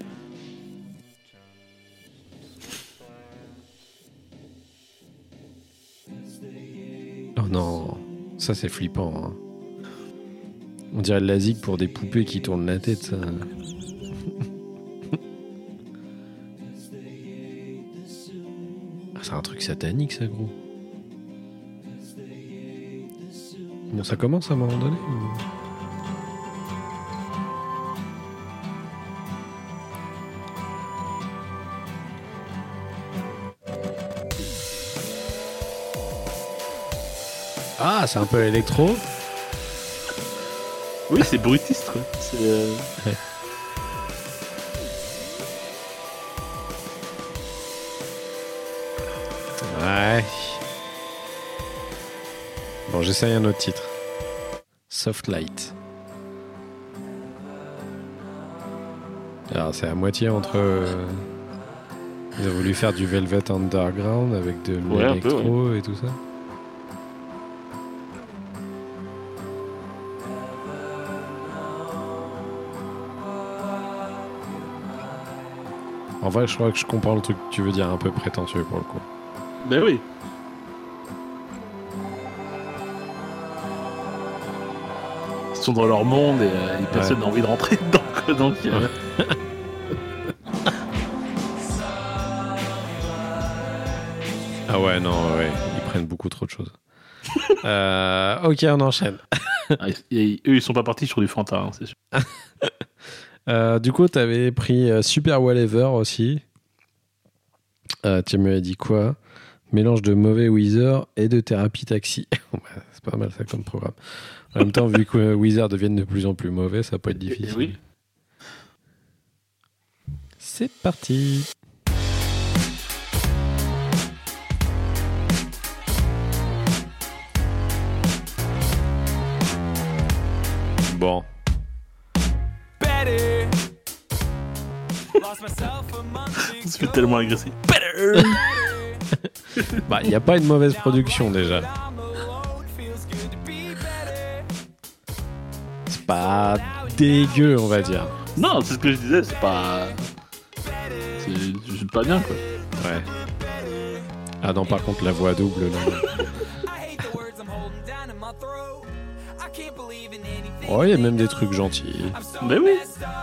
Oh non, ça c'est flippant. Hein. On dirait de la zig pour des poupées qui tournent la tête, ça. C'est un truc satanique, ça, gros. Bon, ça commence à un moment donné ou... Ah, c'est un peu électro. Oui, c'est brutiste, quoi. C'est, euh... Ouais. Ouais. Bon, j'essaye un autre titre. Soft Light. Alors, c'est à moitié entre... euh, Ils ont voulu faire du Velvet Underground avec de Ouais, un peu, l'électro et tout ça. En vrai, je crois que je comprends le truc que tu veux dire, un peu prétentieux pour le coup. Ben oui. Ils sont dans leur monde et, euh, et personne n'a Ouais. envie de rentrer dedans, quoi. Donc, euh, Ah ouais, non, ouais, ils prennent beaucoup trop de choses. euh, ok, on enchaîne. ah, et- et eux, ils sont pas partis sur du Fanta, hein, c'est sûr. Euh, du coup, t'avais pris euh, Super Whatever aussi. Euh, tu m'avais dit quoi? Mélange de mauvais Weezer et de thérapie taxi. Bah, c'est pas mal ça comme programme. En même temps, vu que euh, Weezer deviennent de plus en plus mauvais, ça peut être difficile. Oui. C'est parti. Bon. On se fait tellement agresser. Bah, il n'y a pas une mauvaise production déjà. C'est pas dégueu, on va dire. Non, c'est ce que je disais, c'est pas. C'est juste pas bien, quoi. Ouais. Ah non, par contre, la voix double, là. Oh, il y a même des trucs gentils. Mais oui.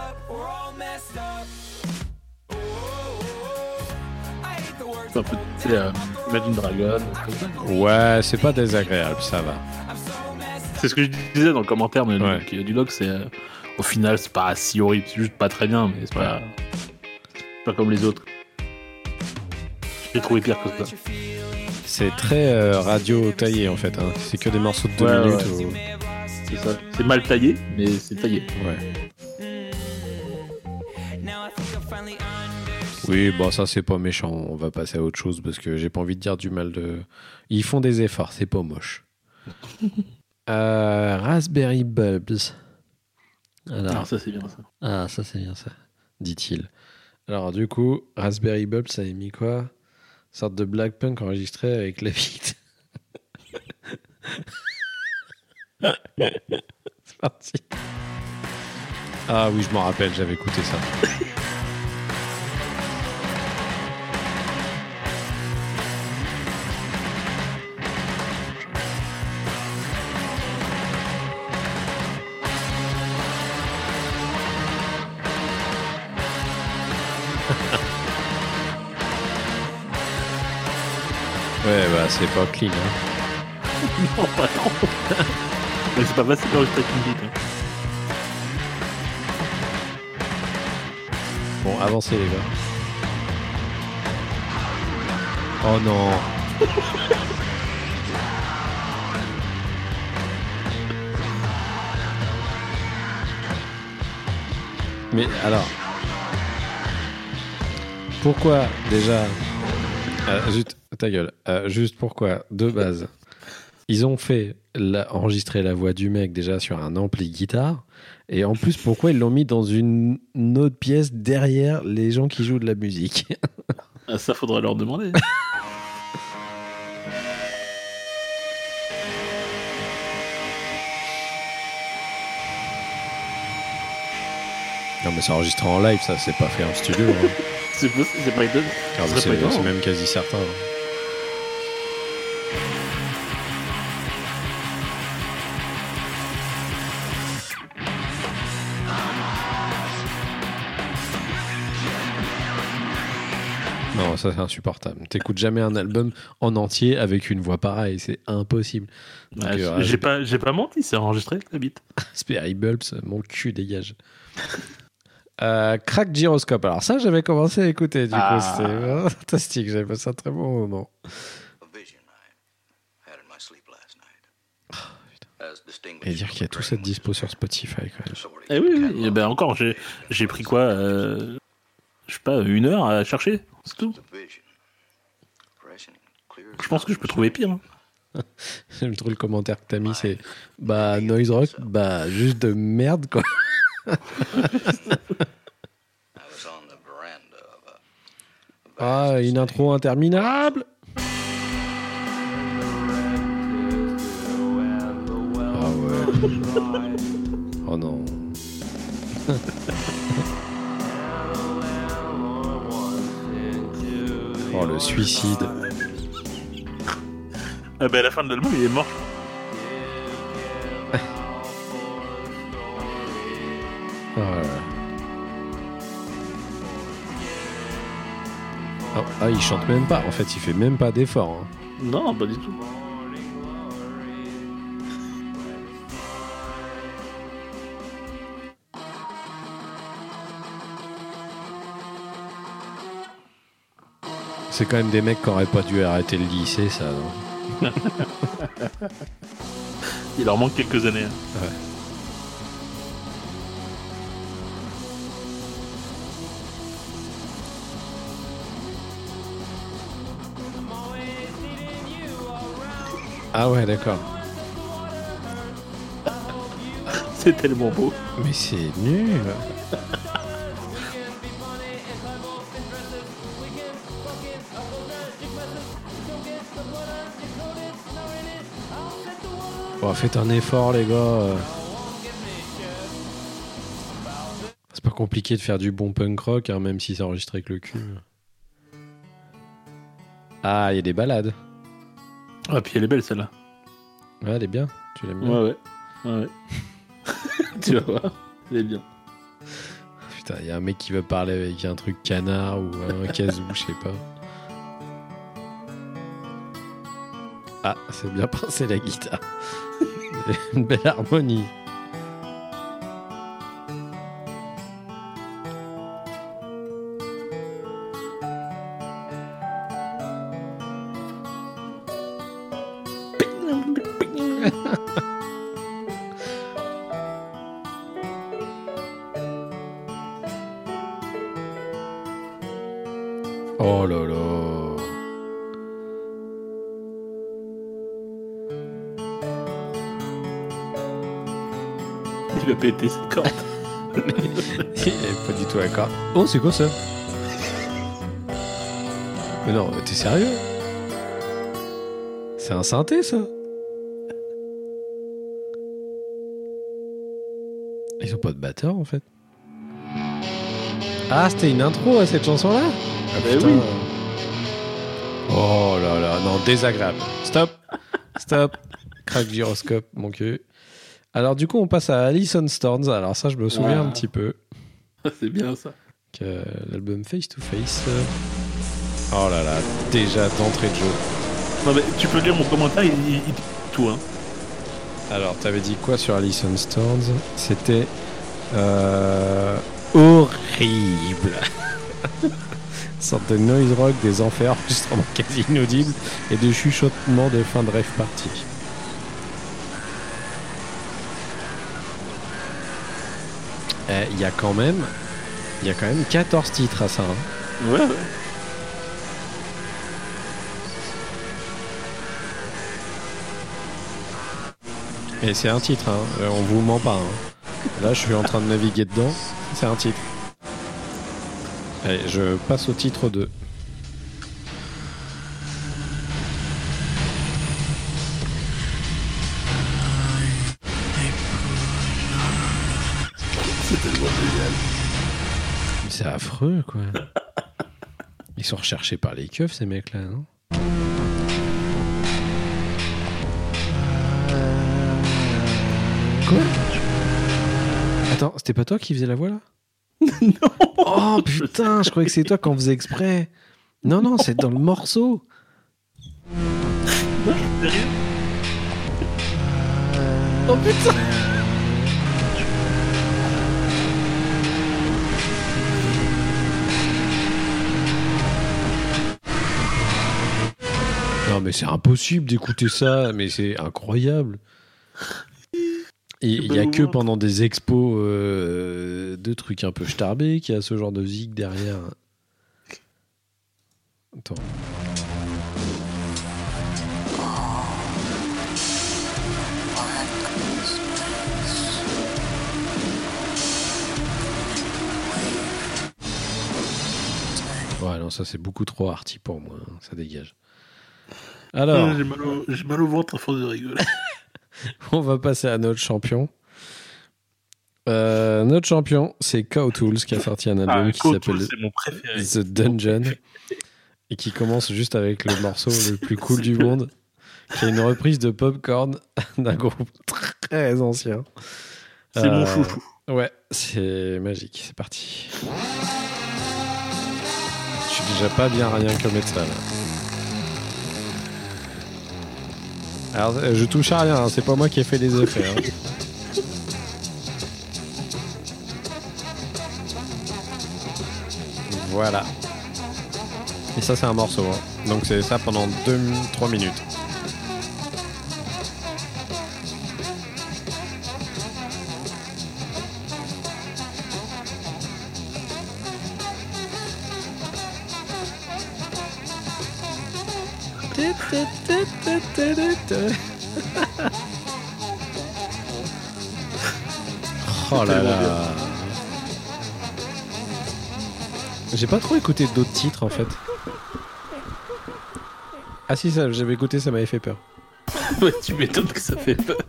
C'est un peu, tu sais, euh, Imagine Dragon. comme ça. Ouais, c'est pas désagréable, ça va. C'est ce que je disais dans le commentaire de, Ouais. du, du log, c'est euh, au final, c'est pas si horrible, c'est juste pas très bien, mais c'est pas, c'est pas comme les autres. J'ai trouvé pire que ça. C'est très euh, radio taillé, en fait. Hein. C'est que des morceaux de deux Ouais, minutes. ouais. ou- C'est ça. C'est mal taillé, mais c'est taillé. Ouais. Oui, bon, ça, c'est pas méchant. On va passer à autre chose parce que j'ai pas envie de dire du mal de... Ils font des efforts, c'est pas moche. euh, Raspberry Bulbs. Alors, Alors ça, c'est bien ça. ah, ça, c'est bien ça, dit-il. Alors, du coup, Raspberry Bulbs, ça a mis quoi? Sorte de black punk enregistré avec la beat. C'est parti. Ah oui, je m'en rappelle, j'avais écouté ça. Ouais, bah c'est pas clean. Hein. Non, pas trop. Mais c'est pas facile d'enregistrer avec une bite. Hein. Bon, avancez les gars. Oh non. Mais alors, pourquoi déjà euh, juste, ta gueule. Euh, juste pourquoi, de base, ils ont fait la, enregistrer la voix du mec déjà sur un ampli guitare, et en plus pourquoi ils l'ont mis dans une, une autre pièce derrière les gens qui jouent de la musique. Ah, ça, faudrait leur demander. Non mais c'est enregistré en live, ça, c'est pas fait en studio. Hein. c'est possible, c'est pas étonnant. Ah, Ce mais serait c'est, pas étonnant. c'est même quasi certain. hein. Non, ça c'est insupportable. T'écoutes jamais un album en entier avec une voix pareille, c'est impossible. Donc, Ouais, euh, j'ai pas, j'ai pas menti, c'est enregistré avec la bite. Raspberry Bulbs, mon cul dégage. euh, Crack Gyroscope. Alors ça, j'avais commencé à écouter. Du Ah. coup, c'était vraiment fantastique. J'avais passé un très bon moment. A vision I had in my sleep last night. As distinguished Et dire from qu'il y a a tout cette dream, dispo sur Spotify quand même. sorting Eh oui, oui. catalog Et ben encore, j'ai, j'ai pris quoi euh, je sais pas, une heure à chercher, c'est tout. the vision. Fresh and clear as Je pense que je peux trouver pire. Hein. J'aime trop le commentaire que t'as mis, c'est bah noise rock, bah juste de merde quoi. I was on the veranda of a Ah, une intro interminable. Ah ouais. Oh non. Oh le suicide. Ah ben à la fin de l'album, il est mort. Oh là là. Ah, ah, il chante même pas. En fait, il fait même pas d'effort. Hein. Non, pas du tout. C'est quand même des mecs qui auraient pas dû arrêter le lycée, ça. Non Il leur manque quelques années. Hein. Ouais. Ah ouais, d'accord. C'est tellement beau. Mais c'est nul. Bon, faites un effort, les gars. C'est pas compliqué de faire du bon punk rock, hein, même si c'est enregistré avec le cul. Ah, il y a des balades. Ah, puis elle est belle celle-là. Ouais, elle est bien. Tu l'aimes bien. Ouais, ouais. ouais, ouais. Tu vas voir, elle est bien. Putain, il y a un mec qui veut parler avec un truc canard ou un casou, je sais pas. Ah, c'est bien pincé la guitare. Une belle harmonie. Oh là là. Il va péter cette corde. Il est pas du tout d'accord. Oh, c'est quoi ça? Mais non, t'es sérieux? C'est un synthé, ça? Ils ont pas de batteur, en fait. Ah, c'était une intro à cette chanson-là? Ah, bah putain. oui. Oh là là, non, désagréable. Stop. Stop. Crack Gyroscope, mon cul. Alors, du coup, on passe à Alison Storms. Alors, ça, je me souviens Ah. un petit peu. C'est bien ça. Que l'album Face to Face. Oh là là, déjà d'entrée de jeu. Non, mais tu peux lire mon commentaire, il dit tout, hein. Alors, t'avais dit quoi sur Alison Storms? C'était euh, horrible. Sorte de noise rock des enfers, enregistrement quasi inaudible et de chuchotements de fin de rêve party. Il y a quand même, il y a quand même quatorze titres à ça. Hein. Ouais, ouais. Et c'est un titre, hein. Euh, on vous ment pas. Hein. Là, je suis en train de naviguer dedans. C'est un titre. Allez, je passe au titre deux. C'est tellement génial. Mais c'est affreux, quoi. Ils sont recherchés par les keufs, ces mecs-là, non? Quoi? Attends, c'était pas toi qui faisais la voix, là? Non. Oh, putain, je croyais que c'est toi qui en faisais exprès. Non, non, c'est dans le morceau. Sérieux? Oh putain. Non mais c'est impossible d'écouter ça, mais c'est incroyable. Il y a que pendant des expos euh, de trucs un peu starbés qu'il y a ce genre de zig derrière. Attends. Ouais, non, ça c'est beaucoup trop arty pour moi, hein, ça dégage. Alors, Ah, j'ai, mal au, j'ai mal au ventre à force de rigoler. on va passer à notre champion. Euh, notre champion, c'est Cow Tools qui a sorti un album Ah, qui Cow s'appelle Tools, c'est mon préféré. The Dungeon et qui commence juste avec le morceau le plus cool C'est du que- monde, qui est une reprise de Popcorn d'un groupe très ancien. C'est Euh, mon chouchou. Ouais, c'est magique, c'est parti. Je suis déjà pas bien rien que mettre ça là. Alors, euh, je touche à rien, hein, c'est pas moi qui ai fait les effets. Hein. Voilà. Et ça, c'est un morceau. Hein. Donc, c'est ça pendant deux trois minutes. Oh là là. J'ai pas trop écouté d'autres titres en fait. Ah si, ça, j'avais écouté, ça m'avait fait peur. Ouais, tu m'étonnes que ça fait peur.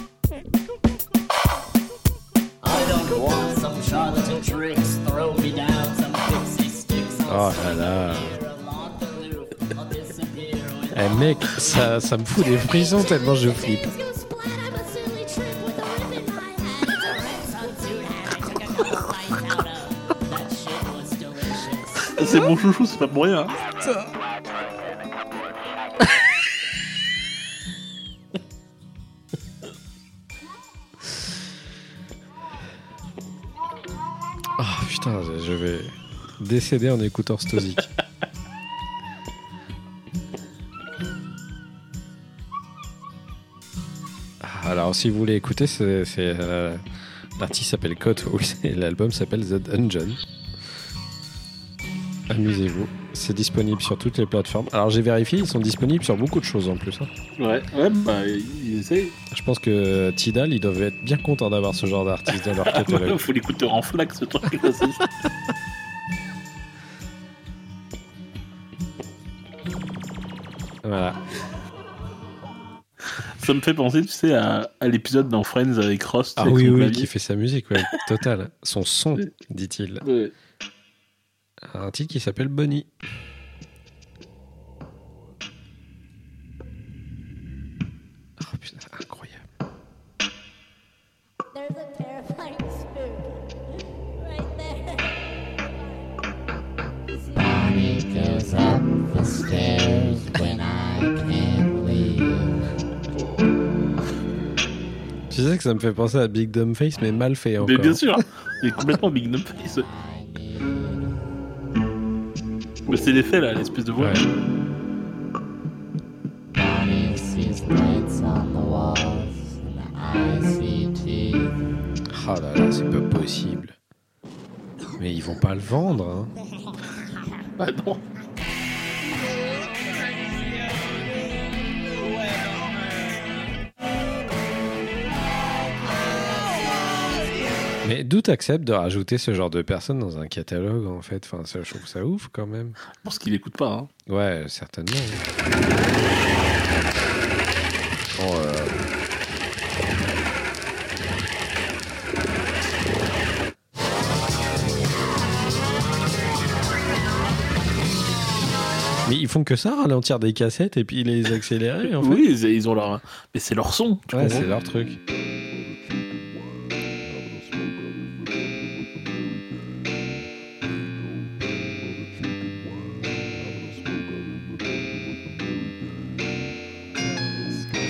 Oh là là. Eh mec, ça, ça me fout des frissons tellement je flippe. C'est mon chouchou, c'est pas pour rien. Oh putain, je- je vais décéder en écoutant Stozic. Ah, alors si vous voulez écouter, c'est, c'est, euh, l'artiste s'appelle Cow Tools et l'album s'appelle The Dungeon. Amusez-vous, c'est disponible sur toutes les plateformes. Alors j'ai vérifié, ils sont disponibles sur beaucoup de choses en plus. Hein. Ouais, ouais, bah, ils essayent. Je pense que Tidal, ils doivent être bien contents d'avoir ce genre d'artiste dans leur catalogue. Faut l'écouter en flac, ce truc. Là, c'est- Voilà. Ça me fait penser, tu sais, à, à l'épisode dans Friends avec Ross. tu Ah sais, avec oui, son oui, clavier. qui fait sa musique, ouais, total. Son son, dit-il. Ouais. Un titre qui s'appelle Bonnie. Oh putain, incroyable. There's a terrifying spook right there. Bonnie goes up the stairs when I can't leave. Tu sais que ça me fait penser à Big Dumb Face, mais mal fait encore. Mais bien sûr, il est complètement Big Numb Face. ouais. Mais c'est l'effet là, l'espèce de voix. Ouais. Bonnie sees lights on the walls and I see teeth. Oh là là, c'est pas possible. Mais ils vont pas le vendre, hein. Ah non. Mais d'où t'acceptes de rajouter ce genre de personnes dans un catalogue, en fait? Enfin, ça, je trouve ça ouf, quand même. Je pense qu'il écoute pas. Hein. Ouais, certainement. Oh, euh... Mais ils font que ça, ralentir des cassettes et puis les accélérer, en fait. Oui, ils, ils ont leur. Mais c'est leur son. Tu Ouais, comprends c'est leur truc.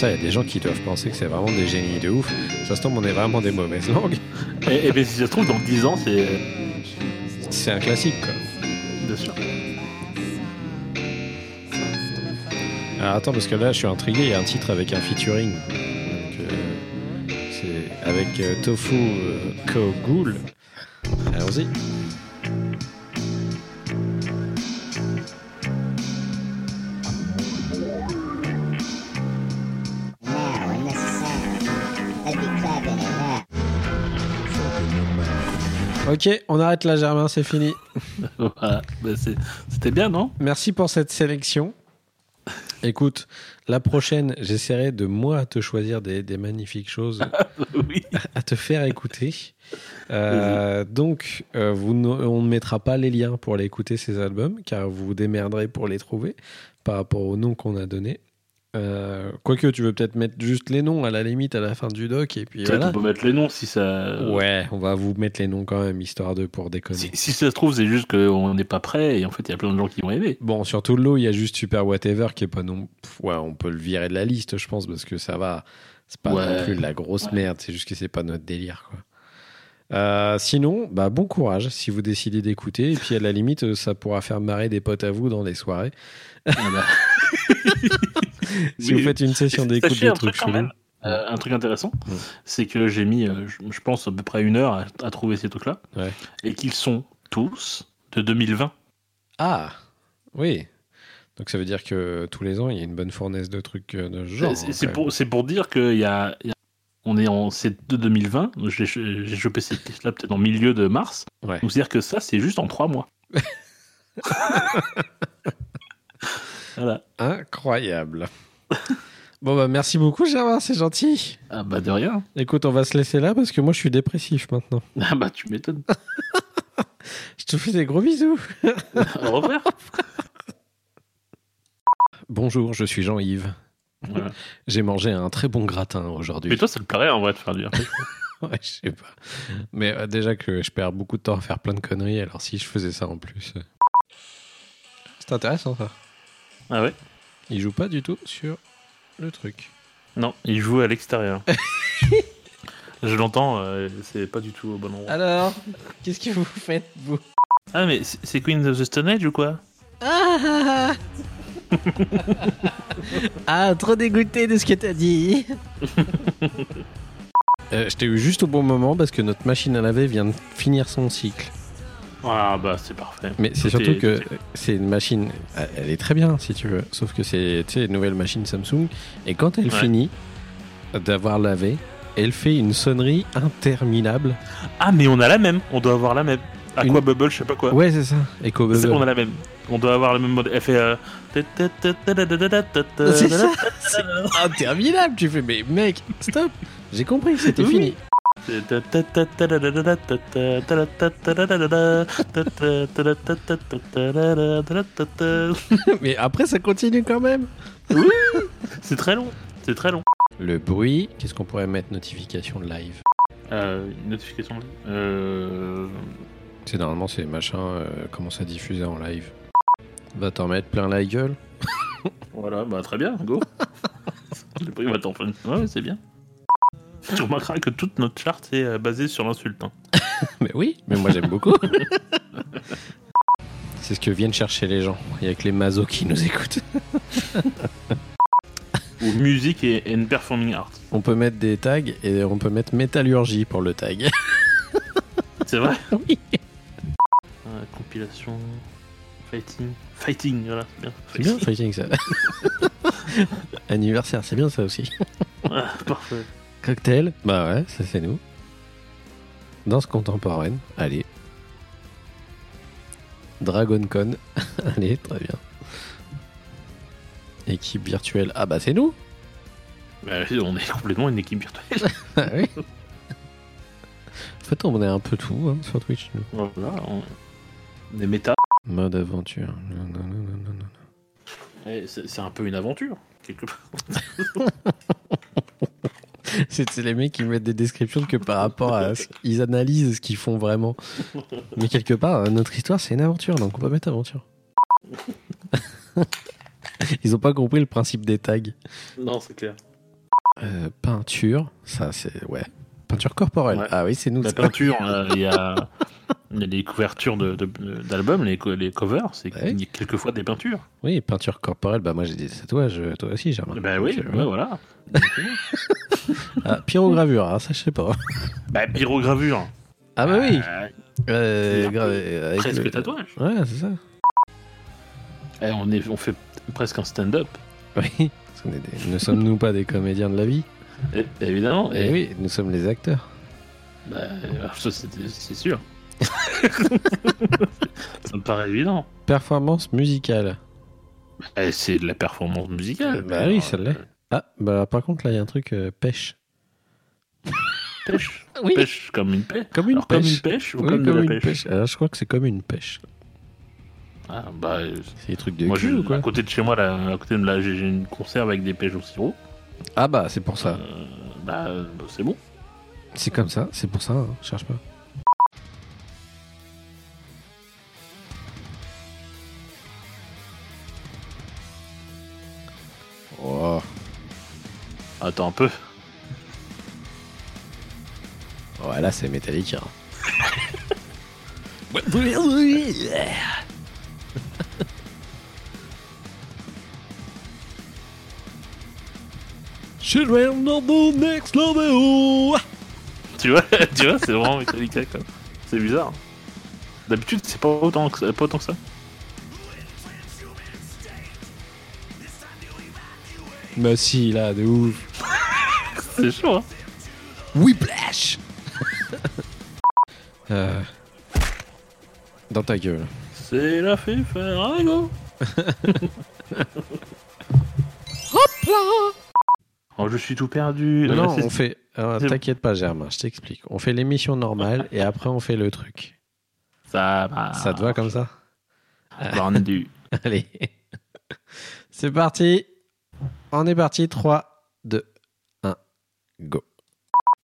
Putain, il y a des gens qui doivent penser que c'est vraiment des génies de ouf. Ça se tombe, on est vraiment des mauvaises langues. Et, et ben, si ça se trouve, dans dix ans, c'est. C'est un classique, quoi. Bien sûr. Alors attends, parce que là, je suis intrigué. Il y a un titre avec un featuring. Donc, euh, c'est avec euh, Tofu euh, Kogul. Allons-y. Ok, on arrête là, Germain, c'est fini. Voilà. Ben, c'est- C'était bien, non? Merci pour cette sélection. Écoute, la prochaine, j'essaierai de moi te choisir des, des magnifiques choses Oui. à te faire écouter. Euh, donc, euh, vous ne- on ne mettra pas les liens pour aller écouter ces albums, car vous vous démerderez pour les trouver par rapport aux noms qu'on a donnés. Euh, quoique, tu veux peut-être mettre juste les noms à la limite à la fin du doc, et puis Peut-être voilà. on peut mettre les noms si ça. Ouais, on va vous mettre les noms quand même, histoire de pour déconner. Si, si ça se trouve, c'est juste qu'on n'est pas prêt et en fait, il y a plein de gens qui vont aimer. Bon, sur tout le lot, il y a juste Super Whatever qui est pas non. Pff, ouais, on peut le virer de la liste, je pense, parce que ça va. C'est pas Ouais. non plus de la grosse merde, c'est juste que c'est pas notre délire, quoi. Euh, sinon, bah, bon courage si vous décidez d'écouter. Et puis à la limite, euh, ça pourra faire marrer des potes à vous dans les soirées. Voilà. Si Oui. vous faites une session d'écoute Sachez de un trucs truc quand chelous. même, euh, un truc intéressant, Ouais. c'est que j'ai mis, euh, je je pense, à peu près une heure à, à trouver ces trucs-là, Ouais. et qu'ils sont tous de deux mille vingt. Ah, oui. Donc ça veut dire que tous les ans, il y a une bonne fournaise de trucs euh, de ce genre. C'est- hein, c'est quand pour, c'est pour dire qu'il y a, il y a- on est en c'est de deux mille vingt. J'ai j'ai chopé cette liste-là peut-être en milieu de mars. même. Ouais. Donc c'est-à-dire que ça, c'est juste en trois mois. Voilà. Incroyable. Bon, bah merci beaucoup, Germain, c'est gentil. Ah bah de rien. Écoute, on va se laisser là parce que moi, je suis dépressif maintenant. Ah bah tu m'étonnes. Je te fais des gros bisous. Au revoir. Bonjour, je suis Jean-Yves. Voilà. J'ai mangé un très bon gratin aujourd'hui. Mais toi, ça te plairait en vrai de faire du R P. Ouais, je sais pas. Mais euh, déjà que je perds beaucoup de temps à faire plein de conneries, alors si je faisais ça en plus. euh. C'est intéressant ça. Ah ouais? Il joue pas du tout sur le truc. Non, il joue à l'extérieur. Je l'entends, euh, c'est pas du tout au bon endroit. Alors, qu'est-ce que vous faites, vous? Ah mais c'est c'est Queen of the Stone Age ou quoi? Ah, ah, trop dégoûté de ce que t'as dit. Euh, je t'ai eu juste au bon moment parce que notre machine à laver vient de finir son cycle. Ah bah c'est parfait. Mais c'est Tout surtout est- que tout est- c'est une machine, elle est très bien si tu veux, sauf que c'est tu sais, une nouvelle machine Samsung, et quand elle Ouais. finit d'avoir lavé, elle fait une sonnerie interminable. Ah mais on a la même, on doit avoir la même. Une- Aqua Bubble, je sais pas quoi. Ouais, c'est ça, Echo C'est- Bubble. on a la même. On doit avoir le même mode. Elle fait. euh, C'est ça, c'est interminable. Tu fais, mais mec, stop, j'ai compris, c'était Oui. fini. Mais après, ça continue quand même. C'est très long. C'est très long. Le bruit, qu'est-ce qu'on pourrait mettre notification de live? Euh, une notification. Euh... C'est normalement, c'est machin, euh, commence à diffuser en live. Va t'en mettre plein la gueule. Voilà, bah très bien, go. Le bruit va t'en faire. Ouais, c'est bien. Tu remarqueras que toute notre charte est euh, basée sur l'insulte. hein. Mais oui, mais moi j'aime beaucoup. C'est ce que viennent chercher les gens. Il y a que les masos qui nous écoutent. Ou musique et, and performing art. On peut mettre des tags et on peut mettre métallurgie pour le tag. C'est vrai? Oui. Euh, compilation. Fighting. Fighting, voilà, c'est bien. C'est bien fighting ça. Anniversaire, c'est bien ça aussi. Ouais, parfait. Cocktail, bah ouais, ça c'est nous. Danse contemporaine, allez. DragonCon, allez, très bien. Équipe virtuelle, ah bah c'est nous. Bah, on est complètement une équipe virtuelle. Ah oui. En fait, on est un peu tout hein, sur Twitch. Nous. Voilà, on... Des méta. Mode aventure. Non, non, non, non, non, non. Eh, C'est c'est un peu une aventure, quelque part. C'est c'est les mecs qui mettent des descriptions que par rapport à ce ils analysent ce qu'ils font vraiment. Mais quelque part, notre histoire, c'est une aventure, donc on peut mettre aventure. Ils ont pas compris le principe des tags. Non, c'est clair. Euh, peinture, ça c'est... Ouais. Peinture corporelle. Ouais. Ah oui, c'est nous. La ça. peinture, euh, il y, a, il y a les couvertures de, de- d'albums, les, co- les covers, c'est Ouais. qu'il y a quelquefois des peintures. Oui, peinture corporelle, bah moi j'ai des tatouages, toi aussi, Germain. Bah oui, Donc, euh, ouais, voilà. Ah, pyrogravure, hein, ça je sais pas. Bah, pyrogravure. Ah bah oui. Euh, Euh, c'est un grave, peu avec presque le- tatouage. Ouais, c'est ça. Eh, on, est, on fait presque un stand-up. Oui. Parce qu'on est des- Ne sommes-nous pas des comédiens de la vie? Eh, évidemment. Eh Et oui, nous sommes les acteurs. Bah, ça, c'est, c'est sûr. Ça me paraît évident. Performance musicale. Eh, c'est de la performance musicale. Bah oui, ça l'est. Ah, bah par contre là il y a un truc euh, pêche. Pêche. Oui. Pêche comme une pêche. Comme une Alors, pêche. Comme une pêche ou Oui, comme, de la une pêche, pêche. Alors je crois que c'est comme une pêche. Ah, bah, euh, C'est des trucs de moi, cul je- ou quoi? à côté de chez moi, là, à côté de là, j'ai, j'ai une conserve avec des pêches au sirop. Ah bah c'est pour ça. Euh, bah, euh, c'est bon. C'est comme ça, c'est pour ça, hein. Cherche pas. Oh. Attends un peu. Ouais, là c'est Metallica. Children of the next level. Tu vois, tu vois, c'est vraiment Metallica, quoi. C'est bizarre. D'habitude, c'est pas autant que ça. Pas autant que ça. Bah si, là, de ouf. C'est chaud, hein. Whiplash. euh... Dans ta gueule. C'est la fée Ferrago. Oh, je suis tout perdu. Non, Euh, non, c'est- on fait... alors, c'est- t'inquiète pas, Germain, je t'explique. On fait l'émission normale et après on fait le truc. Ça va. Ça te va comme ça? Vendu. Allez. C'est parti. On est parti. trois, deux, un, go.